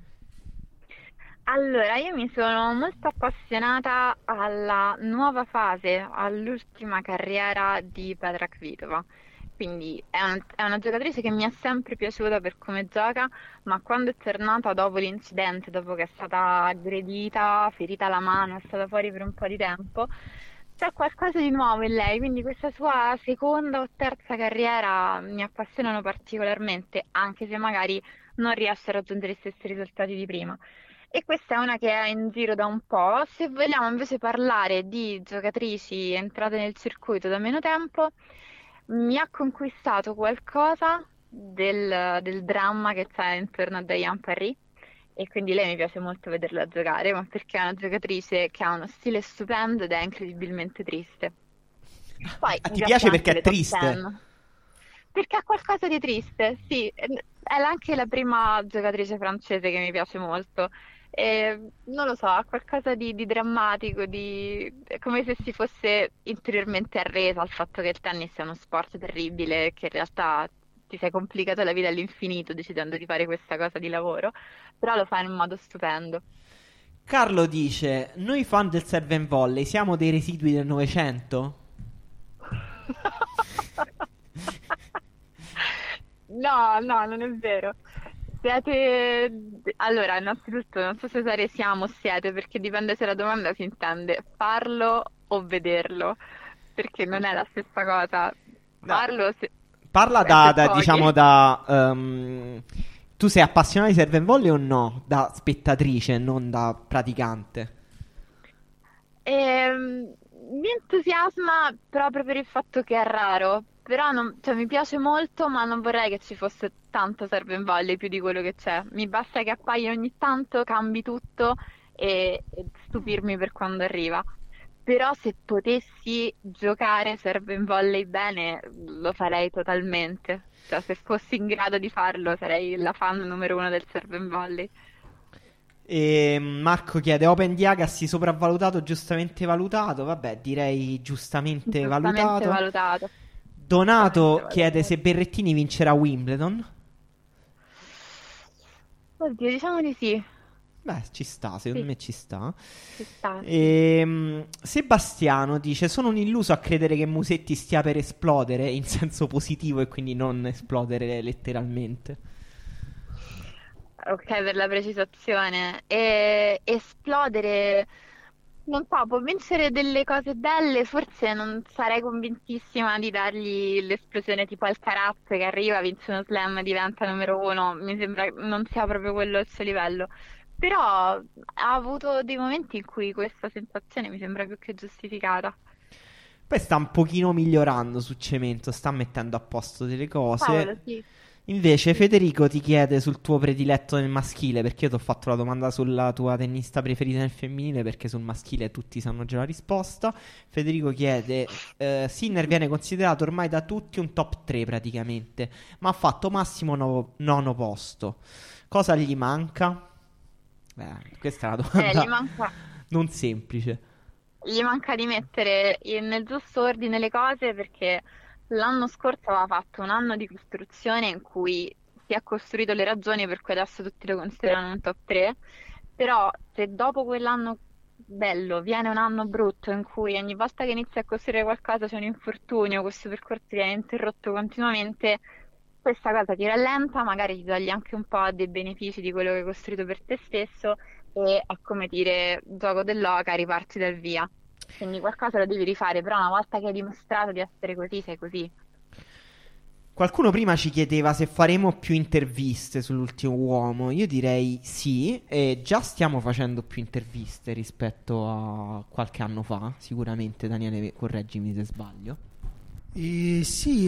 Allora, io mi sono molto appassionata alla nuova fase, all'ultima carriera di Petra Kvitova. Quindi è una giocatrice che mi è sempre piaciuta per come gioca, ma quando è tornata dopo l'incidente, dopo che è stata aggredita, ferita alla mano, è stata fuori per un po' di tempo, c'è qualcosa di nuovo in lei, quindi questa sua seconda o terza carriera mi appassionano particolarmente, anche se magari non riesce a raggiungere gli stessi risultati di prima. E questa è una che è in giro da un po'. Se vogliamo invece parlare di giocatrici entrate nel circuito da meno tempo, mi ha conquistato qualcosa del dramma che c'è intorno a Diane Parry e quindi lei mi piace molto vederla giocare, ma perché è una giocatrice che ha uno stile stupendo ed è incredibilmente triste. Poi mi Ti piace anche perché è le top triste? 10. Perché ha qualcosa di triste, sì. È anche la prima giocatrice francese che mi piace molto. Non lo so, ha qualcosa di drammatico, è come se si fosse interiormente arresa al fatto che il tennis è uno sport terribile e che in realtà ti sei complicato la vita all'infinito decidendo di fare questa cosa di lavoro, però lo fa in un modo stupendo. Carlo dice: noi fan del serve and volley siamo dei residui del Novecento? No, no, non è vero. Allora, innanzitutto, non so se siamo o siete, perché dipende se la domanda si intende farlo o vederlo, perché non è la stessa cosa. Farlo Parla diciamo tu sei appassionata di serve and volley o no? Da spettatrice, non da praticante. Mi entusiasma proprio per il fatto che è raro. Però cioè, mi piace molto, ma non vorrei che ci fosse tanto serve and volley più di quello che c'è. Mi basta che appaia ogni tanto, cambi tutto e stupirmi per quando arriva. Però se potessi giocare serve and volley bene, lo farei totalmente. Cioè, se fossi in grado di farlo, sarei la fan numero uno del serve and volley. E Marco chiede: Open di Agassi sopravvalutato o giustamente valutato? Vabbè, direi giustamente valutato. Donato chiede se Berrettini vincerà Wimbledon. Oddio, diciamo di sì. Beh, ci sta, secondo me ci sta. Ci sta. Sebastiano dice: sono un illuso a credere che Musetti stia per esplodere in senso positivo e quindi non esplodere letteralmente. Ok, per la precisazione. Esplodere, non so, può vincere delle cose belle, forse non sarei convintissima di dargli l'esplosione tipo Alcaraz che arriva, vince uno slam, diventa numero uno, mi sembra non sia proprio quello il suo livello. Però ha avuto dei momenti in cui questa sensazione mi sembra più che giustificata. Poi sta un pochino migliorando su cemento, sta mettendo a posto delle cose. Paolo, sì. Invece Federico ti chiede sul tuo prediletto nel maschile, perché io ti ho fatto la domanda sulla tua tennista preferita nel femminile, perché sul maschile tutti sanno già la risposta. Federico chiede, Sinner viene considerato ormai da tutti un top 3 praticamente, ma ha fatto massimo nono posto. Cosa gli manca? Questa è una domanda Gli manca, non semplice. gli manca di mettere nel giusto ordine le cose, perché l'anno scorso aveva fatto un anno di costruzione in cui si è costruito le ragioni per cui adesso tutti lo considerano un top 3, però se dopo quell'anno bello viene un anno brutto in cui ogni volta che inizi a costruire qualcosa c'è un infortunio, questo percorso viene interrotto continuamente, questa cosa ti rallenta, magari ti toglie anche un po' dei benefici di quello che hai costruito per te stesso e è come dire gioco dell'oca, riparti dal via. Quindi qualcosa lo devi rifare, però una volta che hai dimostrato di essere così, sei così. Qualcuno prima ci chiedeva se faremo più interviste sull'ultimo uomo. Io direi sì, e già stiamo facendo più interviste rispetto a qualche anno fa, sicuramente. Daniele, correggimi se sbaglio. Sì,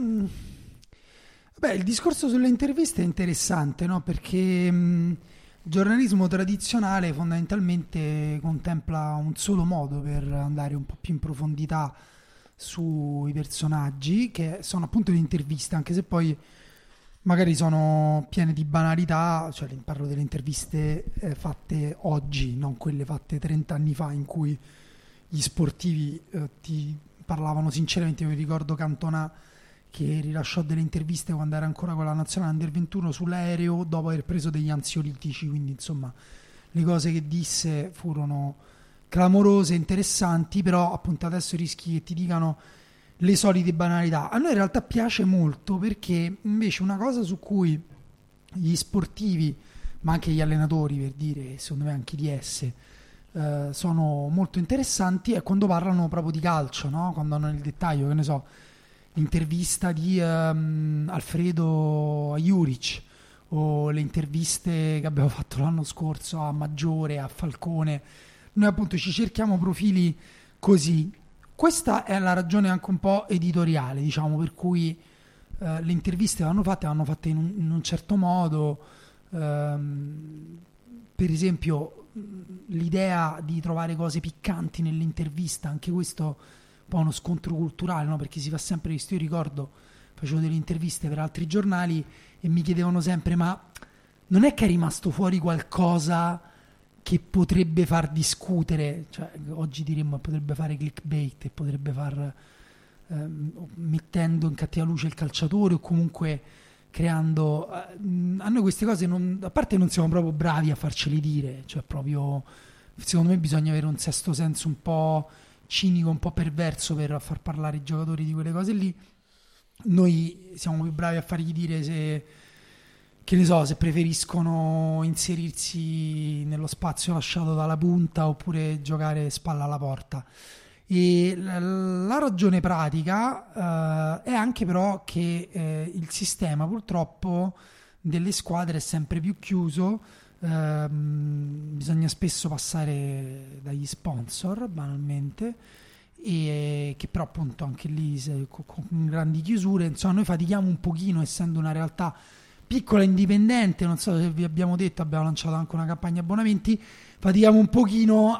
beh, il discorso sulle interviste è interessante, no? Perché il giornalismo tradizionale fondamentalmente contempla un solo modo per andare un po' più in profondità sui personaggi, che sono appunto le interviste, anche se poi magari sono piene di banalità, cioè parlo delle interviste fatte oggi, non quelle fatte 30 anni fa in cui gli sportivi ti parlavano sinceramente. Io mi ricordo Cantona che rilasciò delle interviste quando era ancora con la nazionale Under 21 sull'aereo dopo aver preso degli ansiolitici, quindi insomma le cose che disse furono clamorose, interessanti, però appunto adesso rischi che ti dicano le solite banalità. A noi in realtà piace molto, perché invece una cosa su cui gli sportivi, ma anche gli allenatori, per dire, secondo me anche i DS, sono molto interessanti è quando parlano proprio di calcio, no? Quando hanno nel dettaglio, che ne so, l'intervista di Alfredo a Juric, o le interviste che abbiamo fatto l'anno scorso a Maggiore, a Falcone. Noi appunto ci cerchiamo profili così. Questa è la ragione anche un po' editoriale, diciamo, per cui le interviste vanno fatte in un certo modo. Per esempio l'idea di trovare cose piccanti nell'intervista, anche questo un po' uno scontro culturale, no? Perché si fa sempre questo. Io ricordo, facevo delle interviste per altri giornali e mi chiedevano sempre: ma non è che è rimasto fuori qualcosa che potrebbe far discutere? Cioè, oggi diremmo potrebbe fare clickbait, potrebbe far mettendo in cattiva luce il calciatore, o comunque creando a noi queste cose a parte non siamo proprio bravi a farceli dire, cioè proprio secondo me bisogna avere un sesto senso un po' cinico, un po' perverso per far parlare i giocatori di quelle cose lì. Noi siamo più bravi a fargli dire se, che ne so, se preferiscono inserirsi nello spazio lasciato dalla punta oppure giocare spalla alla porta. E la ragione pratica è anche però che il sistema purtroppo delle squadre è sempre più chiuso, bisogna spesso passare dagli sponsor banalmente, e che però appunto anche lì con grandi chiusure, insomma noi fatichiamo un pochino, essendo una realtà piccola e indipendente. Non so se vi abbiamo detto, abbiamo lanciato anche una campagna abbonamenti, fatichiamo un pochino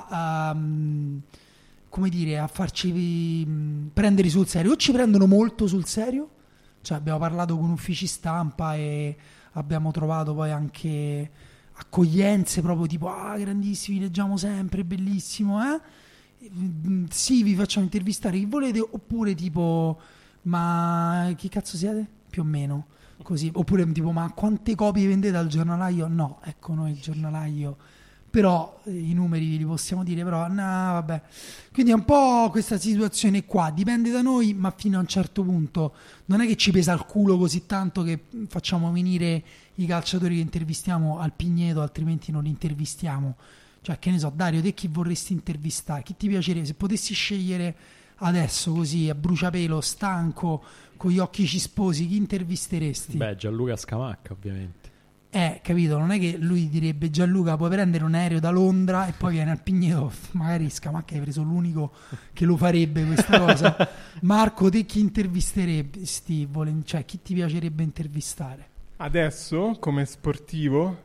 come dire, a farci prendere sul serio. O ci prendono molto sul serio, cioè abbiamo parlato con uffici stampa e abbiamo trovato poi anche accoglienze proprio tipo grandissimi, leggiamo sempre, bellissimo, sì, vi facciamo intervistare chi volete, oppure tipo ma chi cazzo siete? Più o meno così, oppure tipo ma quante copie vendete al giornalaio? No, ecco, noi il giornalaio, però i numeri li possiamo dire, però no, vabbè. Quindi è un po' questa situazione qua, dipende da noi, ma fino a un certo punto non è che ci pesa il culo così tanto che facciamo venire i calciatori che intervistiamo al Pigneto, altrimenti non li intervistiamo. Cioè, che ne so, Dario, te chi vorresti intervistare? Chi ti piacerebbe? Se potessi scegliere adesso così, a bruciapelo, stanco, con gli occhi cisposi, chi intervisteresti? Beh, Gianluca Scamacca, ovviamente. capito? Non è che lui direbbe Gianluca puoi prendere un aereo da Londra e poi viene al Pigneto, magari Scamacca hai preso l'unico che lo farebbe questa cosa. Marco, te chi intervisteresti? Cioè chi ti piacerebbe intervistare? Adesso come sportivo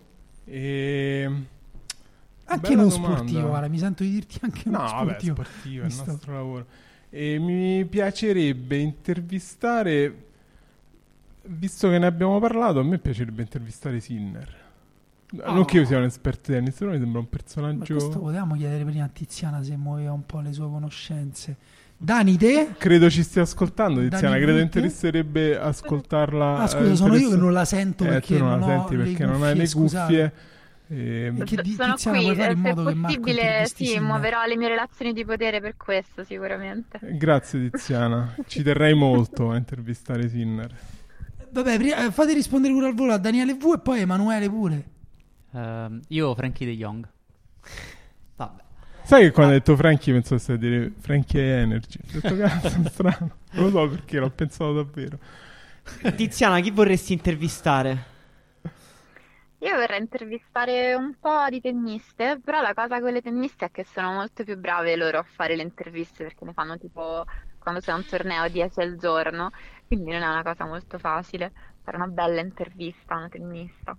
anche non sportivo, guarda, mi sento di dirti anche non sportivo. Vabbè, sportivo è il nostro lavoro. E mi piacerebbe intervistare, visto che ne abbiamo parlato, a me piacerebbe intervistare Sinner. Non che io sia un esperto di tennis, però mi sembra un personaggio. Ma questo potevamo chiedere prima a Tiziana se muoveva un po' le sue conoscenze. Dani, te? Credo ci stia ascoltando Tiziana, Dani, credo te? interesserebbe ascoltarla. Ah, scusa, sono io che non la sento perché tu non la ho senti perché non hai le cuffie. Sono Tiziana, qui, puoi fare in se è modo che Marco possibile, intervisti sì, Sinner? muoverò le mie relazioni di potere per questo sicuramente. Grazie Tiziana, ci terrei molto a intervistare Sinner. Vabbè, fate rispondere pure al volo a Daniele V e poi Emanuele pure. Io Frankie De Jong. Vabbè. Sai che quando hai detto Frankie pensavo stai a dire Frankie Energy. Ho detto cazzo, è strano. Non lo so perché l'ho pensato davvero. Tiziana, chi vorresti intervistare? Io vorrei intervistare un po' di tenniste, però la cosa con le tenniste è che sono molto più brave loro a fare le interviste perché ne fanno tipo quando c'è un torneo 10 al giorno, quindi non è una cosa molto facile fare una bella intervista a una tennista.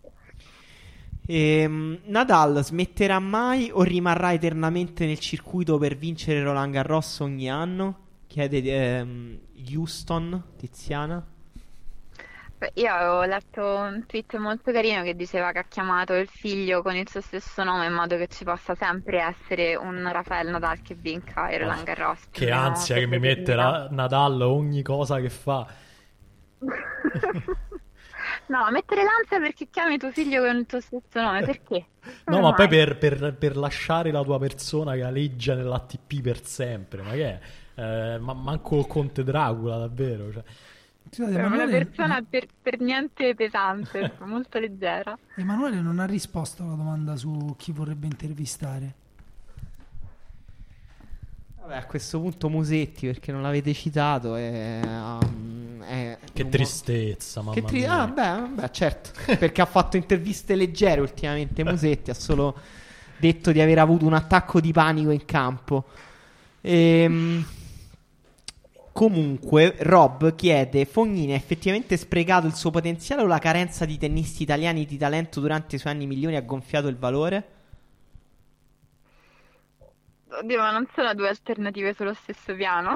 Nadal smetterà mai o rimarrà eternamente nel circuito per vincere Roland Garros ogni anno? Chiede Houston, Tiziana. Io avevo letto un tweet molto carino che diceva che ha chiamato il figlio con il suo stesso nome in modo che ci possa sempre essere un Rafael Nadal che vinca il Roland Garros. Che ansia che mi mette Nadal ogni cosa che fa. No, mettere l'ansia perché chiami tuo figlio con il tuo stesso nome, perché? No, ma poi per lasciare la tua persona che aleggia nell'ATP per sempre, ma che è? Manco il Conte Dracula, davvero, cioè. Scusate, È una Emanuele, persona per niente pesante, molto leggera. Emanuele non ha risposto alla domanda su chi vorrebbe intervistare. Vabbè, a questo punto Musetti, perché non l'avete citato. Che tristezza, mamma mia. Beh, certo. Perché ha fatto interviste leggere ultimamente Musetti. Ha solo detto di aver avuto un attacco di panico in campo. Comunque, Rob chiede: Fognini ha effettivamente sprecato il suo potenziale o la carenza di tennisti italiani di talento durante i suoi anni migliori ha gonfiato il valore? Oddio, ma non sono due alternative sullo stesso piano.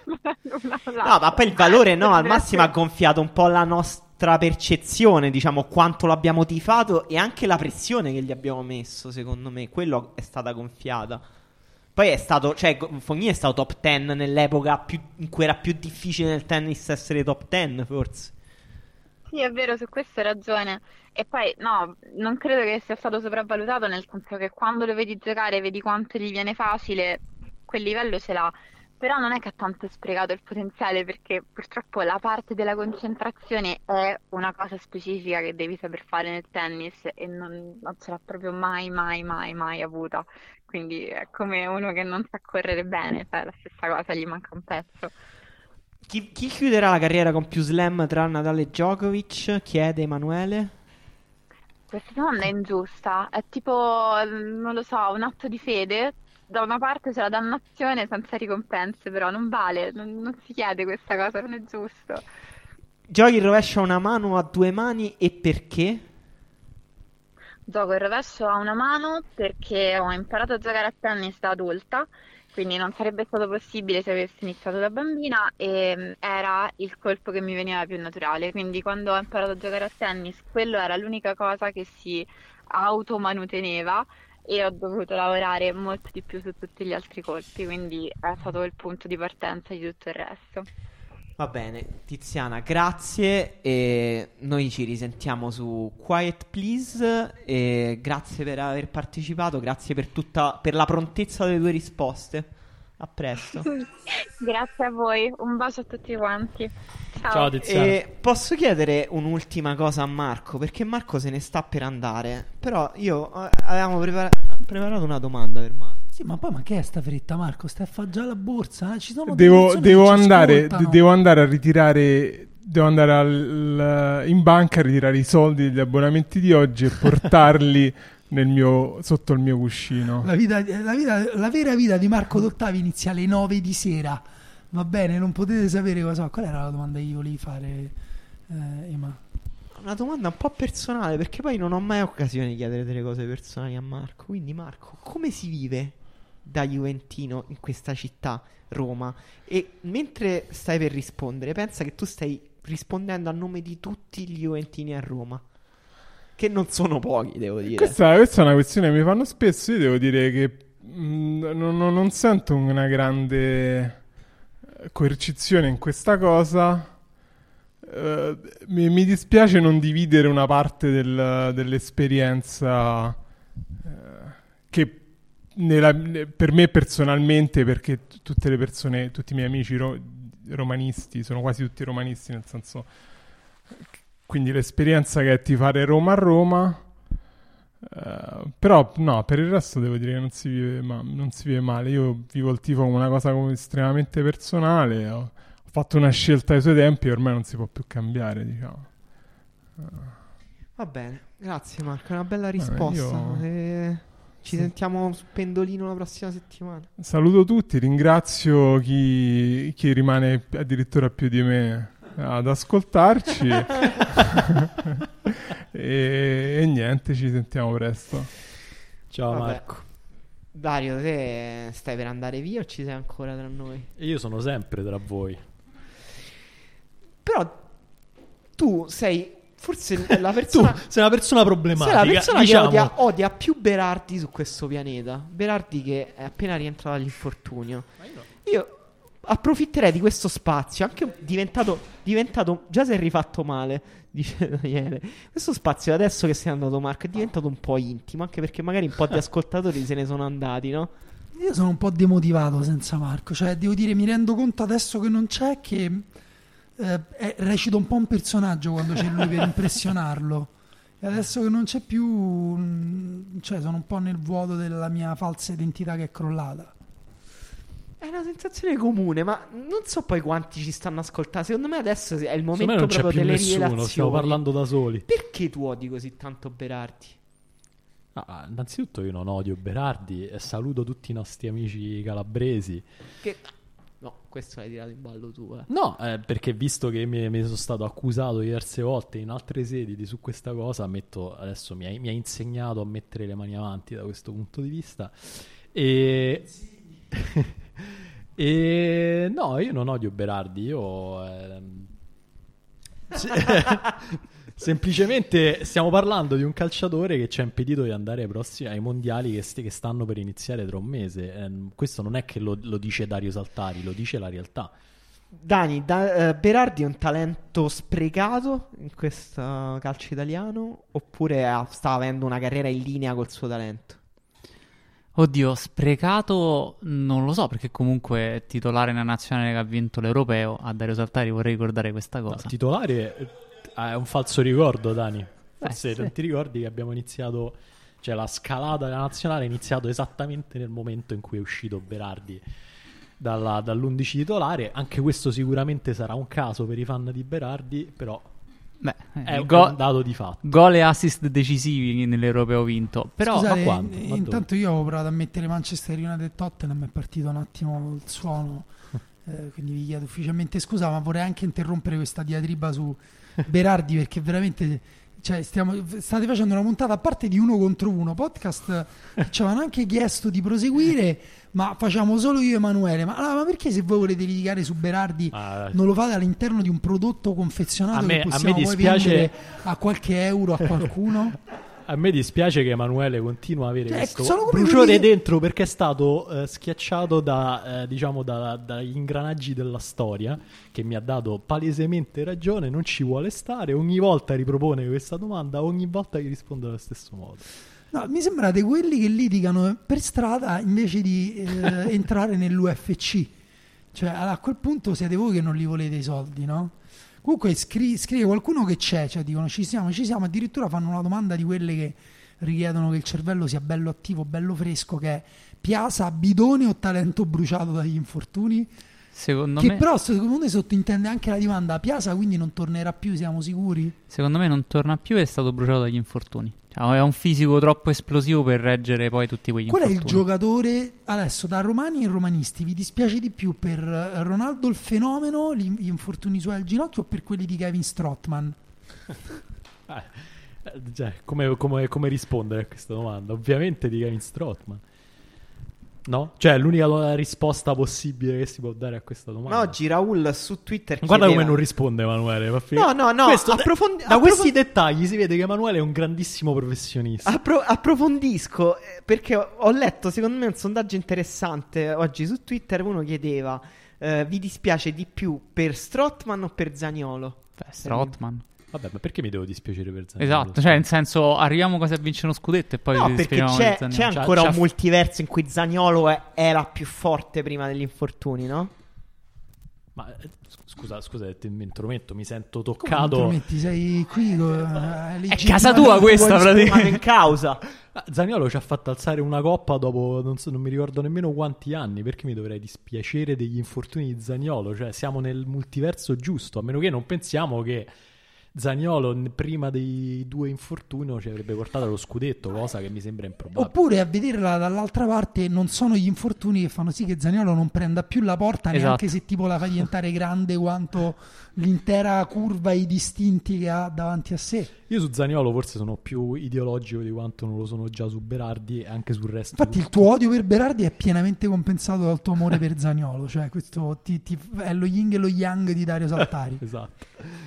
No, ma poi il valore no, al massimo ha gonfiato un po' la nostra percezione, diciamo, quanto l'abbiamo tifato e anche la pressione che gli abbiamo messo, secondo me. Quello è stata gonfiata. Poi è stato, cioè, Fognini è stato top 10 nell'epoca in cui era più difficile nel tennis essere top 10, forse. Sì, è vero, su questo hai ragione. E poi, no, non credo che sia stato sopravvalutato, nel senso che quando lo vedi giocare, vedi quanto gli viene facile, quel livello ce l'ha. Però non è che ha tanto sprecato il potenziale, perché purtroppo la parte della concentrazione è una cosa specifica che devi saper fare nel tennis e non ce l'ha proprio mai avuta. Quindi è come uno che non sa correre bene, cioè la stessa cosa, gli manca un pezzo. Chi chiuderà la carriera con più slam tra Nadal e Djokovic? Chiede Emanuele. Questa domanda è ingiusta, è tipo, non lo so, un atto di fede. Da una parte c'è la dannazione senza ricompense, però non vale, non si chiede questa cosa, non è giusto. Giochi il rovescio a una mano o a due mani e perché? Gioco il rovescio a una mano perché ho imparato a giocare a tennis da adulta, quindi non sarebbe stato possibile se avessi iniziato da bambina e era il colpo che mi veniva più naturale. Quindi quando ho imparato a giocare a tennis, quello era l'unica cosa che si automanuteneva e ho dovuto lavorare molto di più su tutti gli altri colpi, quindi è stato il punto di partenza di tutto il resto. Va bene, Tiziana, grazie e noi ci risentiamo su Quiet Please e grazie per aver partecipato, grazie per la prontezza delle tue risposte. A presto. Grazie a voi, un bacio a tutti quanti. Ciao Tiziana. E posso chiedere un'ultima cosa a Marco, perché Marco se ne sta per andare, però io avevamo preparato una domanda per Marco. Sì, ma poi ma che è sta fretta, Marco? Stai a fare già la borsa? Ci sono Devo andare a ritirare devo andare in banca a ritirare i soldi degli abbonamenti di oggi e portarli sotto il mio cuscino. La vera vita di Marco Dottavi inizia alle 9 di sera. Va bene, non potete sapere cosa. Qual era la domanda che gli volevi fare, Ema? Una domanda un po' personale, perché poi non ho mai occasione di chiedere delle cose personali a Marco. Quindi, Marco, come si vive da juventino in questa città, Roma? E mentre stai per rispondere, pensa che tu stai rispondendo a nome di tutti gli juventini a Roma, che non sono pochi, devo dire. Questa è una questione che mi fanno spesso. Io devo dire che non sento una grande coercizione in questa cosa. Mi dispiace non dividere una parte dell'esperienza che per me personalmente, perché tutte le persone, tutti i miei amici romanisti, sono quasi tutti romanisti, nel senso, quindi l'esperienza che è di fare Roma a Roma, però no, per il resto devo dire che non si vive male. Io vivo il tifo come una cosa estremamente personale. Ho fatto una scelta ai suoi tempi e ormai non si può più cambiare, diciamo. Va bene, grazie Marco, è una bella risposta. Ci sentiamo su Pendolino la prossima settimana. Saluto tutti, ringrazio chi rimane addirittura più di me ad ascoltarci. e niente, ci sentiamo presto. Ciao. Vabbè. Marco. Dario, te stai per andare via o ci sei ancora tra noi? Io sono sempre tra voi. Però tu sei forse la persona... Tu sei una persona problematica. Sei la persona diciamo, che odia più Berardi su questo pianeta. Berardi che è appena rientrato dall'infortunio. Io approfitterei di questo spazio, anche diventato già si è rifatto male, dice Daniele. Questo spazio adesso che sei andato, Marco, è diventato un po' intimo, anche perché magari un po' di ascoltatori se ne sono andati, no? Io sono un po' demotivato senza Marco, cioè devo dire, mi rendo conto adesso che non c'è che recito un po' un personaggio quando c'è lui per impressionarlo, e adesso che non c'è più, cioè sono un po' nel vuoto della mia falsa identità che è crollata. È una sensazione comune, ma non so poi quanti ci stanno ascoltando. Secondo me adesso è il momento non c'è proprio più delle nessuno, rivelazioni. stiamo parlando da soli. Perché tu odi così tanto Berardi? Innanzitutto io non odio Berardi e saluto tutti i nostri amici calabresi. No, questo l'hai tirato in ballo tu, eh. No, perché visto che mi sono stato accusato diverse volte in altre sedi su questa cosa, adesso mi ha insegnato a mettere le mani avanti da questo punto di vista. E no, io non odio Berardi, io semplicemente stiamo parlando di un calciatore che ci ha impedito di andare ai mondiali che stanno per iniziare tra un mese. Questo non è che lo dice Dario Saltari, lo dice la realtà. Dani, Berardi è un talento sprecato in questo calcio italiano oppure sta avendo una carriera in linea col suo talento? Oddio, sprecato non lo so, perché comunque è titolare nella nazionale che ha vinto l'Europeo. A Dario Saltari vorrei ricordare questa cosa. No, titolare è un falso ricordo, Dani. Forse sì. non ti ricordi che abbiamo iniziato, cioè la scalata della nazionale è iniziato esattamente nel momento in cui è uscito Berardi dall'11 titolare. Anche questo sicuramente sarà un caso per i fan di Berardi, però è un dato di fatto. Gol e assist decisivi nell'Europeo vinto. Però scusate, ma quanto? intanto io ho provato a mettere Manchester United e Tottenham, è partito un attimo il suono, quindi vi chiedo ufficialmente scusa, ma vorrei anche interrompere questa diatriba su Berardi, perché veramente, cioè, state facendo una puntata a parte di 1 contro 1 podcast. Ci avevano anche chiesto di proseguire, ma facciamo solo io e Emanuele. Ma perché, se voi volete litigare su Berardi, non lo fate all'interno di un prodotto confezionato che possiamo poi vendere a qualche euro a qualcuno? A me dispiace che Emanuele continua a avere questo bruciore bruciore dentro, perché è stato schiacciato dagli ingranaggi della storia, che mi ha dato palesemente ragione. Non ci vuole stare, ogni volta ripropone questa domanda, ogni volta che risponde allo stesso modo. No, mi sembrate quelli che litigano per strada invece di entrare nell'UFC. Cioè, a quel punto siete voi che non li volete i soldi, no? Comunque scrive qualcuno che c'è, cioè dicono ci siamo, addirittura fanno una domanda di quelle che richiedono che il cervello sia bello attivo, bello fresco, che è: Piazza, bidone o talento bruciato dagli infortuni? Secondo Che me, però secondo me sottintende anche la domanda Piazza, quindi non tornerà più, siamo sicuri? secondo me non torna più e è stato bruciato dagli infortuni. Cioè, è un fisico troppo esplosivo per reggere poi tutti quegli Qual è il infortuni. giocatore, adesso da romani e romanisti, vi dispiace di più per Ronaldo il fenomeno, gli infortuni suoi al ginocchio o per quelli di Kevin Strootman? Cioè, come rispondere a questa domanda? Ovviamente di Kevin Strootman. No? Cioè, l'unica risposta possibile che si può dare a questa domanda. Ma oggi Raul su Twitter Guarda chiedeva... come non risponde Emanuele. No, Questo- da questi approfondi- dettagli si vede che Emanuele è un grandissimo professionista. approfondisco perché ho letto, secondo me, un sondaggio interessante oggi su Twitter. Uno chiedeva: vi dispiace di più per Strootman o per Zaniolo? Strootman. Vabbè, ma perché mi devo dispiacere per Zaniolo? Esatto, cioè nel senso arriviamo quasi a vincere uno scudetto e poi No, ci perché disperiamo c'è, di c'è Zaniolo. ancora C'ha- un multiverso in cui Zaniolo era più forte prima degli infortuni, no? Ma scusa, ti mi intrometto, mi sento Come toccato. non te lo metti? Sei qui È casa tua questa, praticamente. in causa. Zaniolo ci ha fatto alzare una coppa dopo non mi ricordo nemmeno quanti anni. Perché mi dovrei dispiacere degli infortuni di Zaniolo? Cioè, siamo nel multiverso giusto, a meno che non pensiamo che Zaniolo prima dei 2 infortuni ci avrebbe portato allo scudetto, cosa che mi sembra improbabile. Oppure a vederla dall'altra parte non sono gli infortuni che fanno sì che Zaniolo non prenda più la porta, Esatto. neanche se tipo la fa diventare grande quanto l'intera curva e i distinti che ha davanti a sé. Io su Zaniolo forse sono più ideologico di quanto non lo sono già su Berardi e anche sul resto. Infatti il tuo odio per Berardi è pienamente compensato dal tuo amore per Zaniolo, cioè questo è lo yin e lo yang di Dario Saltari. Esatto.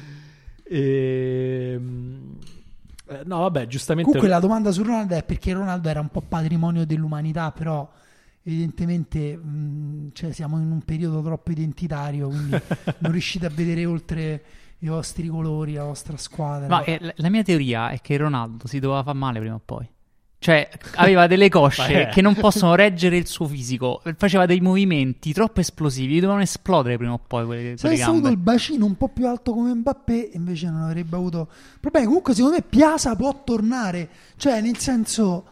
No, vabbè, giustamente. Comunque la domanda su Ronaldo è perché Ronaldo era un po' patrimonio dell'umanità, però evidentemente cioè, siamo in un periodo troppo identitario, quindi non riuscite a vedere oltre i vostri colori, la vostra squadra. Ma la mia teoria è che Ronaldo si doveva fare male prima o poi. Cioè, aveva delle cosce che non possono reggere il suo fisico. Faceva dei movimenti troppo esplosivi. Dovevano esplodere prima o poi quelle se avesse gambe. avuto il bacino un po' più alto come Mbappé, invece non avrebbe avuto problemi. Comunque, secondo me, Piazza può tornare. Cioè, nel senso,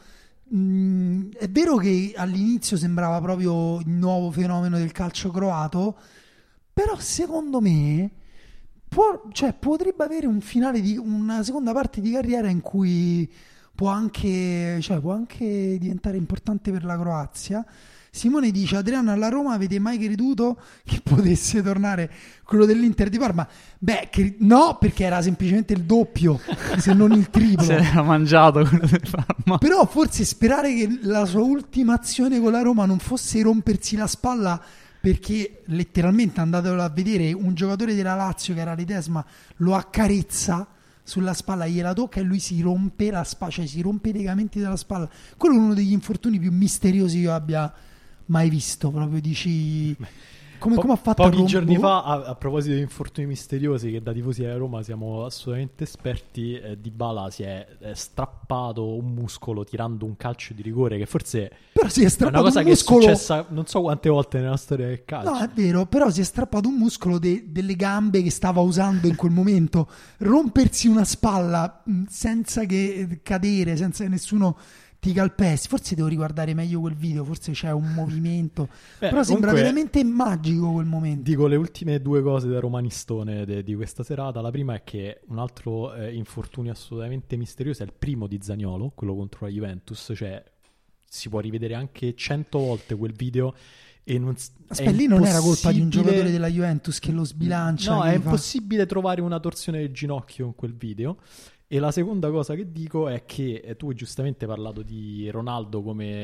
è vero che all'inizio sembrava proprio il nuovo fenomeno del calcio croato, però secondo me potrebbe avere un finale di una seconda parte di carriera in cui può anche diventare importante per la Croazia. Simone dice: Adriano, alla Roma avete mai creduto che potesse tornare quello dell'Inter di Parma? Beh, no, perché era semplicemente il doppio, se non il triplo. Se l'era mangiato quello del Parma. Però forse sperare che la sua ultima azione con la Roma non fosse rompersi la spalla, perché letteralmente, andatelo a vedere, un giocatore della Lazio che era Ledesma lo accarezza sulla spalla, gliela tocca e lui si rompe la spalla, cioè si rompe i legamenti della spalla. Quello è uno degli infortuni più misteriosi che io abbia mai visto. Proprio dici come ha fatto pochi a giorni fa, a proposito di infortuni misteriosi, che da tifosi della Roma siamo assolutamente esperti, Dybala si è strappato un muscolo tirando un calcio di rigore, che forse però si è è una strappato cosa un che è muscolo. successa non so quante volte nella storia del calcio. No, è vero, però si è strappato un muscolo delle gambe che stava usando in quel momento. Rompersi una spalla senza che cadere, senza che nessuno ti calpesti. Forse devo riguardare meglio quel video, forse c'è un movimento. Però sembra comunque, veramente magico quel momento. Dico le ultime 2 cose da romanistone di questa serata. La prima è che un altro infortunio assolutamente misterioso è il primo di Zaniolo, quello contro la Juventus. Cioè, si può rivedere anche 100 volte quel video e non Aspetta, lì non era colpa di un giocatore della Juventus che lo sbilancia? No, che è fa... impossibile trovare una torsione del ginocchio in quel video. E la seconda cosa che dico è che tu giustamente hai parlato di Ronaldo come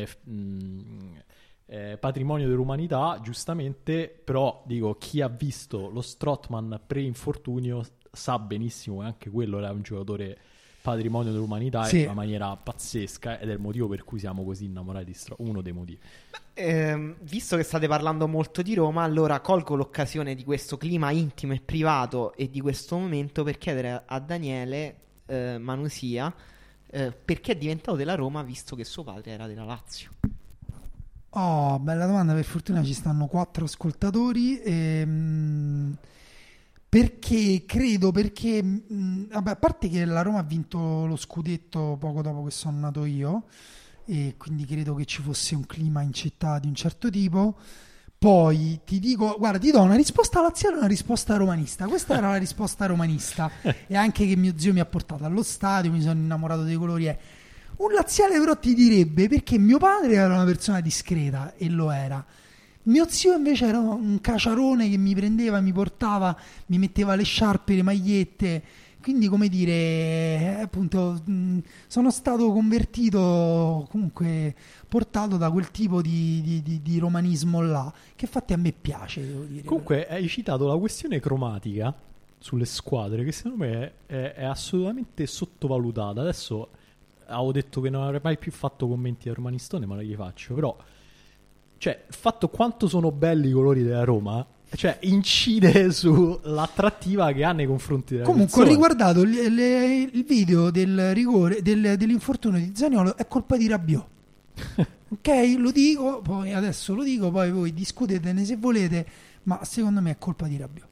patrimonio dell'umanità, giustamente, però dico, chi ha visto lo Strootman pre-infortunio sa benissimo che anche quello era un giocatore patrimonio dell'umanità, sì, in una maniera pazzesca, ed è il motivo per cui siamo così innamorati di uno dei motivi. Visto che state parlando molto di Roma, allora colgo l'occasione di questo clima intimo e privato e di questo momento per chiedere a Daniele Manusia perché è diventato della Roma, visto che suo padre era della Lazio. Oh, bella domanda, per fortuna ci stanno 4 ascoltatori. Perché vabbè, a parte che la Roma ha vinto lo scudetto poco dopo che sono nato io, e quindi credo che ci fosse un clima in città di un certo tipo. Poi ti dico, guarda, ti do una risposta laziale e una risposta romanista. Questa era la risposta romanista, e anche che mio zio mi ha portato allo stadio, mi sono innamorato dei colori. Un laziale però ti direbbe, perché mio padre era una persona discreta, e lo era. Mio zio invece era un caciarone che mi prendeva, mi portava, mi metteva le sciarpe, le magliette. Quindi, come dire, appunto, sono stato convertito, comunque portato da quel tipo di romanismo là, che infatti a me piace, devo dire. Comunque hai citato la questione cromatica sulle squadre, che secondo me è assolutamente sottovalutata. Adesso avevo detto che non avrei mai più fatto commenti al romanistone, ma non li faccio. Però, cioè, il fatto quanto sono belli i colori della Roma, cioè, incide sull'attrattiva che ha nei confronti della Comunque, persone. ho riguardato il video del rigore, dell'infortunio di Zaniolo, è colpa di Rabiot. Ok, lo dico, poi adesso lo dico, poi voi discutetene se volete, ma secondo me è colpa di Rabiot.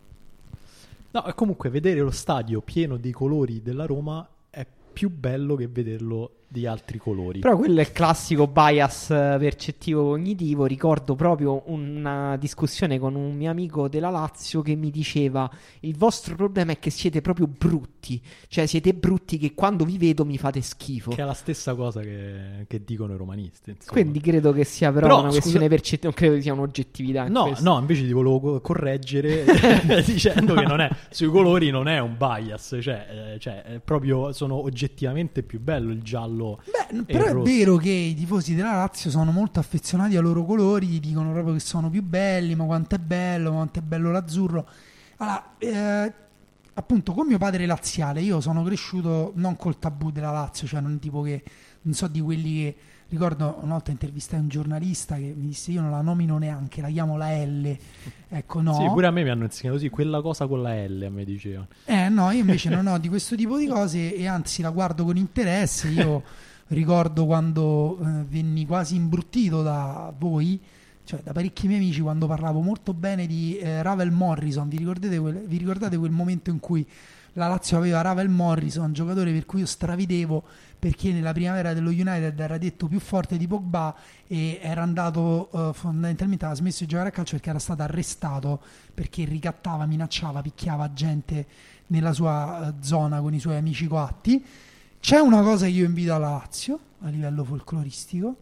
No, e comunque vedere lo stadio pieno dei colori della Roma è più bello che vederlo di altri colori. Però quello è il classico bias percettivo cognitivo. Ricordo proprio una discussione con un mio amico della Lazio che mi diceva: il vostro problema è che siete proprio brutti, cioè siete brutti che quando vi vedo mi fate schifo. Che è la stessa cosa che dicono i romanisti, insomma. Quindi credo che sia però una questione percettiva, non credo che sia un'oggettività. No, invece ti volevo correggere dicendo che non è, sui colori non è un bias, cioè è proprio, sono oggettivamente più bello il giallo. Beh, però è vero che i tifosi della Lazio sono molto affezionati ai loro colori, dicono proprio che sono più belli, ma quanto è bello l'azzurro. Allora, appunto, con mio padre laziale, io sono cresciuto non col tabù della Lazio, cioè non tipo che, non so, di quelli che, ricordo una volta intervistai un giornalista che mi disse: io non la nomino neanche, la chiamo la L. Ecco, no. Sì, pure a me mi hanno insegnato così, quella cosa con la L, a me dicevano. No, io invece non ho di questo tipo di cose, e anzi la guardo con interesse. Io ricordo quando venni quasi imbruttito da voi, cioè da parecchi miei amici, quando parlavo molto bene di Ravel Morrison. Vi ricordate quel momento in cui la Lazio aveva Ravel Morrison, giocatore per cui io stravidevo, perché nella primavera dello United era detto più forte di Pogba, e era andato fondamentalmente, aveva smesso di giocare a calcio perché era stato arrestato perché ricattava, minacciava, picchiava gente nella sua zona con i suoi amici coatti. C'è una cosa che io invidio alla Lazio a livello folcloristico,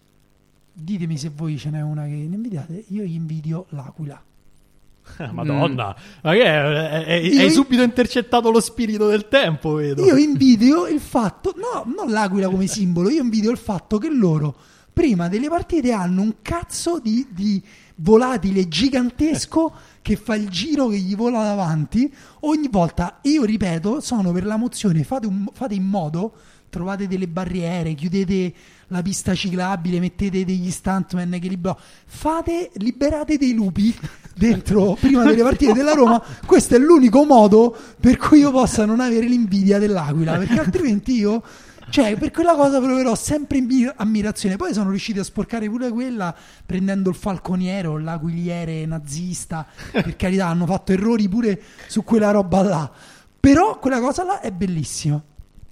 ditemi se voi ce n'è una che ne invidiate. Io gli invidio l'Aquila. Madonna, ma che hai subito intercettato lo spirito del tempo, vedo. Io invidio il fatto, no, non l'Aquila come simbolo, io invidio il fatto che loro prima delle partite hanno un cazzo di volatile gigantesco che fa il giro, che gli vola davanti ogni volta. Io ripeto, sono per la mozione, fate in modo, trovate delle barriere, chiudete la pista ciclabile, mettete degli stuntman che liberate dei lupi dentro prima delle partite della Roma. Questo è l'unico modo per cui io possa non avere l'invidia dell'Aquila, perché altrimenti io, cioè, per quella cosa proverò sempre ammirazione. Poi sono riusciti a sporcare pure quella prendendo il falconiere o l'aquiliere nazista, per carità, hanno fatto errori pure su quella roba là, però quella cosa là è bellissima.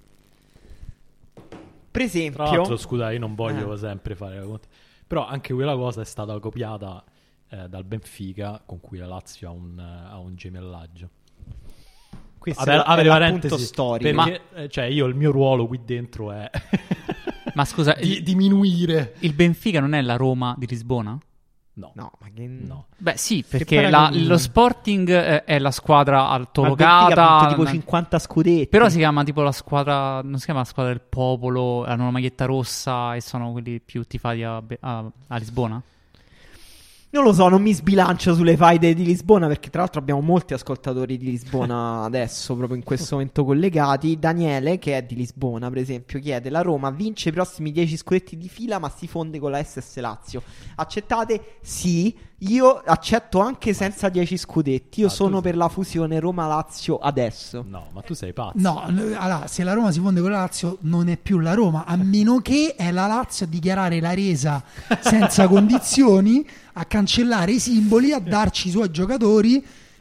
Per esempio, tra l'altro, scusa, io non voglio sempre fare la conta, però anche quella cosa è stata copiata dal Benfica, con cui la Lazio ha un gemellaggio. Questo è l'appunto storico. Perché, cioè, io il mio ruolo qui dentro è ma scusa, diminuire. Il Benfica non è la Roma di Lisbona? No, ma che no. Beh, sì, perché lo Sporting è la squadra altolocata, ha tipo 50 scudetti. Però si chiama tipo la squadra, non si chiama la squadra del popolo, hanno una maglietta rossa e sono quelli più tifati a Lisbona. Non lo so, non mi sbilancio sulle faide di Lisbona, perché tra l'altro abbiamo molti ascoltatori di Lisbona adesso, proprio in questo momento collegati. Daniele, che è di Lisbona, per esempio, chiede: la Roma vince i prossimi 10 scudetti di fila ma si fonde con la SS Lazio. Accettate? Sì, io accetto anche senza 10 scudetti. Io sono per la fusione Roma-Lazio adesso. No, ma tu sei pazzo. No, allora, se la Roma si fonde con la Lazio non è più la Roma, a meno che è la Lazio a dichiarare la resa senza condizioni, a cancellare i simboli, a darci i suoi giocatori,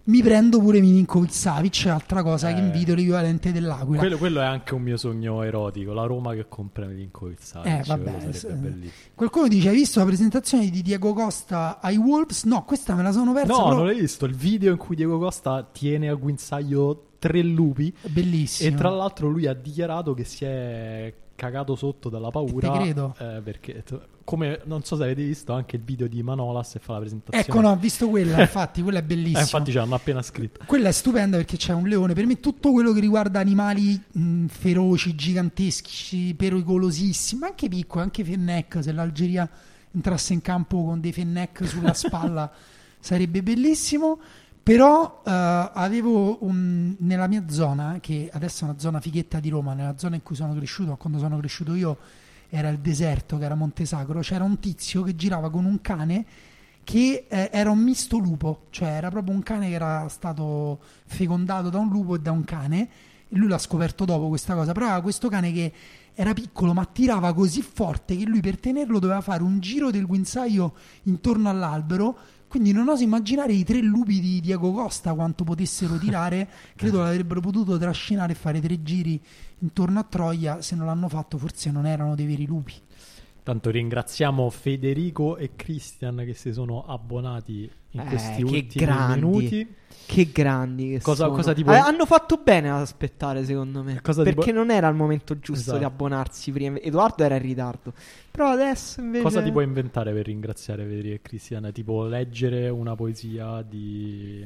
mi prendo pure Milinkovic-Savic, altra cosa che invidio l'equivalente dell'Aquila. Quello è anche un mio sogno erotico, la Roma che compra Milinkovic-Savic. Vabbè, sarebbe bellissimo. Qualcuno dice: hai visto la presentazione di Diego Costa ai Wolves? No, questa me la sono persa. No, però... non l'hai visto il video in cui Diego Costa tiene al guinzaglio 3 lupi? Bellissimo. E tra l'altro lui ha dichiarato che si è cagato sotto dalla paura. Te credo. Perché come non so se avete visto anche il video di Manolas e fa la presentazione. Ecco, no, ho visto quella, infatti, quella è bellissima. Infatti ce l'hanno appena scritto. Quella è stupenda perché c'è un leone. Per me tutto quello che riguarda animali feroci, giganteschi, pericolosissimi, ma anche piccoli, anche Fennec, se l'Algeria entrasse in campo con dei Fennec sulla spalla sarebbe bellissimo. Però avevo nella mia zona, che adesso è una zona fighetta di Roma, nella zona in cui sono cresciuto, quando sono cresciuto io era il deserto, che era Montesacro, c'era un tizio che girava con un cane che era un misto lupo, cioè era proprio un cane che era stato fecondato da un lupo e da un cane, e lui l'ha scoperto dopo questa cosa, però aveva questo cane che era piccolo ma tirava così forte che lui per tenerlo doveva fare un giro del guinzaglio intorno all'albero. Quindi non oso immaginare i 3 lupi di Diego Costa quanto potessero tirare. Credo l'avrebbero potuto trascinare e fare 3 giri intorno a Troia. Se non l'hanno fatto forse non erano dei veri lupi. Tanto ringraziamo Federico e Christian che si sono abbonati in questi ultimi minuti. Che grandi che cosa sono. tipo... Hanno fatto bene ad aspettare, secondo me. Perché non era il momento giusto esatto. di abbonarsi prima. Edoardo era in ritardo. Però adesso invece... Cosa ti puoi inventare per ringraziare Federico e Cristiana? Tipo leggere una poesia di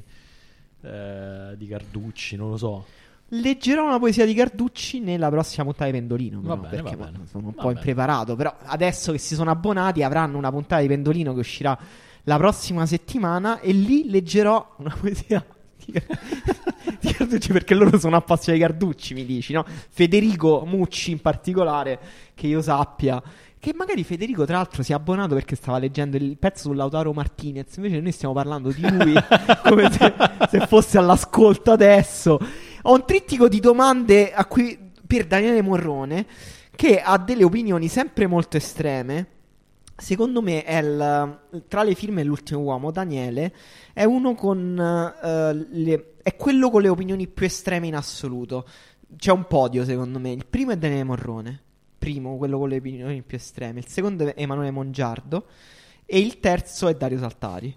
Carducci, non lo so. Leggerò una poesia di Carducci nella prossima puntata di Pendolino. Va bene, perché va bene. sono un po' impreparato. Però adesso che si sono abbonati avranno una puntata di Pendolino che uscirà la prossima settimana e lì leggerò una poesia di Carducci, perché loro sono appassionati di Carducci, mi dici, no? Federico Mucci in particolare, che io sappia, che magari Federico tra l'altro si è abbonato perché stava leggendo il pezzo su Lautaro Martinez, invece noi stiamo parlando di lui come se fosse all'ascolto adesso. Ho un trittico di domande per Daniele Morrone, che ha delle opinioni sempre molto estreme. Secondo me tra le firme dell'ultimo uomo, Daniele è uno è quello con le opinioni più estreme in assoluto. C'è un podio, secondo me. Il primo è Daniele Morrone, quello con le opinioni più estreme. Il secondo è Emanuele Mongiardo e il terzo è Dario Saltari.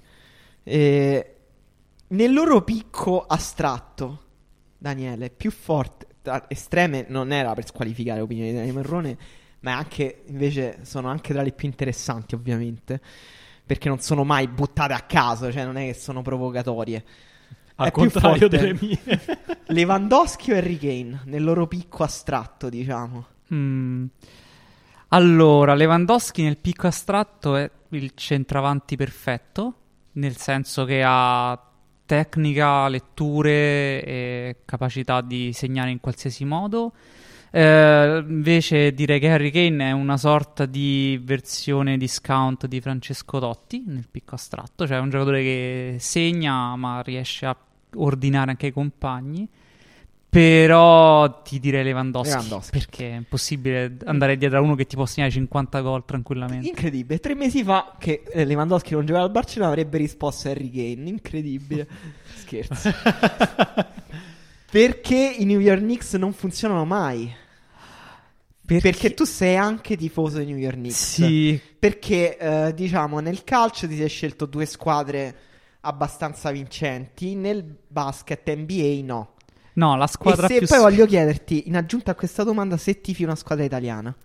Nel loro picco astratto, Daniele, più forte, estreme non era per squalificare le opinioni di Daniele Morrone, ma anche invece sono anche tra le più interessanti, ovviamente, perché non sono mai buttate a caso, cioè non è che sono provocatorie. Al contrario delle mie. Lewandowski o Harry Kane nel loro picco astratto, diciamo. Allora, Lewandowski nel picco astratto è il centravanti perfetto, nel senso che ha tecnica, letture e capacità di segnare in qualsiasi modo. Invece direi che Harry Kane è una sorta di versione discount di Francesco Totti nel picco astratto, cioè un giocatore che segna ma riesce a ordinare anche i compagni. Però ti direi Lewandowski. Perché è impossibile andare dietro a uno che ti può segnare 50 gol tranquillamente. Incredibile. 3 mesi fa che Lewandowski non giocava al Barcellona avrebbe risposto a Harry Kane. Incredibile. Scherzo. Perché i New York Knicks non funzionano mai? Perché tu sei anche tifoso dei New York Knicks. Sì. Perché diciamo nel calcio ti sei scelto 2 squadre abbastanza vincenti, nel basket NBA no. No, la squadra più... E più... poi voglio chiederti, in aggiunta a questa domanda, se tifi una squadra italiana.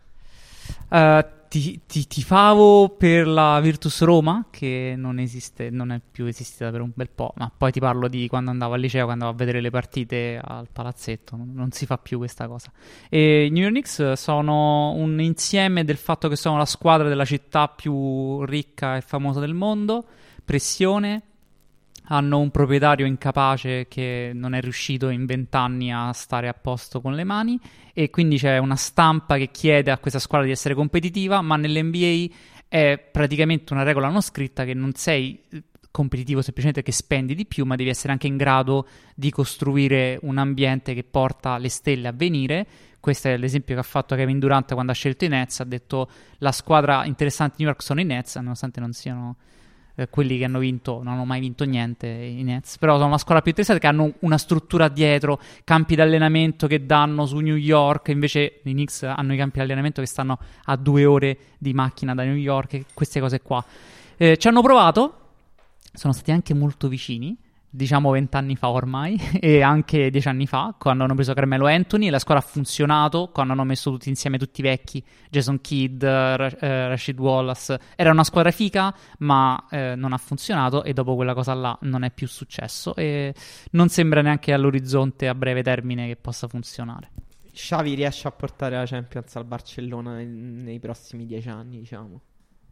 Tifavo per la Virtus Roma, che non esiste, non è più esistita per un bel po', ma poi ti parlo di quando andavo al liceo, quando andavo a vedere le partite al palazzetto, non si fa più questa cosa. E i New York Knicks sono un insieme del fatto che sono la squadra della città più ricca e famosa del mondo, pressione. Hanno un proprietario incapace che non è riuscito in 20 anni a stare a posto con le mani e quindi c'è una stampa che chiede a questa squadra di essere competitiva, ma nell'NBA è praticamente una regola non scritta che non sei competitivo semplicemente che spendi di più, ma devi essere anche in grado di costruire un ambiente che porta le stelle a venire. Questo è l'esempio che ha fatto Kevin Durant quando ha scelto i Nets. Ha detto la squadra interessante di New York sono i Nets, nonostante non siano quelli che hanno vinto non hanno mai vinto niente, i Nets, però sono la squadra più interessante, che hanno una struttura dietro, campi di allenamento che danno su New York, invece i Knicks hanno i campi di allenamento che stanno a 2 ore di macchina da New York, e queste cose qua. Ci hanno provato, sono stati anche molto vicini, diciamo 20 anni fa ormai, e anche 10 anni fa, quando hanno preso Carmelo Anthony, e la squadra ha funzionato, quando hanno messo tutti insieme tutti i vecchi, Jason Kidd, Rasheed Wallace, era una squadra fica, ma non ha funzionato, e dopo quella cosa là non è più successo, e non sembra neanche all'orizzonte a breve termine che possa funzionare. Xavi riesce a portare la Champions al Barcellona nei prossimi 10 anni, diciamo.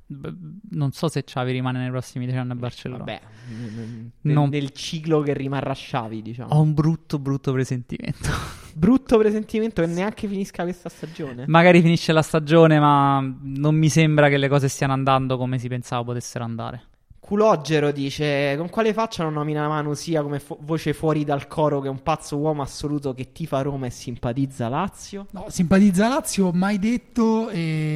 Non so se Xavi rimane nei prossimi 10 anni a Barcellona. Vabbè, Non- nel ciclo che rimarrà Xavi, diciamo. Ho un brutto presentimento. Brutto presentimento che neanche finisca questa stagione. Magari finisce la stagione, ma non mi sembra che le cose stiano andando come si pensava potessero andare. Culogero dice: con quale faccia non nomina Manu sia come voce fuori dal coro, che è un pazzo uomo assoluto che tifa Roma e simpatizza Lazio? No, simpatizza Lazio, mai detto.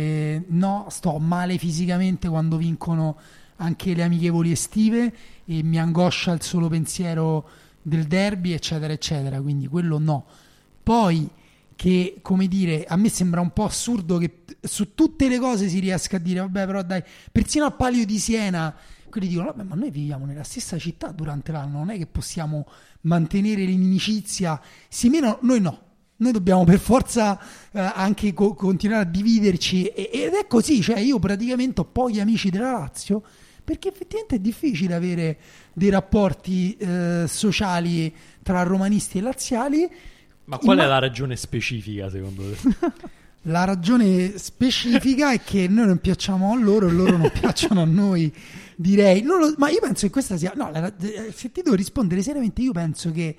No, sto male fisicamente quando vincono anche le amichevoli estive, e mi angoscia il solo pensiero del derby, eccetera, eccetera. Quindi quello no. Poi, che, come dire, a me sembra un po' assurdo che su tutte le cose si riesca a dire, vabbè, però dai, persino al Palio di Siena quelli dicono, vabbè, ma noi viviamo nella stessa città durante l'anno, non è che possiamo mantenere l'inimicizia, meno noi no. Noi dobbiamo per forza anche continuare a dividerci, ed è così. Cioè, io praticamente ho pochi amici della Lazio, perché effettivamente è difficile avere dei rapporti sociali tra romanisti e laziali. Ma qual è la ragione specifica, secondo te? La ragione specifica è che noi non piacciamo a loro e loro non piacciono a noi, direi. Ma io penso che questa sia... No, se ti devo rispondere seriamente, io penso che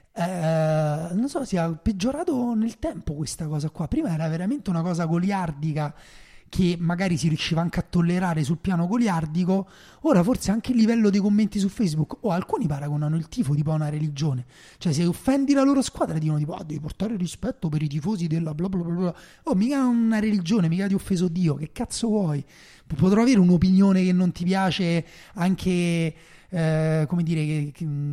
non so, sia peggiorato nel tempo questa cosa qua. Prima era veramente una cosa goliardica che magari si riusciva anche a tollerare sul piano goliardico. Ora forse anche il livello dei commenti su Facebook, alcuni paragonano il tifo tipo a una religione. Cioè, se offendi la loro squadra dicono tipo, devi portare rispetto per i tifosi della bla bla bla bla. Mica una religione, mica ti ho offeso Dio, che cazzo vuoi? Potrò avere un'opinione che non ti piace, anche come dire,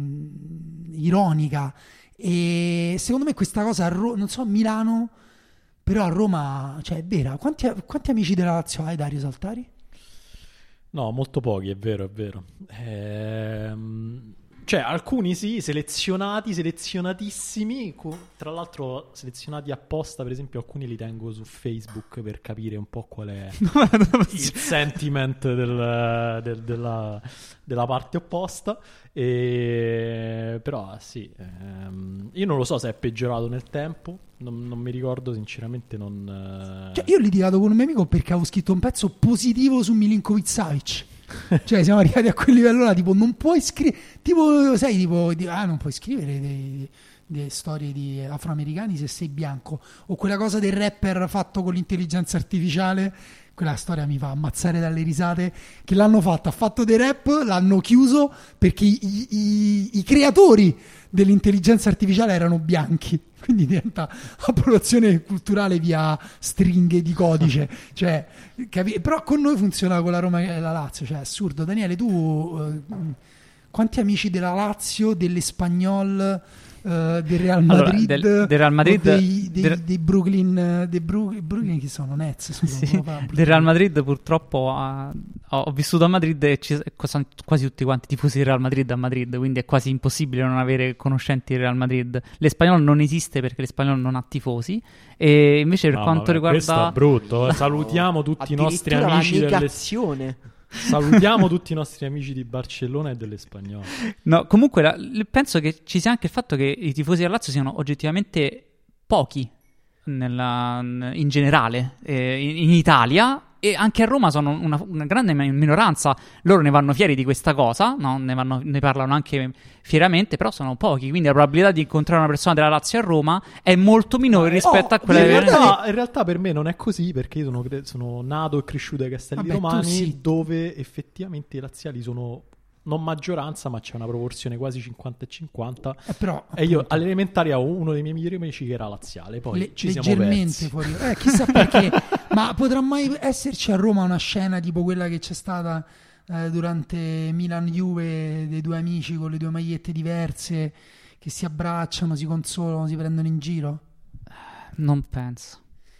ironica. E secondo me questa cosa non so a Milano, però a Roma, cioè, è vera. Quanti amici della Lazio hai, Dario Saltari? No, molto pochi, è vero, è vero. Cioè, alcuni sì, selezionatissimi, tra l'altro selezionati apposta. Per esempio, alcuni li tengo su Facebook per capire un po' qual è il sentiment della parte opposta. Però sì, io non lo so se è peggiorato nel tempo, non mi ricordo sinceramente. Cioè, io ho litigato con un mio amico perché avevo scritto un pezzo positivo su Milinkovic Savic. Cioè, siamo arrivati a quel livello là, tipo non puoi scrivere, tipo, sai, tipo non puoi scrivere delle storie di afroamericani se sei bianco, o quella cosa del rapper fatto con l'intelligenza artificiale. Quella storia mi fa ammazzare dalle risate, che l'hanno fatto, ha fatto dei rap, l'hanno chiuso perché i creatori dell'intelligenza artificiale erano bianchi, quindi diventa appropriazione culturale via stringhe di codice. Cioè, però con noi funziona con la Roma e la Lazio, cioè è assurdo. Daniele, tu quanti amici della Lazio, dell'Espanyol, del Real Madrid, del Real Madrid, dei Brooklyn, Brooklyn che sono Nets, sì, del Real Madrid purtroppo ho vissuto a Madrid e sono quasi tutti quanti tifosi del Real Madrid a Madrid, quindi è quasi impossibile non avere conoscenti del Real Madrid. L'Espagnol non esiste perché l'Espagnol non ha tifosi, e invece per quanto riguarda, questo è brutto, salutiamo tutti i nostri amici salutiamo tutti i nostri amici di Barcellona e dell'Espagnolo. No, comunque penso che ci sia anche il fatto che i tifosi del Lazio siano oggettivamente pochi in generale in Italia, e anche a Roma sono una grande minoranza. Loro ne vanno fieri di questa cosa, no? Ne parlano anche fieramente, però sono pochi, quindi la probabilità di incontrare una persona della Lazio a Roma è molto minore rispetto a quella in realtà per me non è così, perché io sono nato e cresciuto ai Castelli Romani, sì, dove effettivamente i laziali sono non maggioranza, ma c'è una proporzione quasi 50 e 50. Però, e io alle elementari avevo uno dei miei migliori amici che era laziale, poi ci siamo persi. Fuori. Chissà perché. Ma potrà mai esserci a Roma una scena tipo quella che c'è stata durante Milan-Juve dei due amici con le due magliette diverse che si abbracciano, si consolano, si prendono in giro? Non penso.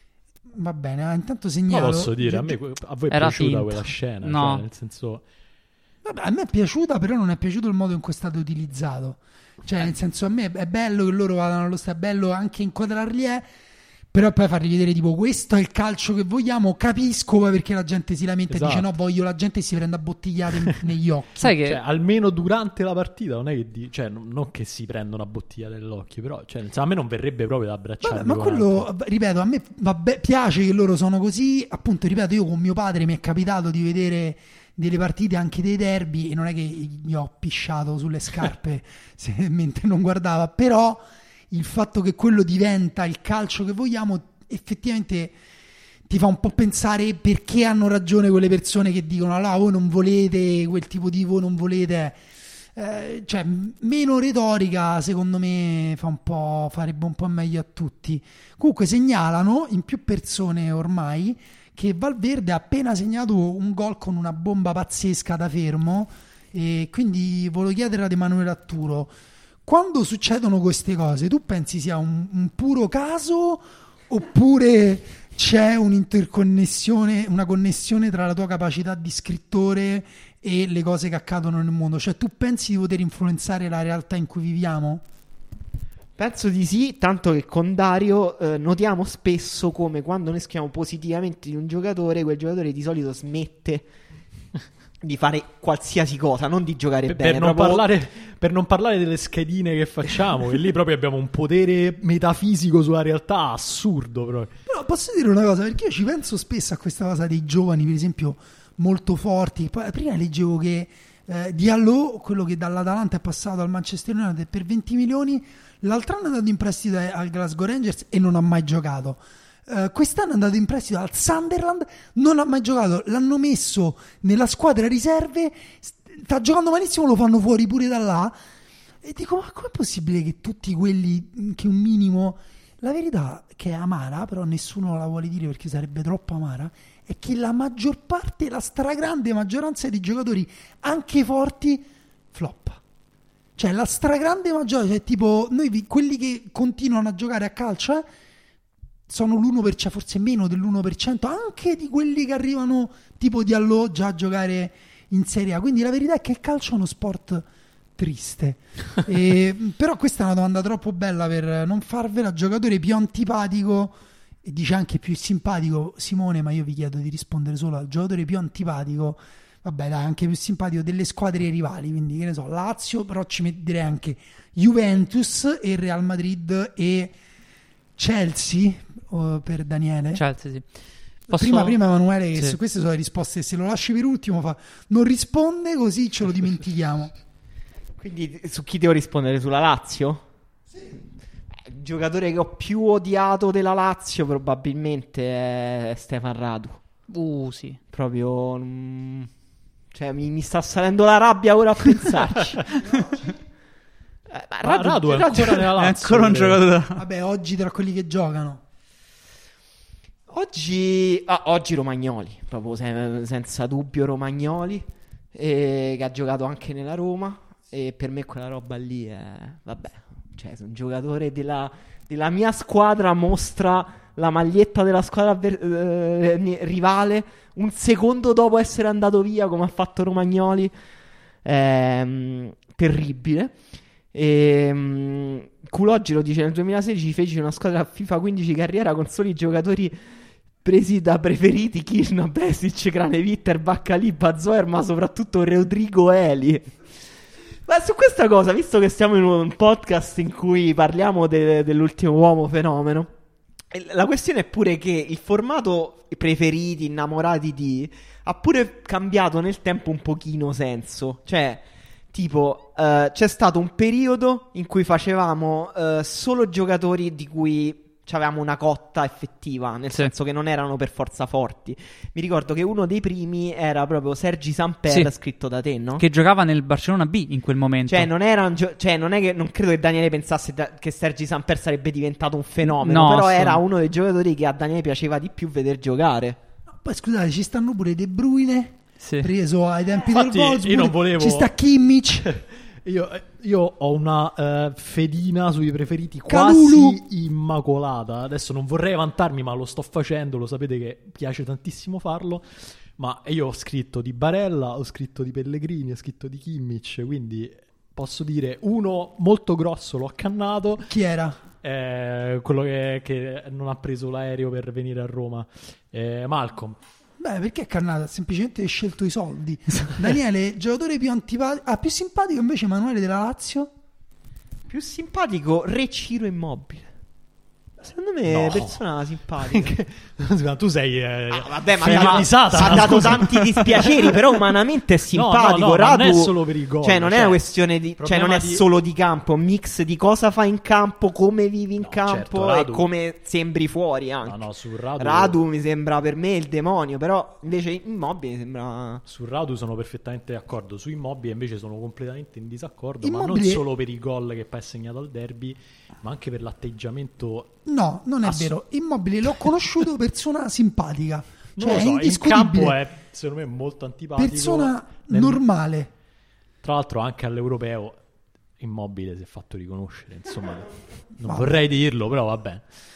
Va bene, intanto Ma segnalo. posso dire, a voi è Era piaciuta finta. quella scena? No. Cioè, nel senso... Vabbè, a me è piaciuta, però non è piaciuto il modo in cui è stato utilizzato. Cioè, nel senso, a me è bello che loro vadano allo stadio, è bello anche inquadrarli, però poi fargli vedere tipo questo è il calcio che vogliamo. Capisco poi perché la gente si lamenta e dice Esatto. no, voglio la gente che si prenda bottigliate negli occhi. Sai che Cioè, almeno durante la partita non è che cioè, non che si prenda una bottiglia dell'occhio, però cioè, a me non verrebbe proprio da abbracciarli. Vabbè, ma con quello, altri. ripeto, a me piace che loro sono così. Appunto, ripeto, io con mio padre mi è capitato di vedere delle partite anche dei derby e non è che gli ho pisciato sulle scarpe mentre non guardava, però il fatto che quello diventa il calcio che vogliamo effettivamente ti fa un po' pensare perché hanno ragione quelle persone che dicono allora voi non volete quel tipo di, voi non volete cioè meno retorica secondo me farebbe un po' meglio a tutti. Comunque segnalano in più persone ormai che Valverde ha appena segnato un gol con una bomba pazzesca da fermo, e quindi volevo chiedere ad Emanuele Atturo, quando succedono queste cose tu pensi sia un puro caso oppure c'è un'interconnessione, una connessione tra la tua capacità di scrittore e le cose che accadono nel mondo? Cioè tu pensi di poter influenzare la realtà in cui viviamo? Penso di sì, tanto che con Dario notiamo spesso come quando noi scriviamo positivamente di un giocatore, quel giocatore di solito smette di fare qualsiasi cosa, non di giocare bene. Per non parlare delle schedine che facciamo, che lì proprio abbiamo un potere metafisico sulla realtà assurdo. Però posso dire una cosa, perché io ci penso spesso a questa cosa dei giovani, per esempio, molto forti. Poi, prima leggevo che Diallo, quello che dall'Atalanta è passato al Manchester United per 20 milioni, l'altro anno è andato in prestito al Glasgow Rangers e non ha mai giocato. Quest'anno è andato in prestito al Sunderland, non ha mai giocato, l'hanno messo nella squadra riserve, sta giocando malissimo, lo fanno fuori pure da là e dico ma com'è possibile che tutti quelli che un minimo, la verità che è amara, però nessuno la vuole dire perché sarebbe troppo amara, è che la maggior parte, la stragrande maggioranza dei giocatori anche forti floppa. Cioè la stragrande maggioranza, cioè tipo noi quelli che continuano a giocare a calcio sono l'1%, forse meno dell'1%, anche di quelli che arrivano tipo Diallo già a giocare in Serie A. Quindi la verità è che il calcio è uno sport triste. Però questa è una domanda troppo bella per non farvela. Giocatore più antipatico, e dice anche più simpatico Simone, ma io vi chiedo di rispondere solo al giocatore più antipatico, vabbè dai, anche più simpatico delle squadre rivali, quindi che ne so, Lazio, però ci metterei anche Juventus e Real Madrid e Chelsea per Daniele. Chelsea, sì. Prima Emanuele, che sì. queste sono le risposte, se lo lasci per ultimo non risponde, così ce lo dimentichiamo. Quindi su chi devo rispondere? Sulla Lazio? Sì. Il giocatore che ho più odiato della Lazio probabilmente è Stefan Radu. Sì. Proprio cioè mi sta salendo la rabbia ora a pensarci. Radu è ancora nella Lazio, è ancora un giocatore. Vabbè, oggi tra quelli che giocano. Oggi Romagnoli, proprio senza dubbio Romagnoli, che ha giocato anche nella Roma, e per me quella roba lì è, vabbè, cioè se un giocatore della mia squadra mostra la maglietta della squadra rivale un secondo dopo essere andato via come ha fatto Romagnoli, terribile. Culoggi lo dice: nel 2016 feci una squadra FIFA 15 carriera con soli giocatori presi da preferiti, Kirna, Besic, Kranevitter, Baccalibba, Zoer, ma soprattutto Rodrigo Eli. Ma su questa cosa, visto che stiamo in un podcast in cui parliamo dell'ultimo uomo fenomeno, la questione è pure che il formato preferiti, innamorati di, ha pure cambiato nel tempo un pochino senso. Cioè, tipo, c'è stato un periodo in cui facevamo solo giocatori di cui avevamo una cotta effettiva, nel senso che non erano per forza forti. Mi ricordo che uno dei primi era proprio Sergi Samper, scritto da te, no? Che giocava nel Barcellona B in quel momento. Cioè non è che non credo che Daniele pensasse che Sergi Samper sarebbe diventato un fenomeno, no, però era uno dei giocatori che a Daniele piaceva di più vedere giocare. No, poi scusate, ci stanno pure De Bruyne, Sì. preso ai tempi Infatti, del Wolfsburg. io non volevo- Ci sta Kimmich. Io ho una fedina sui preferiti Calulu. quasi immacolata. Adesso non vorrei vantarmi, ma lo sto facendo. Lo sapete che piace tantissimo farlo. Ma io ho scritto di Barella, ho scritto di Pellegrini, ho scritto di Kimmich. Quindi posso dire uno molto grosso l'ho accannato. Chi era? Quello che non ha preso l'aereo per venire a Roma, Malcolm. Beh, perché Cannata ha semplicemente scelto i soldi. Daniele, giocatore più antipatico, più simpatico invece Emanuele della Lazio. Più simpatico Re Ciro Immobile. Secondo me è No. persona simpatica. Tu sei Vabbè, ma figlio di Satana, ha dato scusa. tanti dispiaceri, però umanamente è simpatico. no, Radu, non è solo per i gol, cioè non è cioè, una questione di, cioè non è solo di campo, è un mix di cosa fai in campo, come vivi in campo certo, Radu- e come sembri fuori anche. No, su Radu, Radu mi sembra per me il demonio, però invece Immobile sembra... Su Radu sono perfettamente d'accordo, su Immobile invece sono completamente in disaccordo, ma non Immobile- solo per i gol che poi ha segnato al derby, ma anche per l'atteggiamento. No, non è vero. Immobile l'ho conosciuto persona simpatica. Non Cioè, lo è so, in indiscutibile. campo è secondo me molto antipatico. Persona normale. Tra l'altro anche all'europeo Immobile si è fatto riconoscere, insomma, non Vabbè. vorrei dirlo, però vabbè.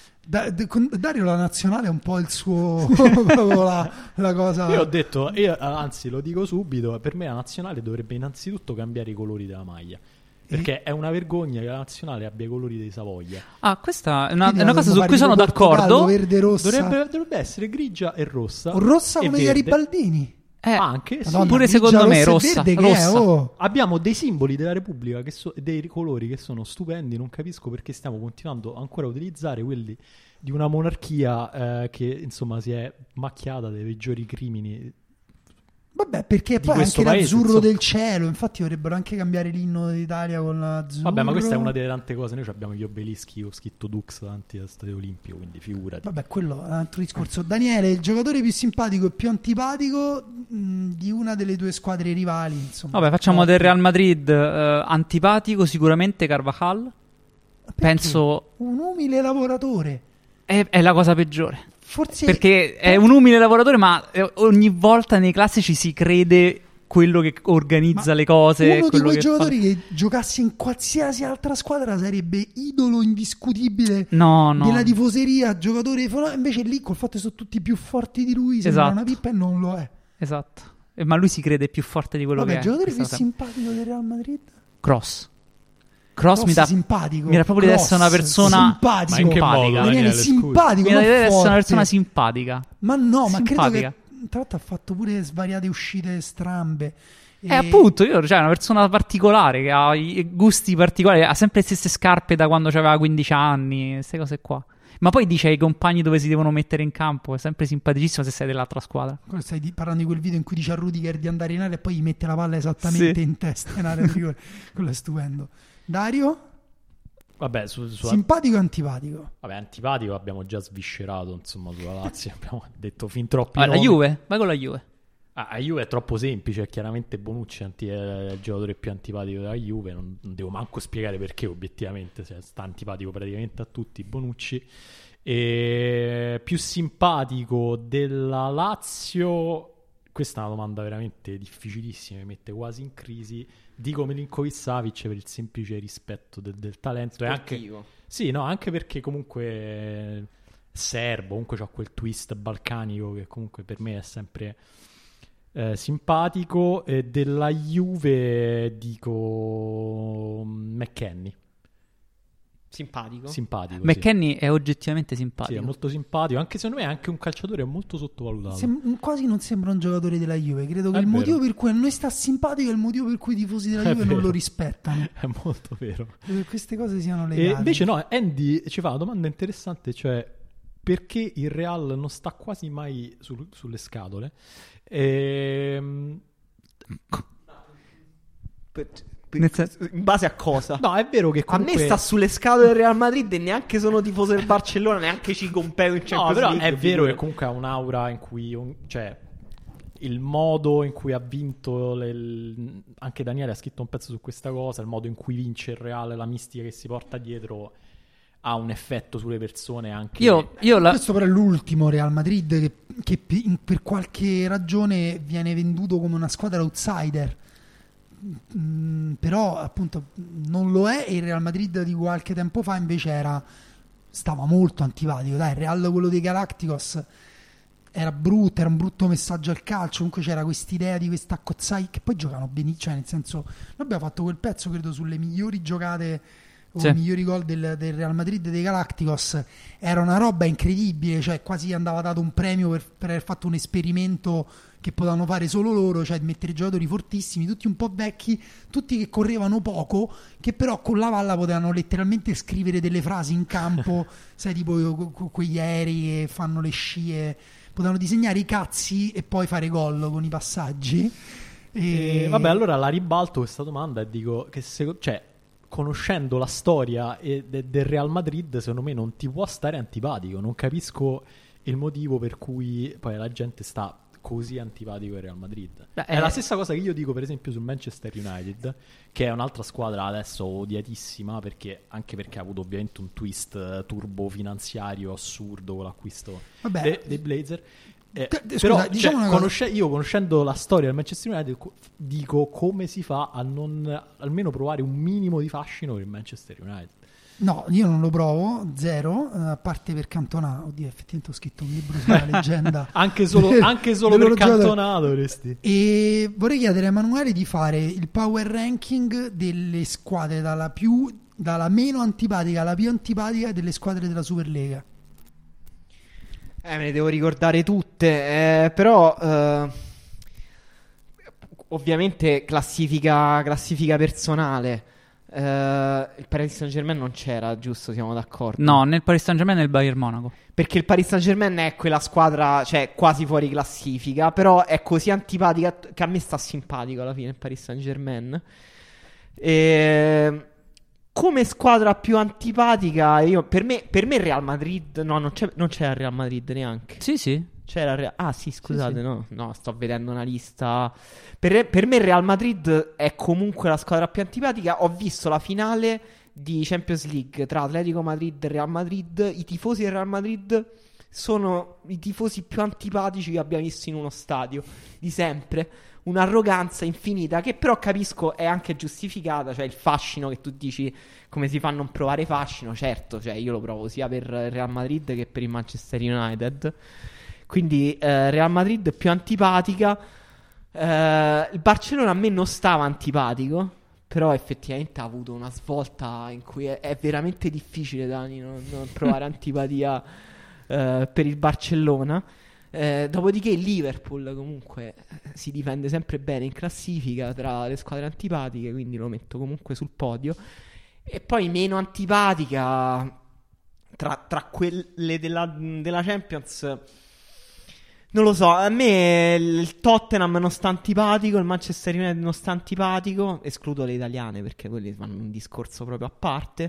Con Dario la nazionale è un po' il suo proprio la cosa. Io ho detto, anzi lo dico subito, per me la nazionale dovrebbe innanzitutto cambiare i colori della maglia. Perché è una vergogna che la nazionale abbia i colori dei Savoia. Questa è Quindi è una cosa su dovremmo cui sono fare tipo Portogallo, d'accordo. verde rossa. Dovrebbe essere grigia e rossa. O rossa e come i verde. Garibaldini. Anche sì. Madonna, pure grigia, secondo me rossa e rossa, verde che è, rossa. oh. Abbiamo dei simboli della Repubblica dei colori che sono stupendi. Non capisco perché stiamo continuando ancora a utilizzare quelli di una monarchia che insomma si è macchiata dei peggiori crimini. Vabbè, perché Di poi questo anche paese, l'azzurro insomma. del cielo. Infatti dovrebbero anche cambiare l'inno d'Italia con l'azzurro. Vabbè, ma questa è una delle tante cose. Noi abbiamo gli obelischi, ho scritto Dux davanti al Stadio Olimpico, quindi figurati. Vabbè, quello è un altro discorso. Daniele, il giocatore più simpatico e più antipatico di una delle tue squadre rivali, insomma. Vabbè, facciamo del Real Madrid antipatico sicuramente Carvajal. Perché? Penso Un umile lavoratore. è la cosa peggiore. Forse Perché è un umile lavoratore, ma ogni volta nei classici si crede quello che organizza le cose. uno di quello quei che giocatori che giocasse in qualsiasi altra squadra sarebbe idolo indiscutibile No, della tifoseria, giocatore invece lì col fatto che sono tutti più forti di lui sembra Esatto. una pippa e non lo è. Esatto. Ma lui si crede più forte di quello Vabbè, che il è. giocatore più Questa cosa. simpatico del Real Madrid? Cross mi dà simpatico. mi dà proprio di essere una persona simpatico. Ma in che modo, simpatica. Daniele, Daniele, scusi? simpatico, Mi dà non di essere una forte. persona simpatica. Ma no, ma credo Simpatica. che tra l'altro ha fatto pure svariate uscite strambe. Appunto, cioè, una persona particolare che ha i gusti particolari, ha sempre le stesse scarpe da quando aveva 15 anni, queste cose qua. Ma poi dice ai compagni dove si devono mettere in campo, è sempre simpaticissimo se sei dell'altra squadra. Stai parlando di quel video in cui dice a Rudiger di andare in area e poi gli mette la palla esattamente Sì. in testa in area di rigore. Quello è stupendo. Dario? Vabbè, Simpatico e antipatico? vabbè, antipatico abbiamo già sviscerato, insomma, sulla Lazio. Abbiamo detto fin troppi La nomi. Juve? Vai con la Juve. La Juve è troppo semplice, chiaramente Bonucci è il giocatore più antipatico della Juve, non devo manco spiegare perché obiettivamente, cioè, sta antipatico praticamente a tutti Bonucci. E più simpatico della Lazio, questa è una domanda veramente difficilissima, mi mette quasi in crisi. Dico Milinkovic-Savic per il semplice rispetto del talento e anche, sì, no, anche perché comunque è serbo, comunque c'ha quel twist balcanico che comunque per me è sempre simpatico. E della Juve dico McKennie. Simpatico? Simpatico, McKennie è oggettivamente sì, simpatico. è molto simpatico, anche secondo me è anche un calciatore molto sottovalutato. Quasi non sembra un giocatore della Juve. Credo che È il vero. motivo per cui a noi sta simpatico è il motivo per cui i tifosi della È Juve non vero. lo rispettano. È molto vero. Credo che queste cose siano E legate. invece no, Andy ci fa una domanda interessante, cioè perché il Real non sta quasi mai sulle scatole? In base a cosa? No, è vero che comunque... A me sta sulle scatole del Real Madrid e neanche sono tifoso del Barcellona, neanche ci compeo in No, Champions però League, è vero figurati. che comunque ha un'aura in cui... cioè, il modo in cui ha vinto... anche Daniele ha scritto un pezzo su questa cosa, il modo in cui vince il Real, la mistica che si porta dietro... ha un effetto sulle persone anche. Questo però è l'ultimo Real Madrid che per qualche ragione viene venduto come una squadra outsider. Però appunto non lo è, e il Real Madrid di qualche tempo fa invece stava molto antipatico. Dai, il Real, quello dei Galacticos, era brutto, era un brutto messaggio al calcio. Comunque c'era quest'idea di questa cozzai, che poi giocano benissimo, cioè nel senso, noi abbiamo fatto quel pezzo credo sulle migliori giocate o i migliori gol del Real Madrid dei Galacticos. Era una roba incredibile, cioè quasi andava dato un premio per aver fatto un esperimento che potevano fare solo loro, cioè di mettere giocatori fortissimi, tutti un po' vecchi, tutti che correvano poco, che però con la palla potevano letteralmente scrivere delle frasi in campo, sai, tipo quegli aerei che fanno le scie, potevano disegnare i cazzi e poi fare gol con i passaggi. Vabbè, allora la ribalto questa domanda e dico che conoscendo la storia del Real Madrid, secondo me non ti può stare antipatico. Non capisco il motivo per cui poi la gente sta così antipatico al Real Madrid. È la stessa cosa che io dico per esempio sul Manchester United, che è un'altra squadra adesso odiatissima, anche perché ha avuto ovviamente un twist turbo finanziario assurdo con l'acquisto dei Blazer. Però diciamo io conoscendo la storia del Manchester United dico come si fa a non almeno provare un minimo di fascino per il Manchester United. No, io non lo provo, zero, a parte per Cantona. Oddio, effettivamente ho scritto un libro sulla leggenda anche solo per Cantona dovresti. E vorrei chiedere a Emanuele di fare il power ranking delle squadre dalla meno antipatica alla più antipatica delle squadre della Superlega. Me le devo ricordare tutte, però ovviamente classifica personale. Il Paris Saint-Germain non c'era, giusto? Siamo d'accordo? No, nel Paris Saint-Germain e nel Bayern Monaco. Perché il Paris Saint-Germain è quella squadra, cioè quasi fuori classifica, però è così antipatica che a me sta simpatico alla fine il Paris Saint-Germain. Come squadra più antipatica, per me il Real Madrid, no, non c'era il Real Madrid neanche. Sì. C'era sì, scusate, sì. No, sto vedendo una lista. Per me il Real Madrid è comunque la squadra più antipatica. Ho visto la finale di Champions League tra Atletico Madrid e Real Madrid. I tifosi del Real Madrid sono i tifosi più antipatici che abbiamo visto in uno stadio di sempre. Un'arroganza infinita che però capisco è anche giustificata, cioè il fascino che tu dici, come si fa a non provare fascino, certo, cioè io lo provo sia per il Real Madrid che per il Manchester United. Quindi Real Madrid più antipatica. Il Barcellona a me non stava antipatico, però effettivamente ha avuto una svolta in cui è veramente difficile, Dani, non provare antipatia per il Barcellona. Dopodiché il Liverpool comunque si difende sempre bene in classifica tra le squadre antipatiche, quindi lo metto comunque sul podio. E poi meno antipatica tra quelle della Champions, non lo so, a me il Tottenham non sta antipatico, il Manchester United non sta antipatico, escludo le italiane perché quelli fanno un discorso proprio a parte.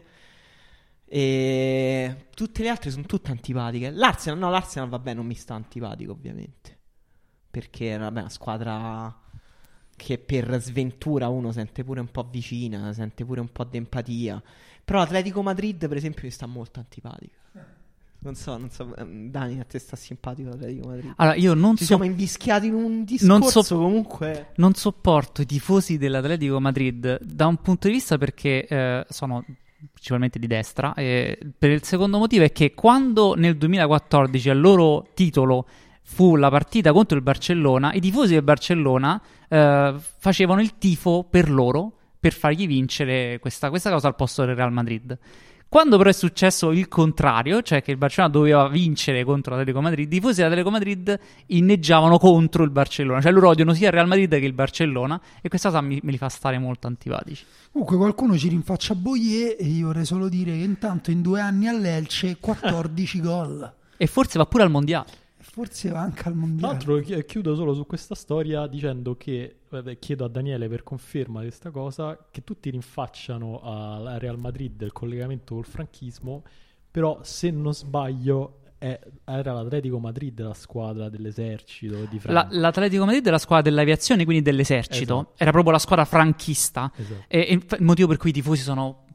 E tutte le altre sono tutte antipatiche. L'Arsenal vabbè, non mi sta antipatico ovviamente, perché vabbè, è una squadra che per sventura uno sente pure un po' vicina, sente pure un po' di empatia. Però Atletico Madrid per esempio mi sta molto antipatica. Non so, Dani, a te sta simpatico l'Atletico Madrid? Allora, io non siamo invischiati in un discorso comunque. Non sopporto i tifosi dell'Atletico Madrid da un punto di vista perché sono principalmente di destra, e per il secondo motivo è che quando nel 2014 al loro titolo fu la partita contro il Barcellona, i tifosi del Barcellona facevano il tifo per loro, per fargli vincere questa cosa al posto del Real Madrid. Quando però è successo il contrario, cioè che il Barcellona doveva vincere contro l'Atletico Madrid, i tifosi dell'Atletico Madrid inneggiavano contro il Barcellona, cioè loro odiano sia il Real Madrid che il Barcellona, e questa cosa me li fa stare molto antipatici. Comunque qualcuno ci rinfaccia Boyer, e io vorrei solo dire che intanto in 2 anni all'Elce 14 gol. E forse va pure al Mondiale. Forse va anche al Mondiale. Tra l'altro chiudo solo su questa storia dicendo che chiedo a Daniele per conferma di questa cosa, che tutti rinfacciano al Real Madrid il collegamento col franchismo, però se non sbaglio era l'Atletico Madrid la squadra dell'esercito di Francia. L'Atletico Madrid è la squadra dell'aviazione, quindi dell'esercito. Esatto. Era proprio la squadra franchista. Esatto. E il motivo per cui i tifosi sono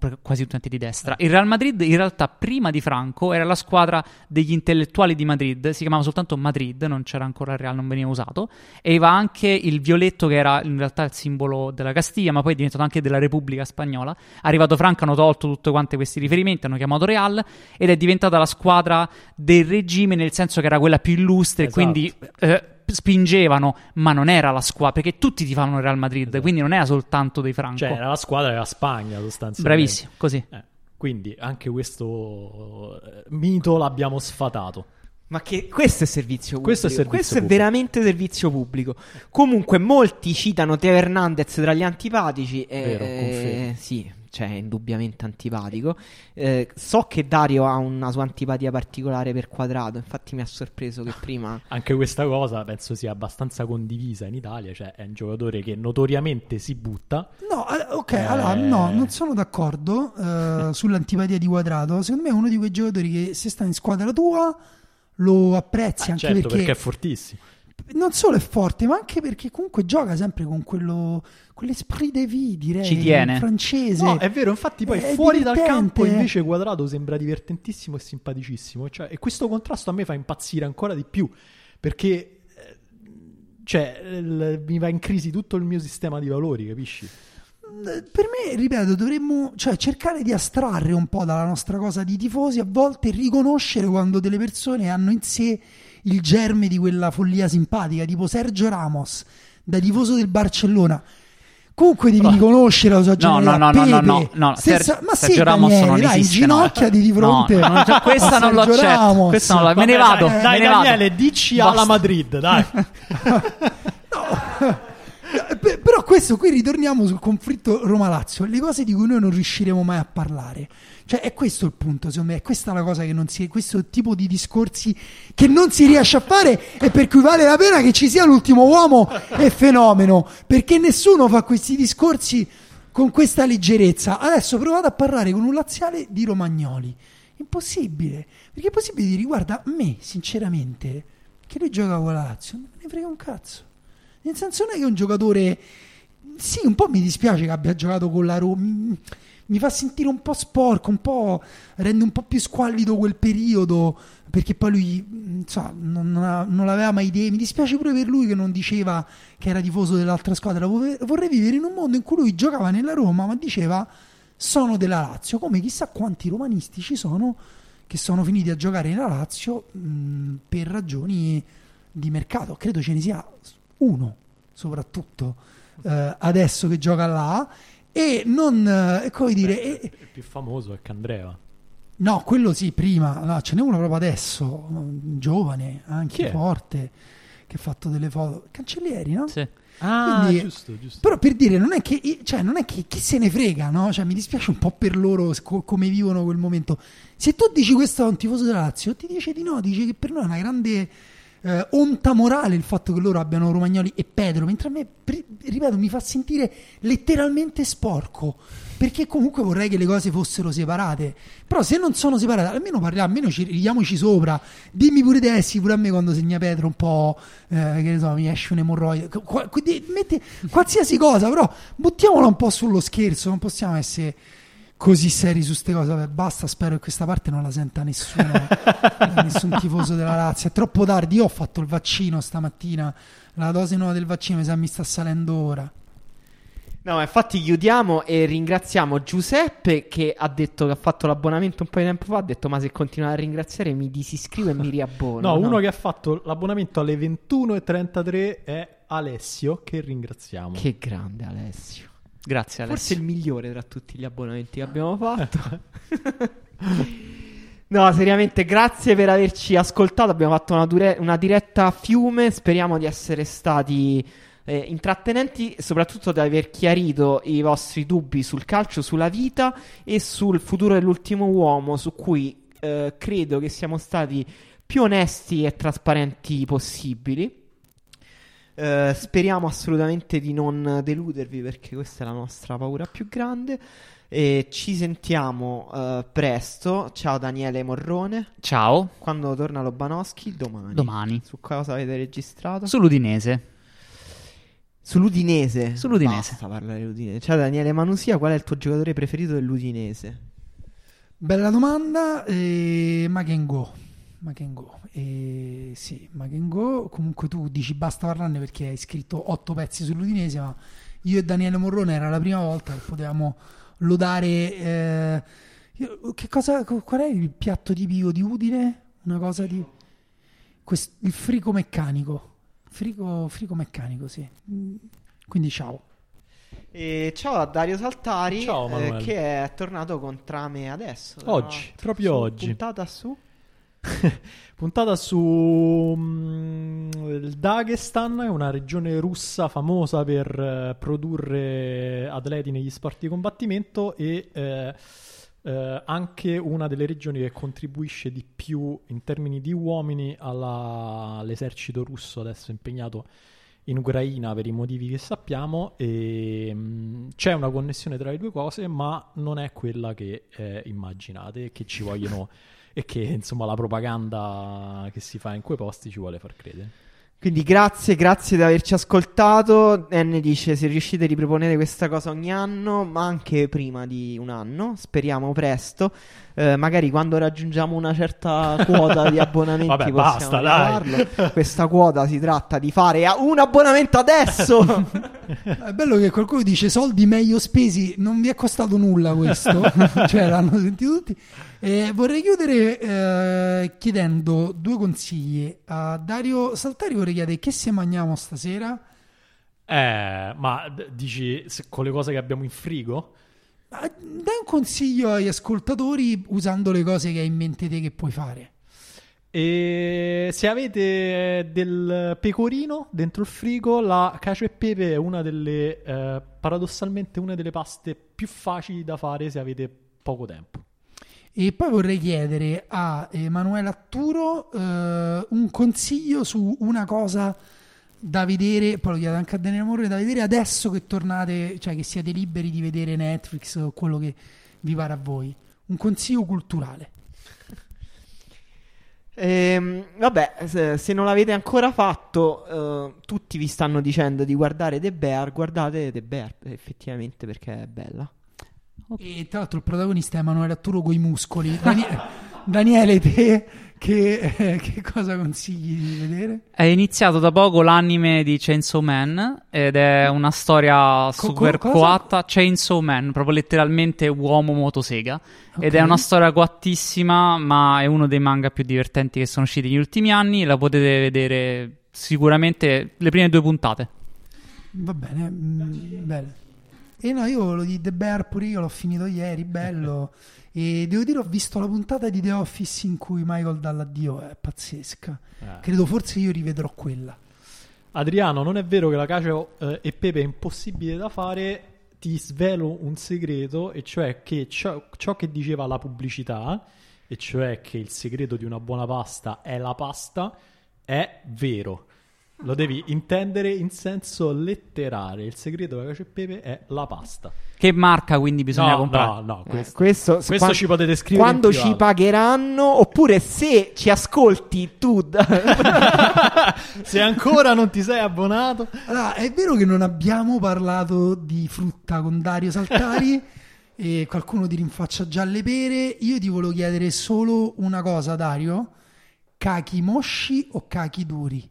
quasi tutti di destra. Il Real Madrid in realtà prima di Franco era la squadra degli intellettuali di Madrid, si chiamava soltanto Madrid, non c'era ancora il Real, non veniva usato, e aveva anche il violetto che era in realtà il simbolo della Castiglia, ma poi è diventato anche della Repubblica Spagnola. Arrivato Franco hanno tolto tutti quanti questi riferimenti, hanno chiamato Real ed è diventata la squadra del regime, nel senso che era quella più illustre, Esatto. quindi spingevano, ma non era la squadra, perché tutti tifavano il Real Madrid, Esatto. quindi non era soltanto dei Franco. Cioè, era la squadra della Spagna, sostanzialmente. Bravissimo, così. Quindi anche questo mito l'abbiamo sfatato. Ma che questo è servizio pubblico. Questo è servizio Questo è pubblico. veramente servizio pubblico. Comunque molti citano Teo Hernandez tra gli antipatici. Vero, confermo. Sì, cioè è indubbiamente antipatico. So che Dario ha una sua antipatia particolare per Quadrato. Infatti mi ha sorpreso che prima... Anche questa cosa penso sia abbastanza condivisa in Italia. Cioè, è un giocatore che notoriamente si butta. No, ok, allora no, non sono d'accordo sull'antipatia di Quadrato. Secondo me è uno di quei giocatori che se sta in squadra tua lo apprezzi, anche certo, perché perché è fortissimo. non solo è forte, ma anche perché comunque gioca sempre con quell'esprit de vie, direi, Ci tiene. francese. No, è vero, infatti poi È fuori dal divertente. campo invece Quadrato sembra divertentissimo e simpaticissimo. Cioè, e questo contrasto a me fa impazzire ancora di più, perché mi va in crisi tutto il mio sistema di valori, capisci? Per me, ripeto, dovremmo cercare di astrarre un po' dalla nostra cosa di tifosi, a volte riconoscere quando delle persone hanno in sé il germe di quella follia simpatica, tipo Sergio Ramos, da tifoso del Barcellona. Comunque devi riconoscere la sua genialità. No. Ma sì, Sergio Ramos Daniele, non dai, esiste, inginocchiati di fronte no, questa a non lo Sergio accetto. Ramos. Questa non la... Me ne vado. Dai, me ne Daniele, vado. dici Basta. alla Madrid, dai. Però questo qui ritorniamo sul conflitto Roma-Lazio, le cose di cui noi non riusciremo mai a parlare. Cioè è questo il punto, secondo me, è questa la cosa che non si, questo tipo di discorsi che non si riesce a fare, e per cui vale la pena che ci sia l'ultimo uomo e fenomeno, perché nessuno fa questi discorsi con questa leggerezza. Adesso provate a parlare con un laziale di Romagnoli, impossibile, perché è possibile dire: guarda, a me sinceramente che lui gioca con la Lazio non me ne frega un cazzo, nel senso non è che è un giocatore, sì, un po' mi dispiace che abbia giocato con la Roma, mi fa sentire un po' sporco, un po' rende un po' più squallido quel periodo, perché poi lui non l'aveva mai idee. Mi dispiace pure per lui che non diceva che era tifoso dell'altra squadra. Vorrei vivere in un mondo in cui lui giocava nella Roma ma diceva sono della Lazio, come chissà quanti romanisti ci sono che sono finiti a giocare nella Lazio per ragioni di mercato. Credo ce ne sia uno soprattutto adesso che gioca là. E non, come dire, il più famoso è Candreva. No, quello sì, prima. No, ce n'è uno proprio adesso, giovane, anche forte, che ha fatto delle foto. Cancellieri, no? Sì. Ah, Quindi, giusto. però per dire, non è che chi se ne frega, no? Cioè, mi dispiace un po' per loro come vivono quel momento. Se tu dici questo a un tifoso della Lazio, ti dice di no, dice che per noi è una grande onta morale il fatto che loro abbiano Romagnoli e Pedro, mentre a me, ripeto, mi fa sentire letteralmente sporco, perché comunque vorrei che le cose fossero separate. Però se non sono separate, almeno parliamo, almeno ridiamoci sopra. Dimmi pure Dessi, pure a me quando segna Pedro un po', che ne so, mi esce un'emorroide, metti qualsiasi cosa, però buttiamola un po' sullo scherzo, non possiamo essere così seri su ste cose. Vabbè, basta, spero che questa parte non la senta nessuno nessun tifoso della Lazio. È troppo tardi, io ho fatto il vaccino stamattina, la dose nuova del vaccino mi sta salendo ora. No, infatti chiudiamo e ringraziamo Giuseppe che ha detto che ha fatto l'abbonamento un po' di tempo fa, ha detto ma se continuate a ringraziare mi disiscrivo e mi riabbono. No, uno che ha fatto l'abbonamento alle 21:33 è Alessio, che ringraziamo. Che grande Alessio. Grazie Alessio. Forse il migliore tra tutti gli abbonamenti che abbiamo fatto. No, seriamente, grazie per averci ascoltato. Abbiamo fatto una diretta a fiume. Speriamo di essere stati intrattenenti e soprattutto di aver chiarito i vostri dubbi sul calcio, sulla vita e sul futuro dell'ultimo uomo, su cui credo che siamo stati più onesti e trasparenti possibili. Speriamo assolutamente di non deludervi, perché questa è la nostra paura più grande. E ci sentiamo presto. Ciao Daniele Morrone. Ciao. Quando torna Lobanowski? Domani. Domani. Su cosa avete registrato? Sull'Udinese. Sull'Udinese. Sull'Udinese. Basta parlare dell'Udinese. Ciao Daniele Manusia, qual è il tuo giocatore preferito dell'Udinese? Bella domanda. Makengo. Sì, Makengo. Comunque tu dici basta parlarne perché hai scritto 8 pezzi sull'Udinese, ma io e Daniele Morrone era la prima volta che potevamo lodare. Qual è il piatto tipico di Udine? Una cosa di il frigo meccanico. Frigo meccanico, sì. Quindi ciao. E ciao a Dario Saltari, Ciao, Manuel. che è tornato con Trame adesso. Oggi, proprio oggi. Puntata su Puntata su il Dagestan, una regione russa famosa per produrre atleti negli sport di combattimento e anche una delle regioni che contribuisce di più in termini di uomini all'esercito russo adesso impegnato in Ucraina per i motivi che sappiamo, e c'è una connessione tra le due cose, ma non è quella che immaginate, che ci vogliono e che insomma la propaganda che si fa in quei posti ci vuole far credere. Quindi grazie di averci ascoltato. N dice: se riuscite a riproponere questa cosa ogni anno, ma anche prima di un anno, speriamo presto, magari quando raggiungiamo una certa quota di abbonamenti. Vabbè, possiamo basta, dai. rifarlo. Questa quota si tratta di fare un abbonamento adesso. È bello che qualcuno dice soldi meglio spesi, non vi è costato nulla questo. Cioè l'hanno sentito tutti. Vorrei chiudere chiedendo 2 consigli a Dario Saltari. Vorrei chiedere che se mangiamo stasera. Ma dici con le cose che abbiamo in frigo? Dai un consiglio agli ascoltatori usando le cose che hai in mente te che puoi fare. E se avete del pecorino dentro il frigo, la cacio e pepe è una delle paradossalmente una delle paste più facili da fare se avete poco tempo. E poi vorrei chiedere a Emanuele Atturo un consiglio su una cosa da vedere, poi lo chiedo anche a Daniele Morrone, da vedere adesso che tornate, cioè che siete liberi di vedere Netflix o quello che vi pare a voi. Un consiglio culturale. Vabbè, se non l'avete ancora fatto, tutti vi stanno dicendo di guardare The Bear. Guardate The Bear, effettivamente, perché è bella. E tra l'altro il protagonista è Emanuele Atturo coi muscoli. Daniele, te che cosa consigli di vedere? È iniziato da poco l'anime di Chainsaw Man ed è una storia super coatta. Chainsaw Man, proprio letteralmente uomo motosega. Okay. Ed è una storia coattissima, ma è uno dei manga più divertenti che sono usciti negli ultimi anni. La potete vedere sicuramente le prime 2 puntate. Va bene, bene. E no, io lo di The Bear pure io l'ho finito ieri, bello. E devo dire, ho visto la puntata di The Office in cui Michael dà l'addio, è pazzesca. Credo forse io rivedrò quella. Adriano, non è vero che la cacio e pepe è impossibile da fare. Ti svelo un segreto, e cioè che ciò che diceva la pubblicità, e cioè che il segreto di una buona pasta è la pasta, è vero. Lo devi intendere in senso letterale. Il segreto della cacio e pepe è la pasta. Che marca quindi bisogna comprare? No, questo ci potete scrivere quando ci pagheranno, oppure se ci ascolti tu. Se ancora non ti sei abbonato. Allora, è vero che non abbiamo parlato di frutta con Dario Saltari e qualcuno ti rinfaccia già le pere. Io ti volevo chiedere solo una cosa, Dario: cachi mosci o cachi duri?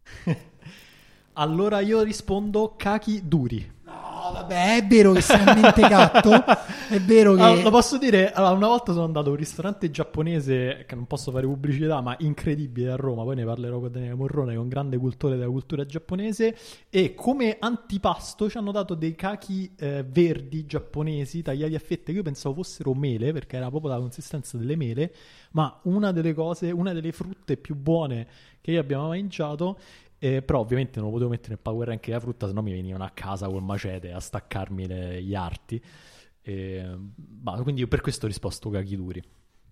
Allora io rispondo cachi duri. No, vabbè, è vero che sei un mentegatto. È vero che... Allora, lo posso dire, una volta sono andato a un ristorante giapponese, che non posso fare pubblicità, ma incredibile, a Roma. Poi ne parlerò con Daniele Morrone, con grande cultore della cultura giapponese. E come antipasto ci hanno dato dei kaki verdi giapponesi tagliati a fette, che io pensavo fossero mele, perché era proprio la consistenza delle mele. Ma una delle frutte più buone che io abbiamo mangiato. Però ovviamente non lo potevo mettere nel power rank della frutta, sennò mi venivano a casa col macete a staccarmi gli arti. Quindi io per questo ho risposto cachi duri.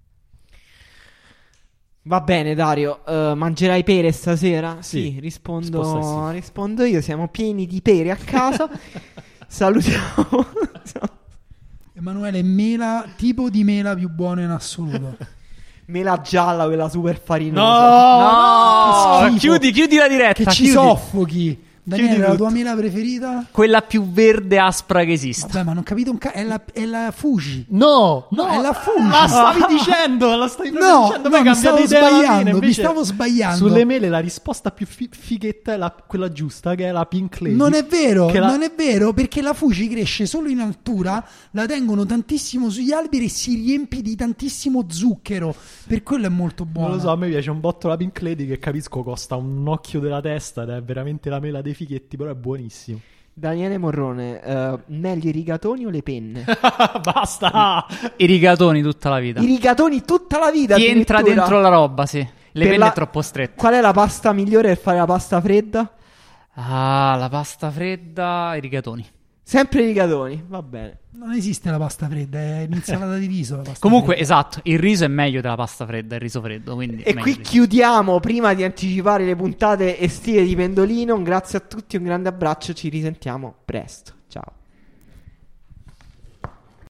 Va bene, Dario, mangerai pere stasera? Sì, rispondo io. Siamo pieni di pere a casa. Salutiamo. Emanuele, mela, tipo di mela più buono in assoluto. Mela gialla, quella super farinosa. No, chiudi la diretta. Che ci soffochi. Daniele, la tua mela preferita? Quella più verde aspra che esista. Vabbè, ma non ho capito è la Fuji. No, è la Fuji. La stavi dicendo, la stai proprio dicendo. Poi mi stavo cambiate idea alla fine, sbagliando, mi invece stavo sbagliando. Sulle mele la risposta più fighetta è quella giusta, che è la Pink Lady. Non è vero, non è vero, perché la Fuji cresce solo in altura, la tengono tantissimo sugli alberi e si riempie di tantissimo zucchero. Per quello è molto buona. Non lo so, a me piace un botto la Pink Lady, che capisco costa un occhio della testa ed è veramente la mela dei fighetti, però è buonissimo. Daniele Morrone, meglio i rigatoni o le penne? Basta! I rigatoni tutta la vita. I rigatoni tutta la vita. Ti entra dentro la roba, sì. Le penne è troppo strette. Qual è la pasta migliore per fare la pasta fredda? Ah, la pasta fredda, i rigatoni. Sempre i rigatoni, va bene. Non esiste la pasta fredda, è un'insalata di riso la pasta Comunque, fredda. esatto, il riso è meglio della pasta fredda, il riso freddo. Quindi E qui chiudiamo, prima di anticipare le puntate estive di Pendolino. Grazie a tutti, un grande abbraccio, ci risentiamo presto. Ciao.